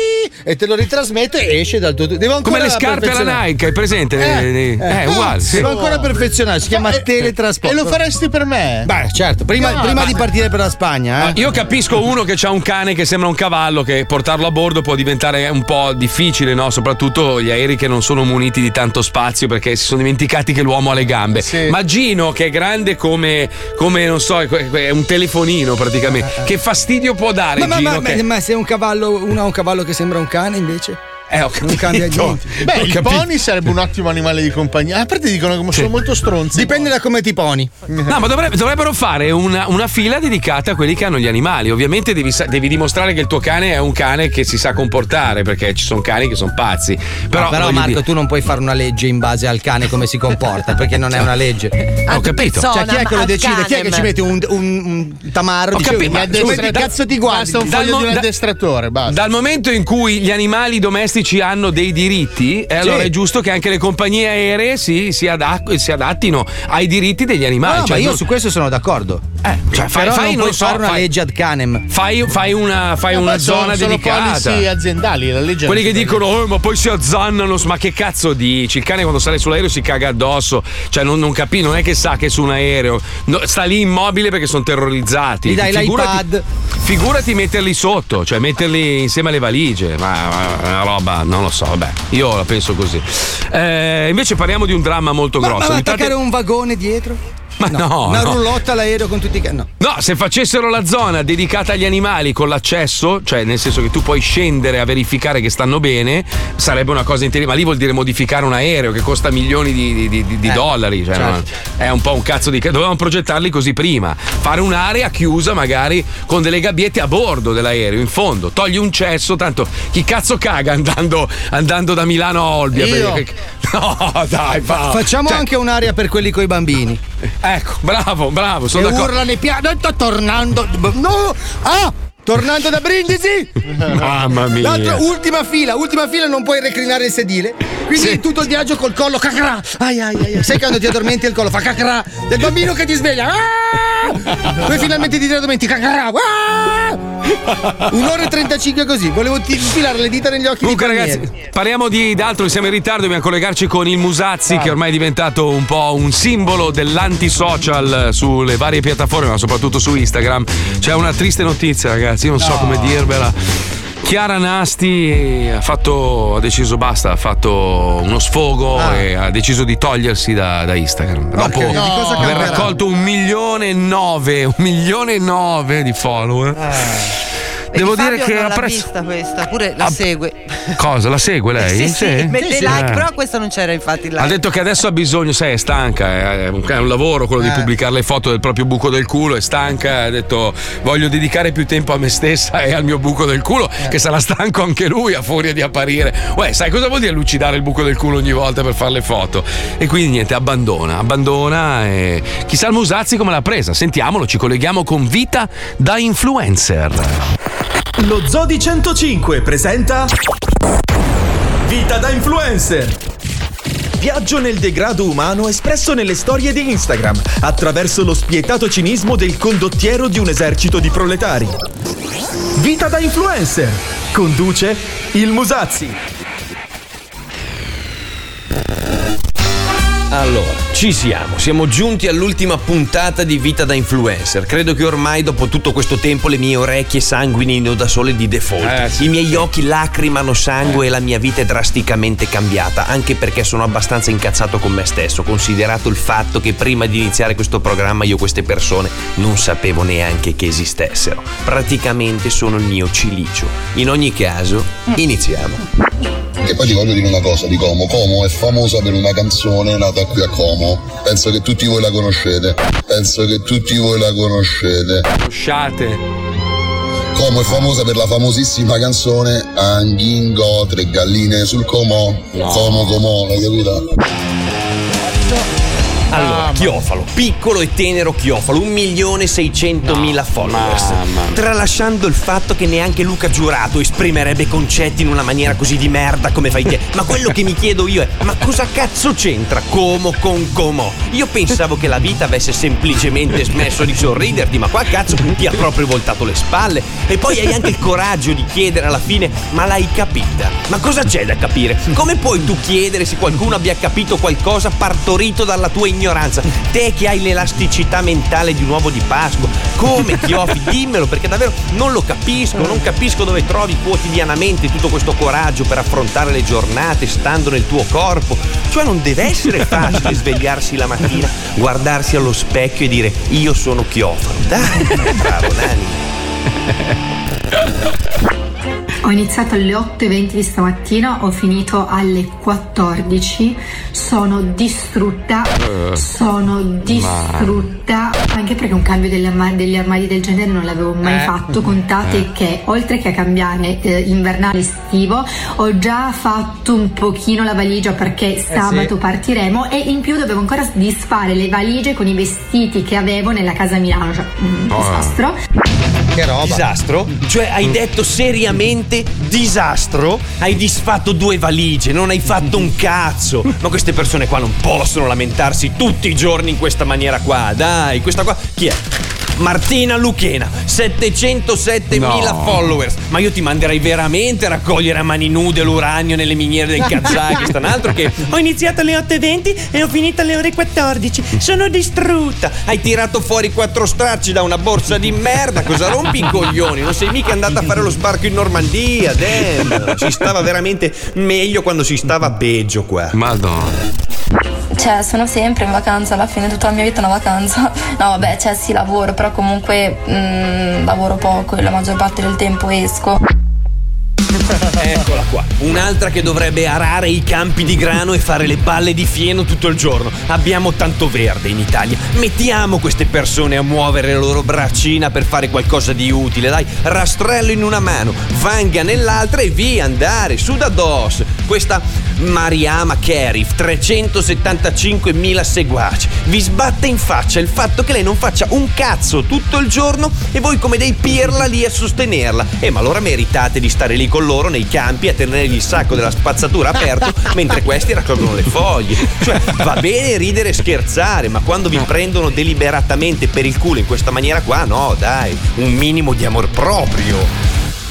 e te lo ritrasmette e esce dal tuo tubo. Devo ancora Come le scarpe alla perfezionare. Nike, hai presente? Eh, Eh, eh, è uguale. Sì. Devo ancora perfezionare, si chiama Eh, teletrasporto. E lo faresti per me? Beh, certo, prima, No, prima ma- di partire per la Spagna, eh. Io capisco uno che ha un cane che sembra un cavallo, che portarlo a bordo può diventare un po' difficile, no? Soprattutto gli aerei che non sono muniti di tanto spazio perché si sono dimenticati che l'uomo ha le gambe. Sì. Ma Gino, che è grande come, come non so, è un telefonino praticamente. Che fastidio può dare Ma, ma, Gino? ma, che... ma se un cavallo, uno ha un cavallo che sembra un cane invece? Eh, ho Non cambia niente. Beh, Ho il capito. pony sarebbe un ottimo animale di compagnia. A parte dicono che sono molto stronzi. Dipende da come ti poni. No, ma dovre- dovrebbero fare una, una fila dedicata a quelli che hanno gli animali. Ovviamente devi, sa- devi dimostrare che il tuo cane è un cane che si sa comportare, perché ci sono cani che sono pazzi. Però, No, però voglio Marco, dire- tu non puoi fare una legge in base al cane come si comporta, perché non è una legge. Ho capito. Cioè, chi è che lo ad decide? Chi è che canem. ci mette un, un, un tamarro? Ho Dice, capito, ma ma come scusi, da- cazzo ti guardi? Basta un Dal foglio mo- di un da- addestratore, basta. Dal momento in cui gli animali domestici hanno dei diritti, e allora Sì. è giusto che anche le compagnie aeree si, si, adat- si adattino ai diritti degli animali. No, Cioè, ma io non- su questo sono d'accordo. eh, cioè, fai, Però fai, non non puoi so, fare una fai- legge ad canem. Fai, fai una, fai Eh, una ma sono- zona sono dedicata. policy aziendali, la legge Quelli che non- dicono, oh, ma poi si azzannano, ma che cazzo dici? Il cane quando sale sull'aereo si caga addosso, cioè non, non capisci, non è che sa che è su un aereo, No, sta lì immobile perché sono terrorizzati. Gli dai Figurati- l'iPad. Figurati metterli sotto, cioè metterli insieme alle valigie, ma, ma una roba, non lo so, vabbè, io la penso così. Eh, invece parliamo di un dramma molto Ma, grosso. ma Aiutate- attaccare un vagone dietro? Ma no, Una no. roulotte all'aereo con tutti i ca- no. No, se facessero la zona dedicata agli animali con l'accesso, cioè nel senso che tu puoi scendere a verificare che stanno bene, sarebbe una cosa intelligente. Ma lì vuol dire modificare un aereo che costa milioni di, di- di- di Eh, dollari. Cioè, certo. no, è un po' un cazzo di. Dovevamo progettarli così prima. Fare un'area chiusa, magari con delle gabbiette a bordo dell'aereo, in fondo. Togli un cesso, tanto chi cazzo caga andando, andando da Milano a Olbia? Io. Perché- No, dai, Paolo. Facciamo Cioè, anche un'area per quelli coi bambini. Ecco, bravo, bravo. Sono Che d'accordo. urlano e piano. Sto tornando. No! Ah! Tornando da Brindisi! Mamma mia. L'altro, ultima fila, ultima fila, non puoi reclinare il sedile. Quindi Sì. tutto il viaggio col collo cacrà. Ai ai ai. ai. Sai quando ti addormenti e il collo fa cacrà? Del bambino che ti sveglia. Ah! Poi finalmente ti addormenti cacrà. Ah! Un'ora e trentacinque così. Volevo ti- infilare le dita negli occhi. Comunque, di ragazzi, Palmieri. parliamo di d'altro, siamo in ritardo, dobbiamo collegarci con il Musazzi, Bravo. che ormai è diventato un po' un simbolo dell'antisocial sulle varie piattaforme, ma soprattutto su Instagram. C'è una triste notizia, ragazzi, io non so No. come dirvela. Chiara Nasti ha fatto, ha deciso basta, ha fatto uno sfogo Ah. e ha deciso di togliersi da, da Instagram. Dopo Perché? Di cosa aver cambierà? raccolto un milione e nove, un milione e nove di follower. Devo Fabio dire che non l'ha apprezzo. vista questa, pure la segue. Cosa? La segue lei? Sì, sì, mette Sì. like, Eh. però questo non c'era infatti il like. Ha detto che adesso ha bisogno, sai, è stanca, è un, è un lavoro quello di Eh. pubblicare le foto del proprio buco del culo, è stanca, ha detto voglio dedicare più tempo a me stessa e al mio buco del culo, che sarà stanco anche lui a furia di apparire. Uè, sai cosa vuol dire lucidare il buco del culo ogni volta per fare le foto? E quindi niente, abbandona, abbandona e chissà il Musazzi come l'ha presa. Sentiamolo, ci colleghiamo con Vita da influencer. Lo Zodi centocinque presenta Vita da influencer. Viaggio nel degrado umano espresso nelle storie di Instagram attraverso lo spietato cinismo del condottiero di un esercito di proletari. Vita da influencer. Conduce il Musazzi. Allora, ci siamo, siamo giunti all'ultima puntata di Vita da Influencer. Credo che ormai dopo tutto questo tempo le mie orecchie sanguinino da sole di default. Eh, sì. I miei occhi lacrimano sangue Eh. e la mia vita è drasticamente cambiata, anche perché sono abbastanza incazzato con me stesso, considerato il fatto che prima di iniziare questo programma io queste persone non sapevo neanche che esistessero. Praticamente sono il mio cilicio. In ogni caso, iniziamo. E poi ti voglio dire una cosa di Como. Como è famosa per una canzone nata qui a Como. Penso che tutti voi la conoscete. Penso che tutti voi la conoscete. Conosciate. Como è famosa per la famosissima canzone Anghingo, tre galline sul Como. No. Como, Como, l'hai capita? Allora, Chiofalo, piccolo e tenero Chiofalo, un milione seicentomila followers. Tralasciando il fatto che neanche Luca Giurato esprimerebbe concetti in una maniera così di merda come fai te. Ma quello che mi chiedo io è: ma cosa cazzo c'entra Como con Como? Io pensavo che la vita avesse semplicemente smesso di sorriderti, ma qua cazzo ti ha proprio voltato le spalle. E poi hai anche il coraggio di chiedere alla fine: ma l'hai capita? Ma cosa c'è da capire? Come puoi tu chiedere se qualcuno abbia capito qualcosa partorito dalla tua ignoranza? Te che hai l'elasticità mentale di un uovo di Pasqua. Come, Chiofi? Dimmelo, perché davvero non lo capisco. Non capisco dove trovi quotidianamente tutto questo coraggio per affrontare le giornate stando nel tuo corpo. Cioè non deve essere facile svegliarsi la mattina, guardarsi allo specchio e dire: io sono Chiofalo. Dai, bravo Nani. Ho iniziato alle otto e venti di stamattina, ho finito alle quattordici, sono distrutta, uh, sono distrutta, ma... anche perché un cambio degli armadi, degli armadi del genere non l'avevo mai eh. fatto. Contate eh. che oltre che a cambiare eh, invernale estivo, ho già fatto un pochino la valigia perché sabato eh sì. partiremo, e in più dovevo ancora disfare le valigie con i vestiti che avevo nella casa a Milano, cioè un oh. disastro. Che roba. Disastro? Cioè hai detto seriamente disastro? Hai disfatto due valigie, non hai fatto un cazzo. Ma queste persone qua non possono lamentarsi tutti i giorni in questa maniera qua. Dai, questa qua chi è? Martina Luchena, settecentosettemila no. followers. Ma io ti manderei veramente a raccogliere a mani nude l'uranio nelle miniere del Kazakistan. Altro che ho iniziato alle otto e venti e ho finito alle ore quattordici. Sono distrutta. Hai tirato fuori quattro stracci da una borsa di merda. Cosa rompi i coglioni? Non sei mica andata a fare lo sbarco in Normandia. Damn. Si stava veramente meglio quando si stava peggio qua. Madonna. Cioè, sono sempre in vacanza, alla fine tutta la mia vita è una vacanza. No, vabbè, cioè sì, lavoro, però comunque mh, lavoro poco e la maggior parte del tempo esco. Eccola qua, un'altra che dovrebbe arare i campi di grano e fare le balle di fieno tutto il giorno. Abbiamo tanto verde in Italia, mettiamo queste persone a muovere le loro braccina per fare qualcosa di utile. Dai, rastrello in una mano, vanga nell'altra e via andare, su da dos. Questa Mariama Kerif, trecentosettantacinquemila seguaci, vi sbatte in faccia il fatto che lei non faccia un cazzo tutto il giorno e voi come dei pirla lì a sostenerla. E ma allora meritate di stare lì con loro nei campi a tenergli il sacco della spazzatura aperto mentre questi raccolgono le foglie. Cioè, va bene ridere e scherzare, ma quando vi prendono deliberatamente per il culo in questa maniera qua, no, dai, un minimo di amor proprio.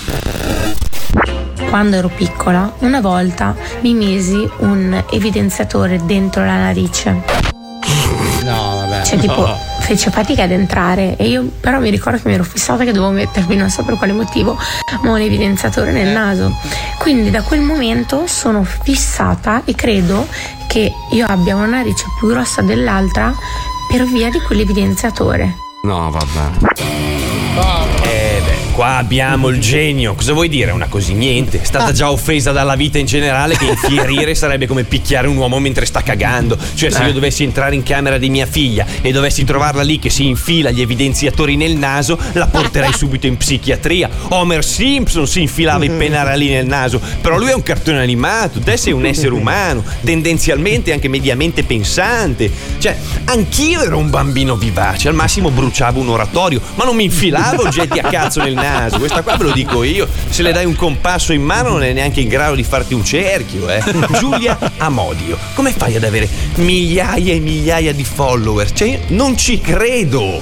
Quando ero piccola, una volta mi misi un evidenziatore dentro la narice. No, vabbè. Cioè, tipo, no. fece fatica ad entrare e io però mi ricordo che mi ero fissata che dovevo mettermi, non so per quale motivo, ma un evidenziatore nel naso. Quindi da quel momento sono fissata e credo che io abbia una narice più grossa dell'altra per via di quell'evidenziatore. No, vabbè. Eh beh, qua abbiamo il genio. Cosa vuoi dire? Una così niente. È stata già offesa dalla vita in generale, che infierire sarebbe come picchiare un uomo mentre sta cagando. Cioè, se io dovessi entrare in camera di mia figlia e dovessi trovarla lì che si infila gli evidenziatori nel naso, la porterei subito in psichiatria. Homer Simpson si infilava i pennarelli nel naso, però lui è un cartone animato, te sei un essere umano, tendenzialmente anche mediamente pensante. Cioè, anch'io ero un bambino vivace, al massimo bruciavo un oratorio, ma non mi infilavo oggetti a cazzo nel naso. Questa qua ve lo dico io, se le dai un compasso in mano non è neanche in grado di farti un cerchio, eh. Giulia Amodio, come fai ad avere migliaia e migliaia di follower? Cioè, io non ci credo.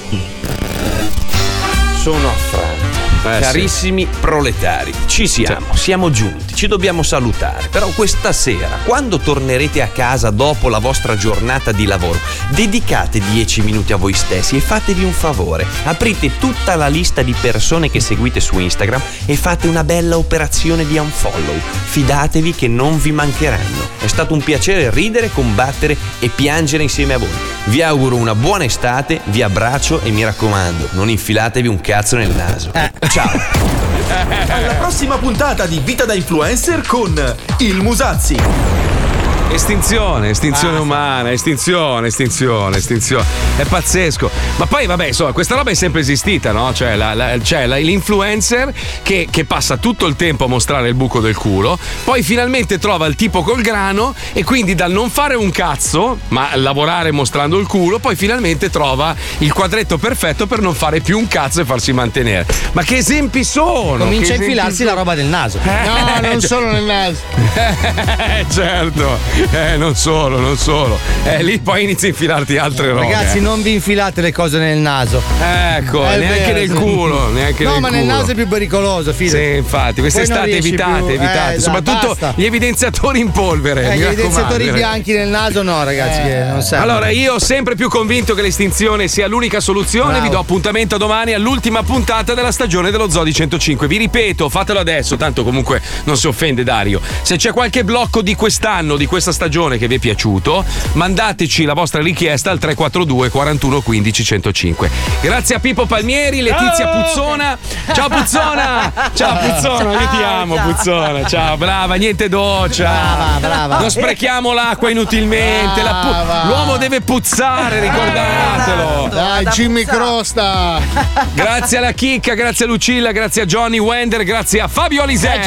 Sono affranto. Eh, Carissimi sì. proletari, ci siamo, sì. siamo giunti, ci dobbiamo salutare. Però questa sera, quando tornerete a casa dopo la vostra giornata di lavoro, dedicate dieci minuti a voi stessi e fatevi un favore. Aprite tutta la lista di persone che seguite su Instagram e fate una bella operazione di unfollow. Fidatevi che non vi mancheranno. È stato un piacere ridere, combattere e piangere insieme a voi. Vi auguro una buona estate, vi abbraccio e mi raccomando, non infilatevi un cazzo nel naso. Ciao. Alla prossima puntata di Vita da Influencer con il Musazzi. Estinzione, estinzione Basta. umana, estinzione, estinzione, estinzione. È pazzesco. Ma poi, vabbè, insomma, questa roba è sempre esistita, no? Cioè, la, la, cioè la, l'influencer che, che passa tutto il tempo a mostrare il buco del culo, poi finalmente trova il tipo col grano e quindi dal non fare un cazzo, ma lavorare mostrando il culo, poi finalmente trova il quadretto perfetto per non fare più un cazzo e farsi mantenere. Ma che esempi sono? Comincia Che a infilarsi esempi la roba del naso. No, non solo nel naso. Eh, certo, eh, non solo, non solo. Eh, lì poi inizi a infilarti altre robe. Ragazzi, eh. non vi infilate le cose nel naso. Ecco, È neanche vero. nel culo, neanche no, nel ma culo. nel naso è più pericoloso, fidati. Sì, infatti, quest'estate Poi non riesci evitate, più. evitate. Eh, esatto, Soprattutto basta. gli evidenziatori in polvere. Eh, mi gli evidenziatori raccomando. bianchi nel naso, no, ragazzi, che non servono. Allora, io sempre più convinto che l'estinzione sia l'unica soluzione. Bravo. Vi do appuntamento a domani all'ultima puntata della stagione dello Zoo di centocinque. Vi ripeto, fatelo adesso, tanto comunque non si offende Dario. Se c'è qualche blocco di quest'anno, di questa stagione che vi è piaciuto, mandateci la vostra richiesta al tre quattro due quarantuno quindici centocinque. Grazie a Pippo Palmieri, Letizia Puzzona. Ciao Puzzona! Ciao Puzzona, io ti amo Puzzona. Ciao, brava, niente doccia. Brava, brava. Non sprechiamo l'acqua inutilmente. La pu- Brava. l'uomo deve puzzare, ricordatelo. Dai, Jimmy Crosta. Grazie alla Chicca, grazie a Lucilla, grazie a Johnny Wender, grazie a Fabio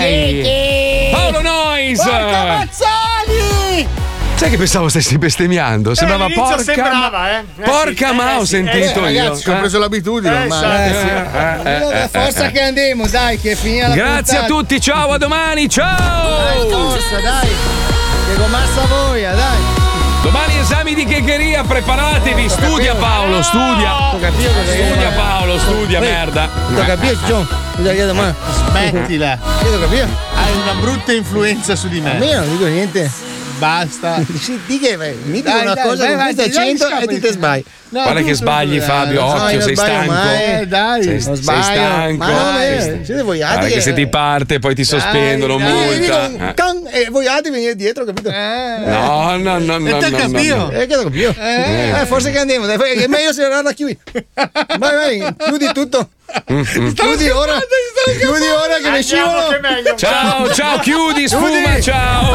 Alisei. Paolo Nois. Porca Mazzoli! Sai che pensavo stessi bestemmiando? Sembrava all'inizio porca. sembrava, ma- eh. Eh Porca sì, ma eh ho sì, sentito eh sì, io. Ragazzi, ci ho Eh. preso l'abitudine Eh, ormai. sai. Eh, sì, eh, eh, Allora, eh, forza eh. che andiamo, dai, che è finita la Grazie a puntata. tutti, ciao, a domani, ciao! Dai, forza, dai. Che gomassa voi, dai. Domani esami di checcheria, preparatevi, studia Paolo, studia. capito cosa Studia Paolo, studia, Ehi, merda. T'ho capito, John? Cosa chiedo, ma? Smettila. Io t'ho capito? Hai una brutta influenza su di A me. me non dico niente. Basta. Di che vai? Mi dico Dai, una dai, cosa vai, con vai, questo dai, accento scappa e di ti te te. sbagli. No, Guarda tu che sei- sbagli, eh, Fabio, no, occhio, io non sei sbaglio stanco. mai. Eh, dai. Sei, Non sei sbaglio. stanco. Ma no, Sei- eh, siete voiati Guarda che se ti parte poi ti sospendono, dai. Io dico multa. un Eh. can e voiati venire dietro, capito? No, no, no, no. E te no, capio? no, no. Eh, che t'ho capito? Eh, forse che andiamo, dai, che è meglio se la chiudi. Vai, vai, chiudi tutto. Chiudi ora. Chiudi ora che mi Andiamo, scivolo. che è meglio. Ciao, ciao, chiudi, sfuma, ciao.